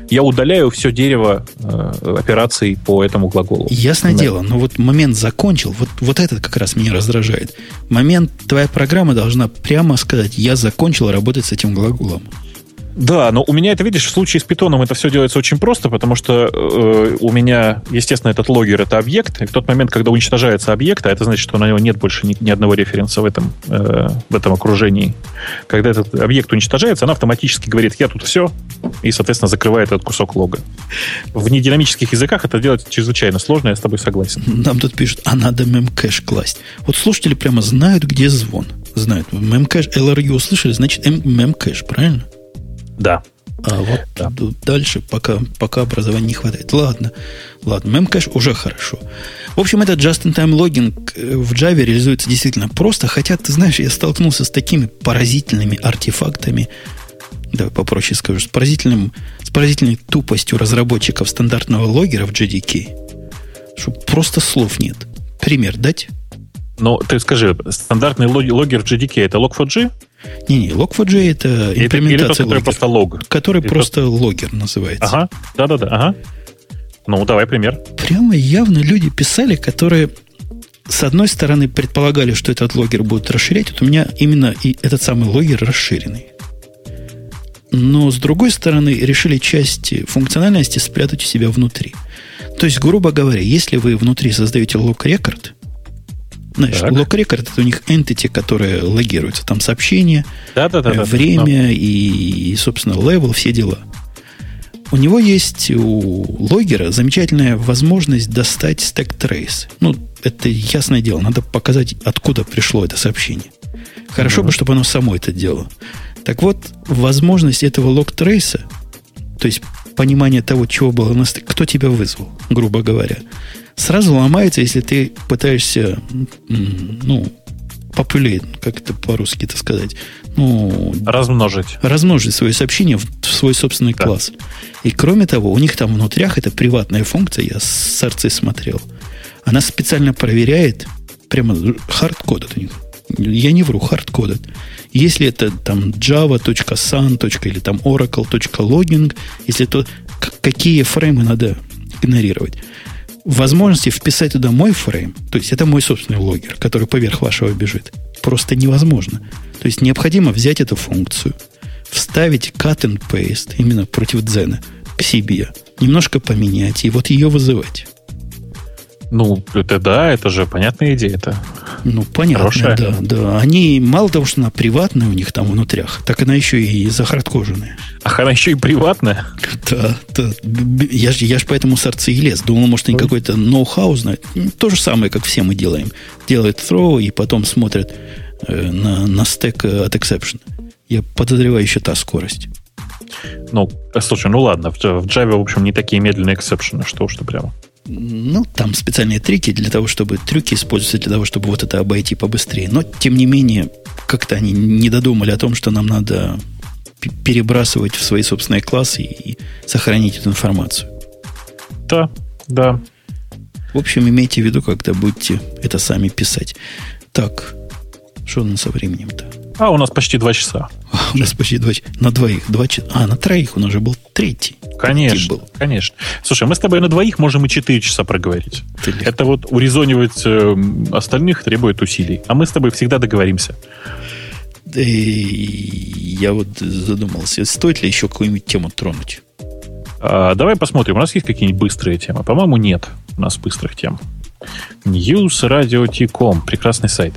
я удаляю все дерево э, операций по этому глаголу. Ясное да. дело, но вот момент закончил, вот, вот этот как раз меня раздражает. Момент, твоя программа должна прямо сказать, я закончил работать с этим глаголом. Да, но у меня это, видишь, в случае с питоном это все делается очень просто, потому что э, у меня, естественно, этот логер — это объект, и в тот момент, когда уничтожается объект, а это значит, что на него нет больше ни, ни одного референса в этом, э, в этом окружении, когда этот объект уничтожается, она автоматически говорит, я тут все, и, соответственно, закрывает этот кусок лога. В нединамических языках это делать чрезвычайно сложно, я с тобой согласен. Нам тут пишут, а надо мемкэш класть. Вот слушатели прямо знают, где звон. Знают. Мемкэш, эл ар ю услышали, значит мемкэш, правильно? Да. А вот да. дальше пока, пока образования не хватает. Ладно, ладно, мемкэш уже хорошо. В общем, этот just-in-time логинг в Java реализуется действительно просто, хотя, ты знаешь, я столкнулся с такими поразительными артефактами, давай попроще скажу, с, поразительным, с поразительной тупостью разработчиков стандартного логера в джей ди кей, что просто слов нет. Пример дать? Ну, ты скажи, стандартный логер в джей ди кей — это лог фор джи? Не-не, лог фор джи это имплементация или тот, который логера, просто лог. Который или просто тот... логер называется. Ага, да-да-да, ага. Ну, давай пример. Прямо явно люди писали, которые с одной стороны предполагали, что этот логер будет расширять. Вот у меня именно и этот самый логер расширенный. Но с другой стороны решили часть функциональности спрятать у себя внутри. То есть, грубо говоря, если вы внутри создаете лог-рекорд, знаешь, лог-рекорд — это у них entity, которые логируются. Там сообщения, да, да, да, время да. И, и, собственно, левел, все дела. У него есть, у логера, замечательная возможность достать stack trace. Ну, это ясное дело. Надо показать, откуда пришло это сообщение. Хорошо mm-hmm. бы, чтобы оно само это делало. Так вот, возможность этого лог-трейса, то есть понимание того, чего было на стыке, кто тебя вызвал, грубо говоря, сразу ломается, если ты пытаешься, ну, популярить, как это по-русски это сказать, ну, размножить. Размножить свое сообщение в свой собственный да. класс. И кроме того, у них там внутрях это приватная функция, я с арцей смотрел. Она специально проверяет, прямо хардкодит у них. Я не вру, хардкодит. Если это там java.sun. или там oracle.logging, если то, какие фреймы надо игнорировать. Возможности вписать туда мой фрейм, то есть это мой собственный логер, который поверх вашего бежит, просто невозможно. То есть необходимо взять эту функцию, вставить cut and paste именно против Дзена к себе, немножко поменять и вот ее вызывать. Ну, это да, это же понятная идея. Это ну, понятно, хорошая. да, да. Они, мало того, что она приватная у них там внутрях, так она еще и захардкоженная. Ах, она еще и приватная? Да, да. Я же я ж поэтому с арцей и лез. Думал, может, они какой-то ноу-хау знают. То же самое, как все мы делаем. Делают throw и потом смотрят э, на, на стек от exception. Я подозреваю еще та скорость. Ну, слушай, ну ладно, в Java, в общем, не такие медленные эксепшены, что уж ты прямо. Ну, там специальные трики для того, чтобы трюки используются для того, чтобы вот это обойти побыстрее. Но, тем не менее, как-то они не додумали о том, что нам надо перебрасывать в свои собственные классы и сохранить эту информацию. Да, да. В общем, имейте в виду, когда будете это сами писать. Так, что у нас со временем-то? А, у нас почти два часа. А, у нас почти два часа. На двоих. Два часа. А, на троих у нас же был третий. Конечно, был. Конечно. Слушай, мы с тобой на двоих можем и четыре часа проговорить. Это вот урезонивать э, остальных требует усилий. А мы с тобой всегда договоримся. И я вот задумался, стоит ли еще какую-нибудь тему тронуть? А, давай посмотрим. У нас есть какие-нибудь быстрые темы? По-моему, нет у нас быстрых тем. ньюс радио точка ком. Прекрасный сайт.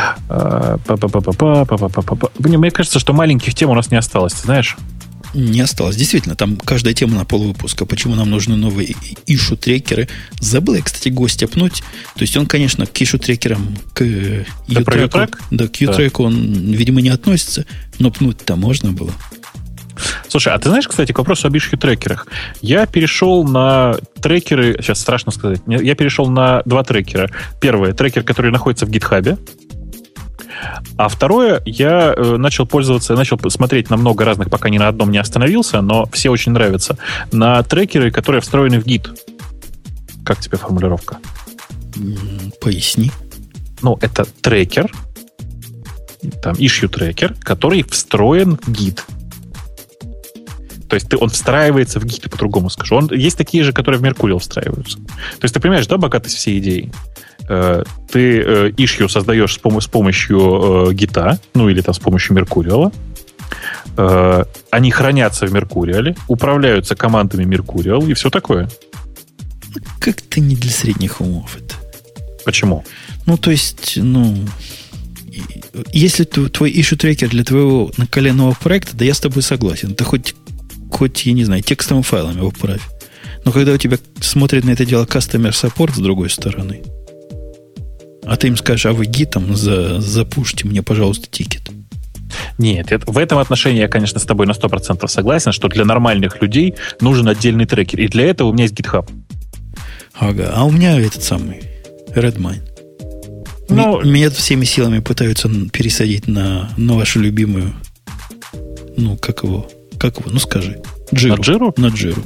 Мне кажется, что маленьких тем у нас не осталось, ты знаешь? Не осталось. Действительно, там каждая тема на полвыпуска. Почему нам нужны новые ишу-трекеры? Забыл я, кстати, гостя пнуть. То есть он, конечно, к ишу-трекерам, к U-треку, да, к U-треку да. он, видимо, не относится, но пнуть-то можно было. Слушай, а ты знаешь, кстати, к вопросу об issue-трекерах. Я перешел на трекеры, сейчас страшно сказать, я перешел на два трекера. Первый, трекер, который находится в GitHub. А второе, я начал пользоваться, начал смотреть на много разных, пока ни на одном не остановился, но все очень нравятся, на трекеры, которые встроены в Git. Как тебе формулировка? Поясни. Ну, это трекер, там, issue-трекер, который встроен в Git. То есть ты, он встраивается в гит, по-другому скажу. Он, есть такие же, которые в Mercurial встраиваются. То есть ты понимаешь, да, богатость всей идеи? Э, ты э, issue создаешь с, пом- с помощью э, гита, ну или там с помощью Mercurial. Э, они хранятся в Mercurial, управляются командами Mercurial и все такое. Как-то не для средних умов это. Почему? Ну, то есть, ну... Если твой issue-трекер для твоего наколенного проекта, да я с тобой согласен. Ты хоть, хоть, я не знаю, текстовыми файлами его вправь. Но когда у тебя смотрит на это дело customer support с другой стороны, а ты им скажешь, а вы гитом за, запушьте мне, пожалуйста, тикет. Нет, это, в этом отношении я, конечно, с тобой на сто процентов согласен, что для нормальных людей нужен отдельный трекер. И для этого у меня есть GitHub. Ага, а у меня этот самый Redmine. Ну, Меня всеми силами пытаются пересадить на, на вашу любимую, ну, как его, как его, ну, скажи. Джиру. На Джиру? На Джиру.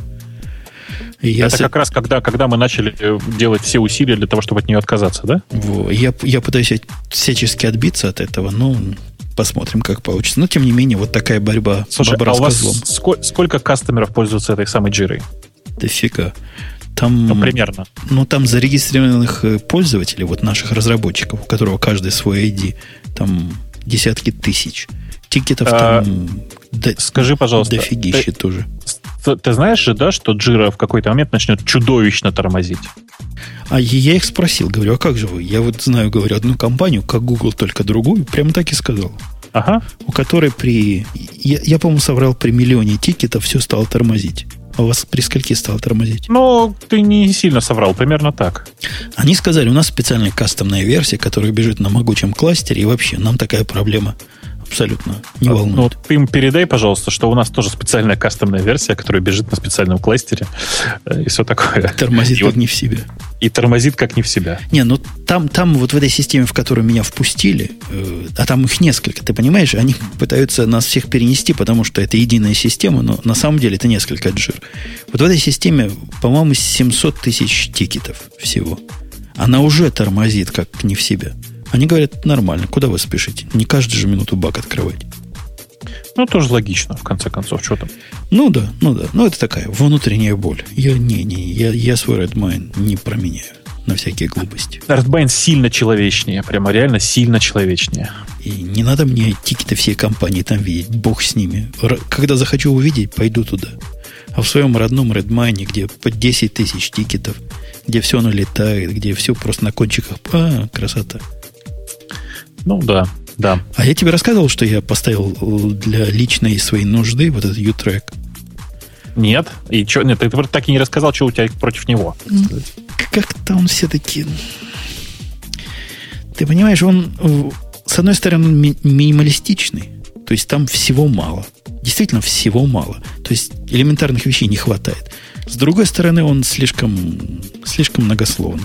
И я это с... как раз когда, когда мы начали делать все усилия для того, чтобы от нее отказаться, да? Во. Я, я пытаюсь всячески отбиться от этого, но посмотрим, как получится. Но, тем не менее, вот такая борьба. Слушай, а у вас сколько, сколько кастомеров пользуются этой самой Джирой? Дофига. Там, ну, примерно. Ну, там зарегистрированных пользователей, вот наших разработчиков, у которого каждый свой ай ди, там десятки тысяч. Тикетов а, там до, скажи, пожалуйста, дофигище ты, тоже. Ты, ты знаешь же, да, что Jira в какой-то момент начнет чудовищно тормозить? А я их спросил, говорю, а как же вы? Я вот знаю, говорю, одну компанию, как Google, только другую, прямо так и сказал. Ага. У которой при... Я, я по-моему, соврал, при миллионе тикетов все стало тормозить. А у вас при скольки стало тормозить? Ну, ты не сильно соврал, примерно так. Они сказали, у нас специальная кастомная версия, которая бежит на могучем кластере, и вообще нам такая проблема абсолютно не волнует. Ну, ты им передай, пожалуйста, что у нас тоже специальная кастомная версия, которая бежит на специальном кластере, и все такое. Тормозит и как вот, не в себя. И тормозит как не в себя. Не, ну там, там вот в этой системе, в которую меня впустили, э, а там их несколько, ты понимаешь, они пытаются нас всех перенести, потому что это единая система, но на самом деле это несколько джир. Вот в этой системе, по-моему, семьсот тысяч тикетов всего. Она уже тормозит как не в себя. Они говорят, нормально, куда вы спешите? Не каждую же минуту баг открывать. Ну, тоже логично, в конце концов, что там. Ну да, ну да. Ну, это такая внутренняя боль. Я не, не, я, я свой Redmine не променяю на всякие глупости. Redmine сильно человечнее, прямо реально сильно человечнее. И не надо мне тикеты всей компании там видеть, бог с ними. Когда захочу увидеть, пойду туда. А в своем родном Redmine, где по десять тысяч тикетов, где все налетает, где все просто на кончиках. А, красота. Ну да, да. А я тебе рассказывал, что я поставил для личной своей нужды вот этот U-Track? Нет. И чё, нет, ты так и не рассказал, что у тебя против него. Как-то он все-таки... Ты понимаешь, он, с одной стороны, ми- минималистичный. То есть там всего мало. Действительно, всего мало. То есть элементарных вещей не хватает. С другой стороны, он слишком, слишком многословный.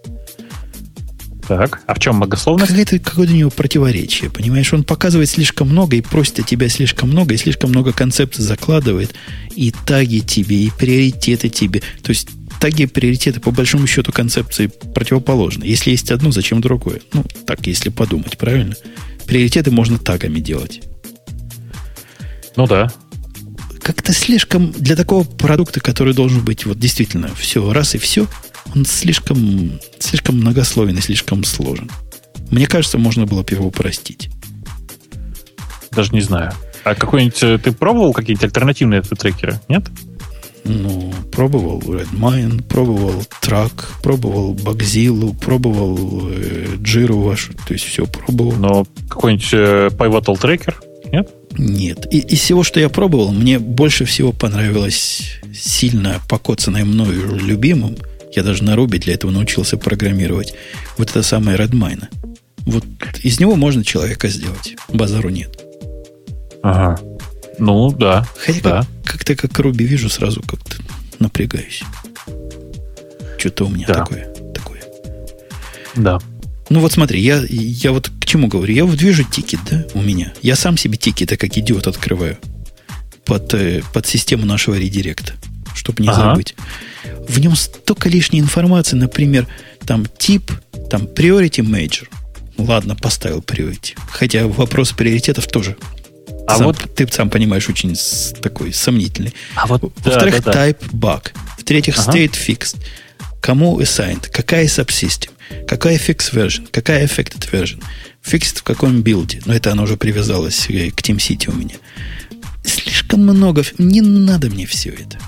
Так, а в чем многословность? Какое-то, какое-то у него противоречие, понимаешь? Он показывает слишком много и просит от тебя слишком много, и слишком много концепций закладывает, и таги тебе, и приоритеты тебе. То есть таги и приоритеты, по большому счету, концепции противоположны. Если есть одно, зачем другое? Ну, так, если подумать, правильно? Приоритеты можно тагами делать. Ну да. Как-то слишком для такого продукта, который должен быть вот действительно все раз и все, он слишком, слишком многословен и слишком сложен. Мне кажется, можно было бы его упростить. Даже не знаю. А какой-нибудь ты пробовал какие-нибудь альтернативные трекеры? Нет? Ну, пробовал Redmine, пробовал Track, пробовал Bugzilla, пробовал э, Jira вашу, то есть все пробовал. Но какой-нибудь э, Pivotal трекер? Нет? Нет. И, из всего, что я пробовал, мне больше всего понравилось сильно покоцанное мною любимым. Я даже на Ruby для этого научился программировать. Вот это самое Redmine. Вот из него можно человека сделать. Базару нет. Ага. Ну, да. Хотя да. Как, как-то как Ruby вижу, сразу как-то напрягаюсь. Что-то у меня да. такое, такое. Да. Ну вот смотри, я, я вот к чему говорю? Я вот вижу тикет, да, у меня. Я сам себе тикеты, как идиот, открываю под, под систему нашего редиректа, чтобы не ага. забыть. В нем столько лишней информации, например, там тип, там priority major. Ладно, поставил priority. Хотя вопрос приоритетов тоже А сам, вот ты сам понимаешь, очень такой сомнительный. А вот, Во-вторых, да, да, type bug. В-третьих, ага. state fixed. Кому assigned? Какая subsystem? Какая fixed version? Какая affected version? Fixed в каком билде? Но это оно уже привязалось к TeamCity у меня. Слишком много. Не надо мне все это.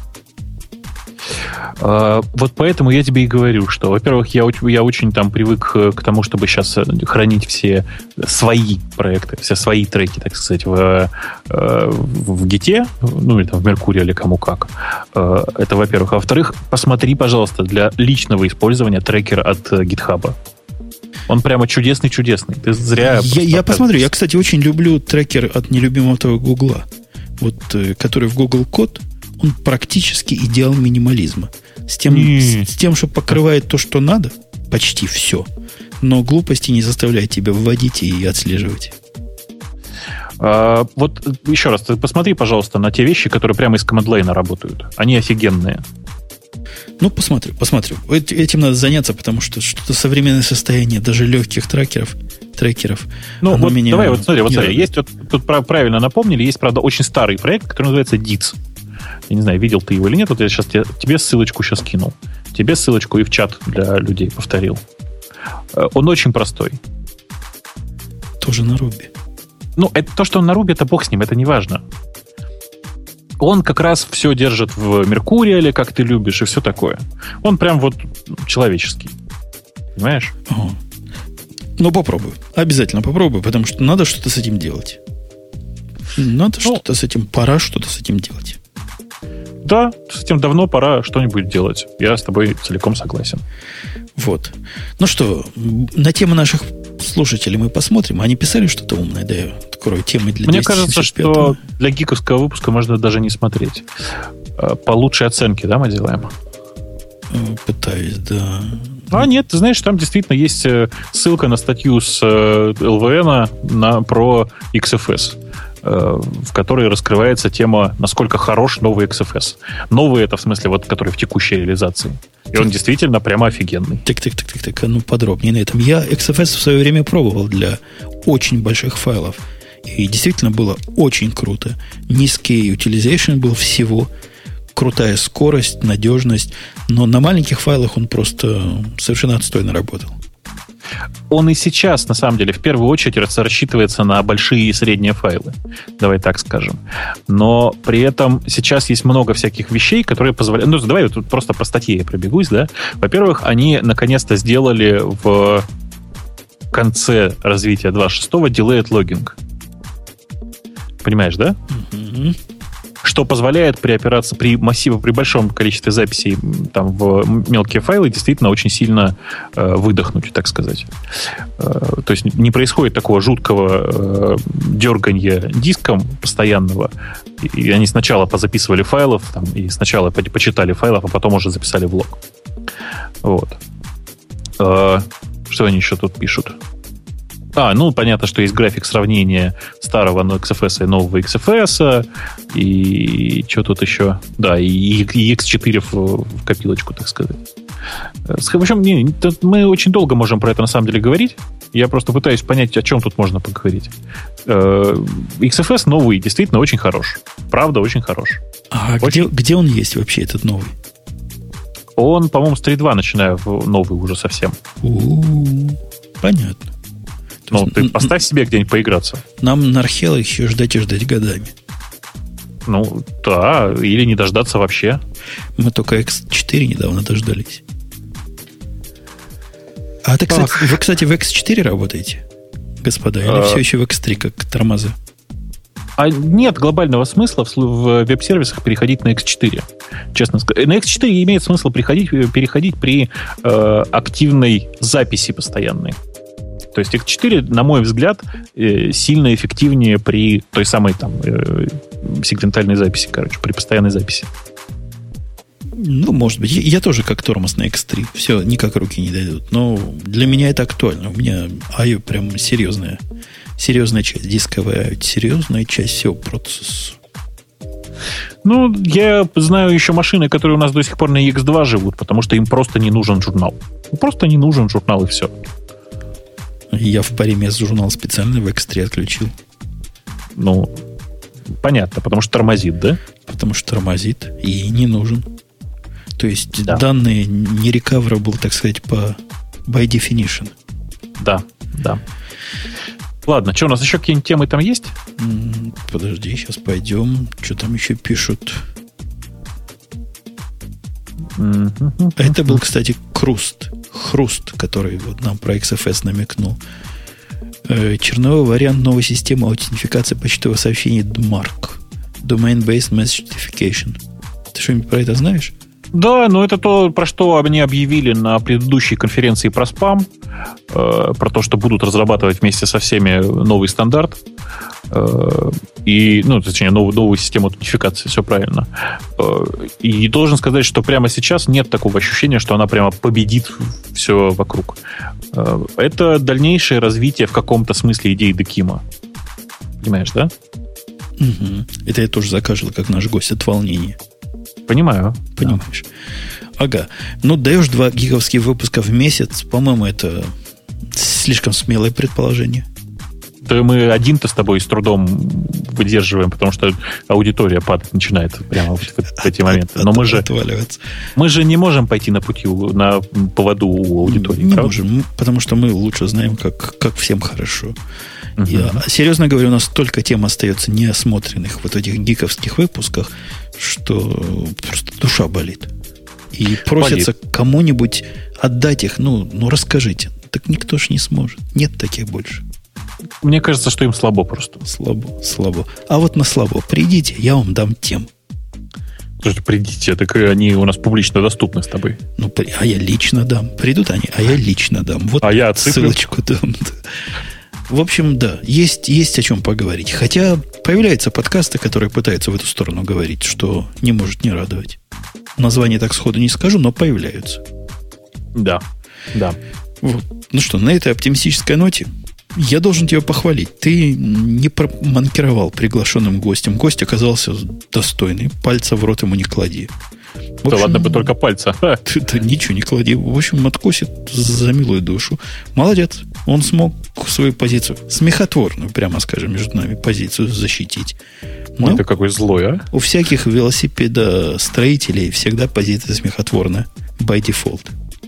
Uh, вот поэтому я тебе и говорю, что, во-первых, я, я очень там привык к тому, чтобы сейчас хранить все свои проекты, все свои треки, так сказать, в, в Гите, ну или там в Меркурии, или кому как. Это, во-первых. А во-вторых, посмотри, пожалуйста, для личного использования трекер от GitHub. Он прямо чудесный-чудесный. Ты зря... Я, я посмотрю. Я, кстати, очень люблю трекер от нелюбимого твоего Гугла. Вот, который в Google Код, он практически идеал минимализма. С тем, с, с тем, что покрывает то, что надо, почти все. Но глупости не заставляет тебя вводить и отслеживать. А, вот еще раз, ты посмотри, пожалуйста, на те вещи, которые прямо из команд-лайна работают. Они офигенные. Ну, посмотрю, посмотрю. Этим надо заняться, потому что что-то современное состояние даже легких трекеров, трекеров. Ну, вот меня давай, вот смотри, вот смотри. Есть вот, тут правильно напомнили, есть, правда, очень старый проект, который называется диц. Я не знаю, видел ты его или нет. Вот я сейчас тебе, тебе ссылочку сейчас кинул. Тебе ссылочку и в чат для людей повторил. Он очень простой. Тоже на Ruby. Ну, это, то, что он на Ruby, это бог с ним, это не важно. Он как раз все держит в Меркуриале, как ты любишь, и все такое. Он прям вот человеческий. Понимаешь? Ага. Ну, попробую. Обязательно попробую, потому что надо что-то с этим делать. Надо ну, что-то с этим, пора что-то с этим делать. Да, с этим давно пора что-нибудь делать. Я с тобой целиком согласен. Вот. Ну что, на тему наших слушателей мы посмотрим. Они писали что-то умное? Да, я открою темы для Мне кажется, что для гиковского выпуска можно даже не смотреть. По лучшей оценке, да, мы делаем? Пытаюсь, да. А нет, ты знаешь, там действительно есть ссылка на статью с эл ви эн на, про икс эф эс, в которой раскрывается тема, насколько хорош новый икс эф эс. Новый это в смысле, вот, который в текущей реализации. И он действительно прямо офигенный. Так-так-так-так, ну подробнее на этом. Я икс эф эс в свое время пробовал для очень больших файлов. И действительно было очень круто. Низкий utilization был всего. Крутая скорость, надежность. Но на маленьких файлах он просто совершенно отстойно работал. Он и сейчас, на самом деле, в первую очередь рассчитывается на большие и средние файлы. Давай так скажем. Но при этом сейчас есть много всяких вещей, которые позволяют... Ну, давай тут просто по статье я пробегусь, да. Во-первых, они наконец-то сделали в конце развития два точка шесть delayed logging. Понимаешь, да? Mm-hmm. Что позволяет при операции, при массиве, при большом количестве записей там, в мелкие файлы действительно очень сильно э, выдохнуть, так сказать. Э, то есть не происходит такого жуткого э, дергания диском постоянного. И, и они сначала позаписывали файлов, там, и сначала по- почитали файлов, а потом уже записали в лог. Вот. Э, что они еще тут пишут? А, ну, понятно, что есть график сравнения старого икс эф эс и нового икс эф эс, и что тут еще? Да, и, и икс четыре в, в копилочку, так сказать. В общем, не, мы очень долго можем про это на самом деле говорить. Я просто пытаюсь понять, о чем тут можно поговорить. икс эф эс новый действительно очень хорош. Правда, очень хорош. А очень... где, где он есть вообще, этот новый? Он, по-моему, с три точка два, начиная новый уже совсем. У-у-у. Понятно. Ну, ты н- поставь себе где-нибудь поиграться. Нам на Архела еще ждать и ждать годами. Ну, да, или не дождаться вообще. Мы только икс четыре недавно дождались. А ты, кстати, вы, кстати, в икс четыре работаете, господа? Или а... все еще в икс три, как тормоза? А нет глобального смысла в, в веб-сервисах переходить на икс четыре. Честно сказать. На икс четыре имеет смысл переходить, переходить при э, активной записи постоянной. То есть икс четыре, на мой взгляд, сильно эффективнее при той самой там сегментальной записи, короче, при постоянной записи. Ну, может быть. Я тоже как тормоз на икс три. Все, никак руки не дойдут. Но для меня это актуально. У меня ай о прям серьезная, серьезная часть. Дисковая серьезная часть всего процесса. Ну, я знаю еще машины, которые у нас до сих пор на и икс два живут, потому что им просто не нужен журнал. Просто не нужен журнал, и все. Я в паре мест журнал специально в икс три отключил. Ну, понятно, потому что тормозит, да? Потому что тормозит и не нужен. То есть да. данные не recoverable, так сказать, по by definition. Да, да. Ладно, что, у нас еще какие-нибудь темы там есть? Подожди, сейчас пойдем. Что там еще пишут? Mm-hmm. Это был, кстати, Хруст. Хруст, который вот нам про икс эф эс намекнул. Черновой вариант новой системы аутентификации почтовых сообщений ди марк. Domain-Based Message Certification. Ты что-нибудь про это знаешь? Да, но это то, про что они объявили на предыдущей конференции про спам, э, про то, что будут разрабатывать вместе со всеми новый стандарт, э, и, ну, точнее, новую, новую систему аутентификации, все правильно. Э, и должен сказать, что прямо сейчас нет такого ощущения, что она прямо победит все вокруг. Э, это дальнейшее развитие в каком-то смысле идеи Декима. Понимаешь, да? Угу. Это я тоже закажил, как наш гость, от волнения. Понимаю. Понимаешь. Да. Ага. Ну, даешь два гиговских выпуска в месяц. По-моему, это слишком смелое предположение. Да мы один-то с тобой с трудом выдерживаем, потому что аудитория падать начинает прямо в, в эти моменты. Но мы же, мы же не можем пойти на пути, на поводу у аудитории. Не правда? Можем, потому что мы лучше знаем, как, как всем хорошо. Uh-huh. Я, серьезно говорю, у нас столько тем остается неосмотренных вот в этих гиковских выпусках, что просто душа болит. И просится болит. Кому-нибудь отдать их, ну, ну, расскажите. Так никто ж не сможет. Нет таких больше. Мне кажется, что им слабо просто. Слабо, слабо. А вот на слабо придите, я вам дам тем. Слушайте, придите, так они у нас публично доступны с тобой. Ну, а я лично дам. Придут они, а я лично дам. Вот а я отсыплю. Ссылочку дам. В общем, да, есть, есть о чем поговорить. Хотя появляются подкасты, которые пытаются в эту сторону говорить, что не может не радовать. Название так сходу не скажу, но появляются. Да, да. Вот. Ну что, на этой оптимистической ноте я должен тебя похвалить. Ты не проманкировал приглашенным гостем. Гость оказался достойный. Пальца в рот ему не клади. В общем, да ладно бы только пальца. Ты, ты ничего не клади. В общем, откусит за милую душу. Молодец. Он смог свою позицию, смехотворную, прямо скажем, между нами, позицию защитить. Но ты какой злой, а? У всяких велосипедостроителей всегда позиция смехотворная. By default.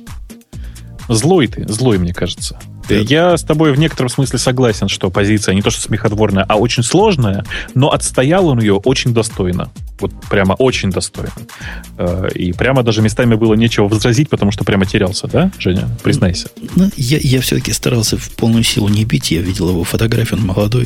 Злой ты, злой, мне кажется. Да. Я с тобой в некотором смысле согласен, что позиция не то что смехотворная, а очень сложная, но отстоял он ее очень достойно. Вот прямо очень достойно. И прямо даже местами было нечего возразить, потому что прямо терялся, да, Женя? Признайся. Ну, я, я все-таки старался в полную силу не бить. Я видел его фотографию, он молодой.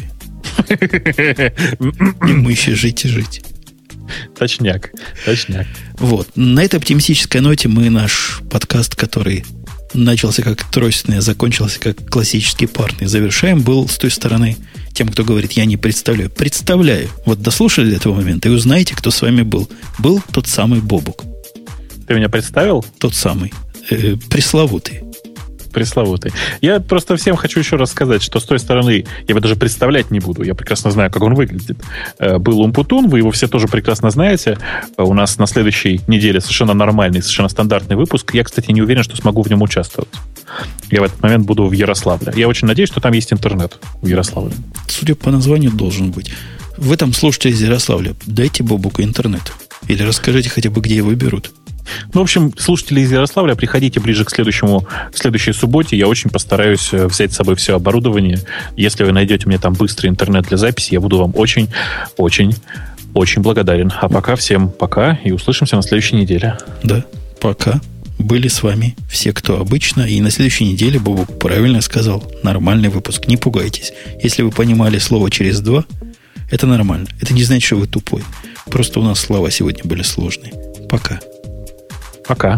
Ему еще жить и жить. Точняк, точняк. Вот. На этой оптимистической ноте мы наш подкаст, который начался как тройственный, а закончился как классический парный, завершаем. Был с той стороны тем, кто говорит, я не представляю. Представляю. Вот дослушали до этого момента и узнаете, кто с вами был. Был тот самый Бобук. Ты меня представил? Тот самый. Э, пресловутый. Пресловутый. Я просто всем хочу еще раз сказать, что с той стороны я его даже представлять не буду. Я прекрасно знаю, как он выглядит. Был Умпутун, вы его все тоже прекрасно знаете. У нас на следующей неделе совершенно нормальный, совершенно стандартный выпуск. Я, кстати, не уверен, что смогу в нем участвовать. Я в этот момент буду в Ярославле. Я очень надеюсь, что там есть интернет в Ярославле. Судя по названию, должен быть. Вы там слушаете из Ярославля. Дайте Бобуку интернет. Или расскажите хотя бы, где его берут. Ну, в общем, слушатели из Ярославля, приходите ближе к следующему, к следующей субботе. Я очень постараюсь взять с собой все оборудование. Если вы найдете мне там быстрый интернет для записи, я буду вам очень, очень, очень благодарен. А пока всем пока и услышимся на следующей неделе. Да, пока. Были с вами все, кто обычно. И на следующей неделе Бобук правильно сказал. Нормальный выпуск. Не пугайтесь. Если вы понимали слово через два, это нормально. Это не значит, что вы тупой. Просто у нас слова сегодня были сложные. Пока. Пока.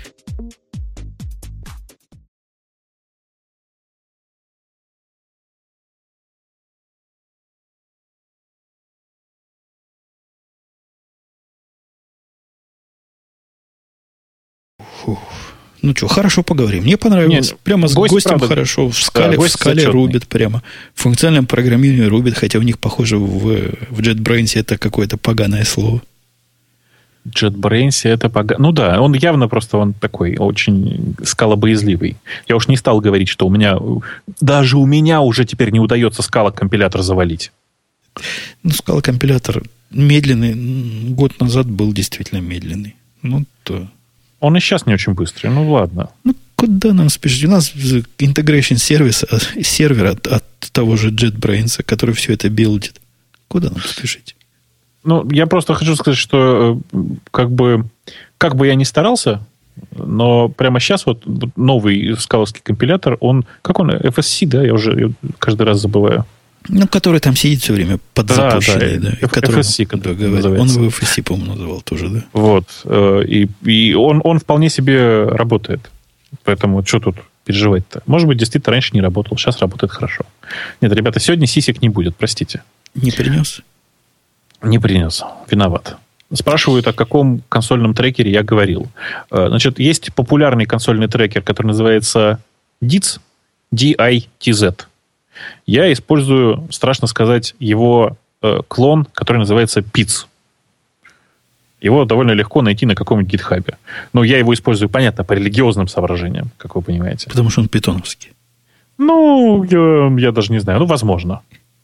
Фух. Ну что, хорошо поговорим. Мне понравилось. Нет, прямо с гость, гостем правда, хорошо. В скале, да, в скале рубит прямо. В функциональном программировании рубит, хотя у них, похоже, в, в JetBrains это какое-то поганое слово. JetBrains это пога... Ну да, он явно просто он такой очень скалобоязливый. Я уж не стал говорить, что у меня... Даже у меня уже теперь не удается скала-компилятор завалить. Ну, скала-компилятор медленный. Год назад был действительно медленный. Ну, то... Он и сейчас не очень быстрый. Ну, ладно. Ну, куда нам спешить? У нас integration сервис, сервер от, от того же JetBrains, который все это билдит. Куда нам спешить? Ну, я просто хочу сказать, что как бы, как бы я ни старался, но прямо сейчас вот новый скаловский компилятор, он, как он, эф эс си, да, я уже я каждый раз забываю. Ну, который там сидит все время подзапущенный, да. да, да. эф эс си, да, говорит. Он в эф эс си, по-моему, называл тоже, да. Вот. И, и он, он вполне себе работает. Поэтому что тут переживать-то? Может быть, действительно раньше не работал, сейчас работает хорошо. Нет, ребята, сегодня сисек не будет, простите. Не принес? Не принес. Виноват. Спрашивают, о каком консольном трекере я говорил. Значит, есть популярный консольный трекер, который называется диц, ди ай ти зет. Я использую, страшно сказать, его э, клон, который называется пиц. Его довольно легко найти на каком-нибудь гитхабе. Но я его использую, понятно, по религиозным соображениям, как вы понимаете. Потому что он питоновский. Ну, я, я даже не знаю. Ну, возможно.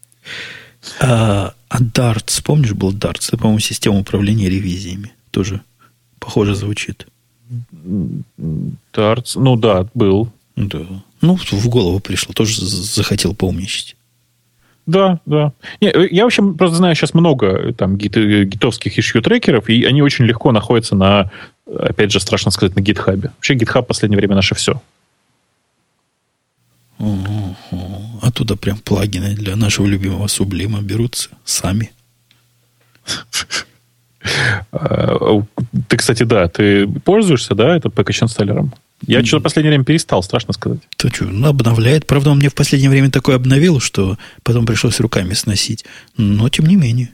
А, а Darts, помнишь, был Darts? Это, по-моему, система управления ревизиями. Тоже похоже звучит. Darts, ну да, был. Да. Ну, в голову пришло. Тоже захотел поумничать. Да, да. Не, я, в общем, просто знаю сейчас много там гит, гитовских issue-трекеров, и они очень легко находятся на, опять же, страшно сказать, на гитхабе. Вообще, гитхаб в последнее время наше все. О-о-о. Оттуда прям плагины для нашего любимого Сублима берутся сами. Ты, кстати, да, ты пользуешься, да, это пэкэдж-инсталлером? Я что-то в последнее время перестал, страшно сказать. То что, ну, обновляет. Правда, он мне в последнее время такое обновил, что потом пришлось руками сносить. Но, тем не менее.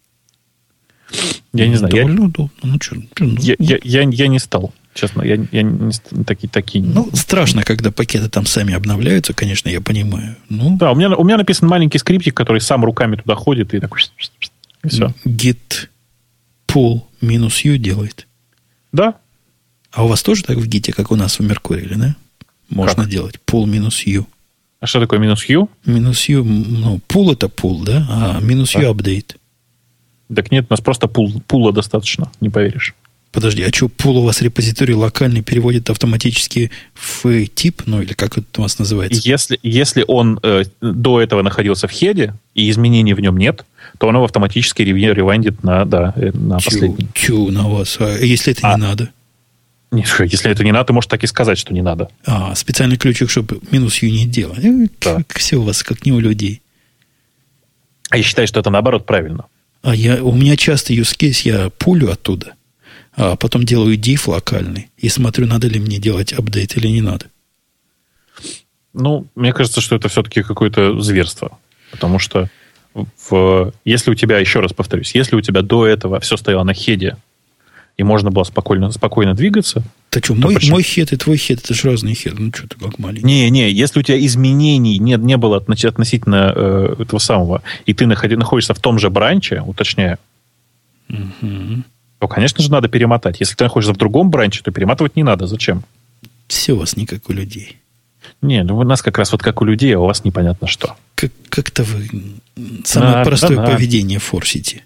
Я не знаю. Довольно я, удобно. Ну, что, ну, я, я, я, я не стал, честно. Я, я не такие, такие. Ну, страшно, когда пакеты там сами обновляются, конечно, я понимаю. Ну, да, у меня, у меня написан маленький скриптик, который сам руками туда ходит и такой... И все. Git pull минус u делает. Да. А у вас тоже так в гите, как у нас в Меркурии, да? Можно как? делать pull минус u. А что такое минус u? Минус u, ну, pull это pull, да? А минус u апдейт. Так нет, у нас просто пул, пула достаточно, не поверишь. Подожди, а что, пул у вас репозиторий локальный переводит автоматически в тип, ну или как это у вас называется? Если, если он э, до этого находился в хеде, и изменений в нем нет, то он его автоматически ревайндит на, да, на тю, последний. Тю на вас. А если это а, не надо? Нет, если это не надо, ты можешь так и сказать, что не надо. А, специальный ключик, чтобы минус ю не делать. Э, да. Как все у вас, как не у людей. А я считаю, что это наоборот правильно. А я, у меня часто use case, я пулю оттуда, а потом делаю diff локальный и смотрю, надо ли мне делать апдейт или не надо. Ну, мне кажется, что это все-таки какое-то зверство. Потому что в, если у тебя, еще раз повторюсь, если у тебя до этого все стояло на хеде, и можно было спокойно, спокойно двигаться... Да что, мой, мой хед и твой хед, это же разные хеды. Ну, что ты как маленький. Не-не, если у тебя изменений не, не было относительно э, этого самого, и ты находи, находишься в том же бранче, уточняю, угу. то, конечно же, надо перемотать. Если ты находишься в другом бранче, то перематывать не надо. Зачем? Все у вас не как у людей. Не, ну у нас как раз вот как у людей, а у вас непонятно что. Как, как-то вы самое да, простое да, да. поведение форсите.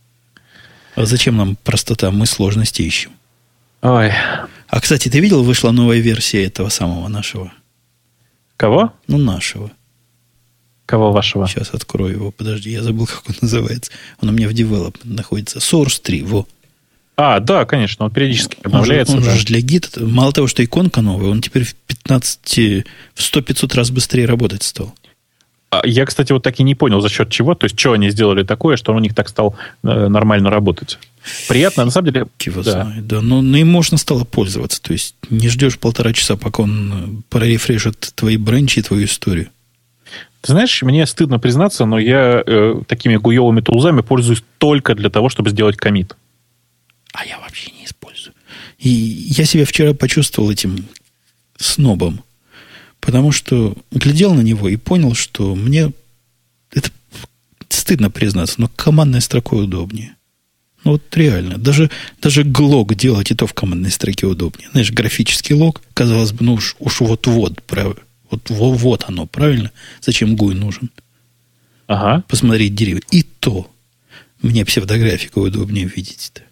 А зачем нам простота? Мы сложности ищем. Ой. А, кстати, ты видел, вышла новая версия этого самого нашего? Кого? Ну, нашего. Кого вашего? Сейчас открою его. Подожди, я забыл, как он называется. Он у меня в development находится. Source три, во. А, да, конечно, он периодически обновляется. Он же, он да. же для гита, мало того, что иконка новая, он теперь в пятнадцать, в сто-пятьсот раз быстрее работать стал. А я, кстати, вот так и не понял, за счет чего. То есть, что они сделали такое, что он у них так стал э, нормально работать. Приятно, на самом деле. Его Да. знает, да. Но, но им можно стало пользоваться. То есть, не ждешь полтора часа, пока он прорефрешит твои бренчи и твою историю. Ты знаешь, мне стыдно признаться, но я э, такими гуевыми тулзами пользуюсь только для того, чтобы сделать коммит. А я вообще не использую. И я себя вчера почувствовал этим снобом. Потому что глядел на него и понял, что мне это стыдно признаться, но командной строкой удобнее. Ну вот реально. Даже, даже глок делать и то в командной строке удобнее. Знаешь, графический лог, казалось бы, ну уж, уж вот-вот, прав, вот, вот оно, правильно? Зачем гуй нужен? Ага. посмотреть деревья. И то мне псевдографику удобнее видеть-то.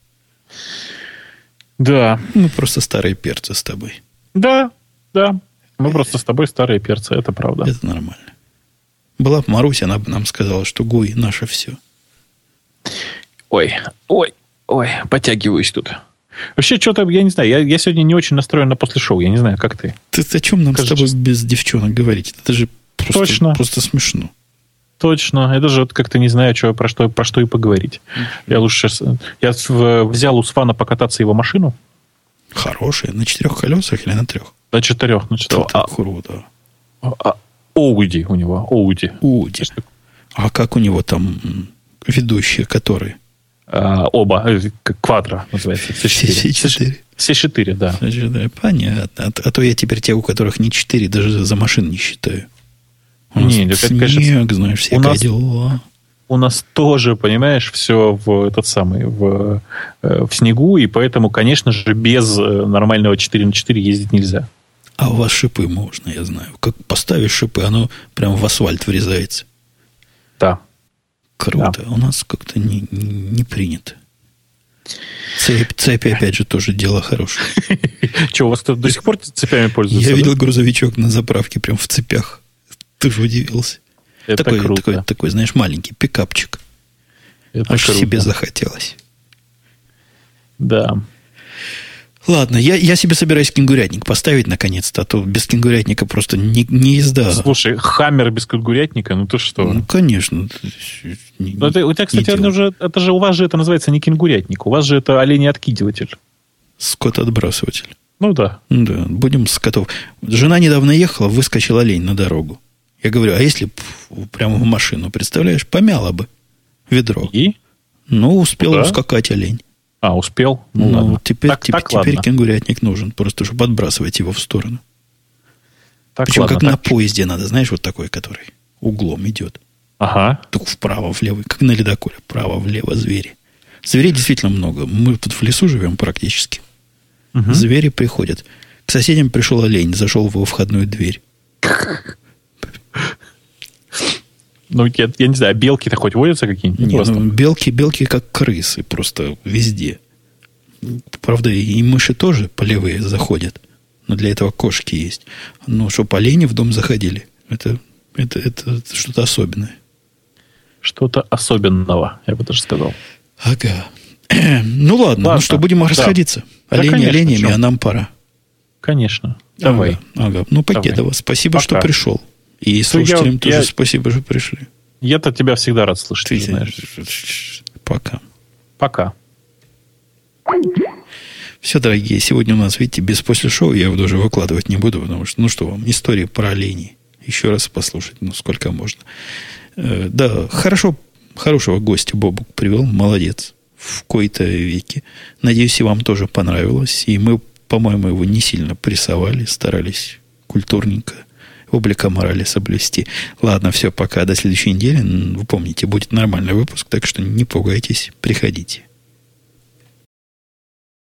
Да. Мы просто старые перцы с тобой. Да, да. Мы просто с тобой старые перцы, это правда. Это нормально. Была бы Маруся, она бы нам сказала, что Гуй наше все. Ой, ой, ой, подтягиваюсь тут. Вообще, что-то, я не знаю, я, я сегодня не очень настроен на после шоу, я не знаю, как ты. Ты о чем нам Скажи с тобой честно. без девчонок говорить? Это же просто, Точно. просто смешно. Точно, это же вот как-то не знаю, что, про, что, про что и поговорить. Mm-hmm. Я лучше сейчас... Я взял у Свана покататься его машину. Хорошая. На четырех колесах или на трех? На четырех. На четырех. Это круто. Оуди у него. Оуди. Оуди. А как у него там ведущие, которые? А, оба. Квадро называется. Все четыре. Все четыре. Все четыре, да. Понятно. А, а то я теперь те, у которых не четыре, даже за машин не считаю. У нас не, снег, конечно, знаешь, всякое у нас, дела. У нас тоже, понимаешь, все в этот самый в, в снегу, и поэтому, конечно же, без нормального четыре на четыре ездить нельзя. А у вас шипы можно, я знаю. Как поставишь шипы, оно прям в асфальт врезается. Да. Круто. Да. У нас как-то не, не, не принято. Цепь, цепи, опять же, тоже дело хорошее. Что, у вас до сих пор цепями пользуются? Я видел грузовичок на заправке прям в цепях. Ты же удивился. Это такой, круто. Такой, такой, знаешь, маленький пикапчик. Это Аж круто. себе захотелось. Да. Ладно, я, я себе собираюсь кенгурятник поставить наконец-то, а то без кенгурятника просто не, не езда. Слушай, хаммер без кенгурятника, ну ты что? Ну, конечно. Не, ну, это, у тебя, кстати, это, уже, это же у вас же это называется не кенгурятник, у вас же это оленеоткидыватель. Скотоотбрасыватель. Ну да. Да, будем с котов. Жена недавно ехала, выскочил олень на дорогу. Я говорю, а если б прямо в машину, представляешь, помяло бы ведро. И? Ну, успел да? ускакать олень. А, успел? Ну, ну ладно. теперь, так, теперь, так, теперь ладно. кенгурятник нужен, просто чтобы отбрасывать его в сторону. Так, Причем ладно, как так. на поезде надо, знаешь, вот такой, который углом идет. Ага. Только вправо, влево, как на ледоколе. Вправо, влево, звери. Зверей действительно много. Мы тут в лесу живем практически. Угу. Звери приходят. К соседям пришел олень, зашел в его входную дверь. Ну, я, я не знаю, а белки-то хоть водятся какие-нибудь? Не, ну, белки, белки как крысы, просто везде. Правда, и мыши тоже полевые заходят. Но для этого кошки есть. Но чтобы олени в дом заходили, это, это, это что-то особенное. Что-то особенного, я бы даже сказал. Ага. Ну, ладно, ладно. ну что, будем да. расходиться. Да, Олени конечно, оленями, что? а нам пора. Конечно. Давай. Ага, ага. Ну, Покедова, спасибо, Пока. что пришел. И Что слушателям я, тоже я, спасибо, что пришли. Я-то тебя всегда рад слышать, ты, Ты знаешь. Пока. Пока. Все, дорогие, сегодня у нас, видите, без после шоу я его даже выкладывать не буду, потому что, ну что вам, история про оленей. Еще раз послушать, ну сколько можно. Э, да, хорошо, хорошего гостя Бобук привел, молодец. В кои-то веки. Надеюсь, и вам тоже понравилось. И мы, по-моему, его не сильно прессовали, старались культурненько облика морали соблюсти. Ладно, все, пока. До следующей недели. Вы помните, будет нормальный выпуск, так что не пугайтесь, приходите.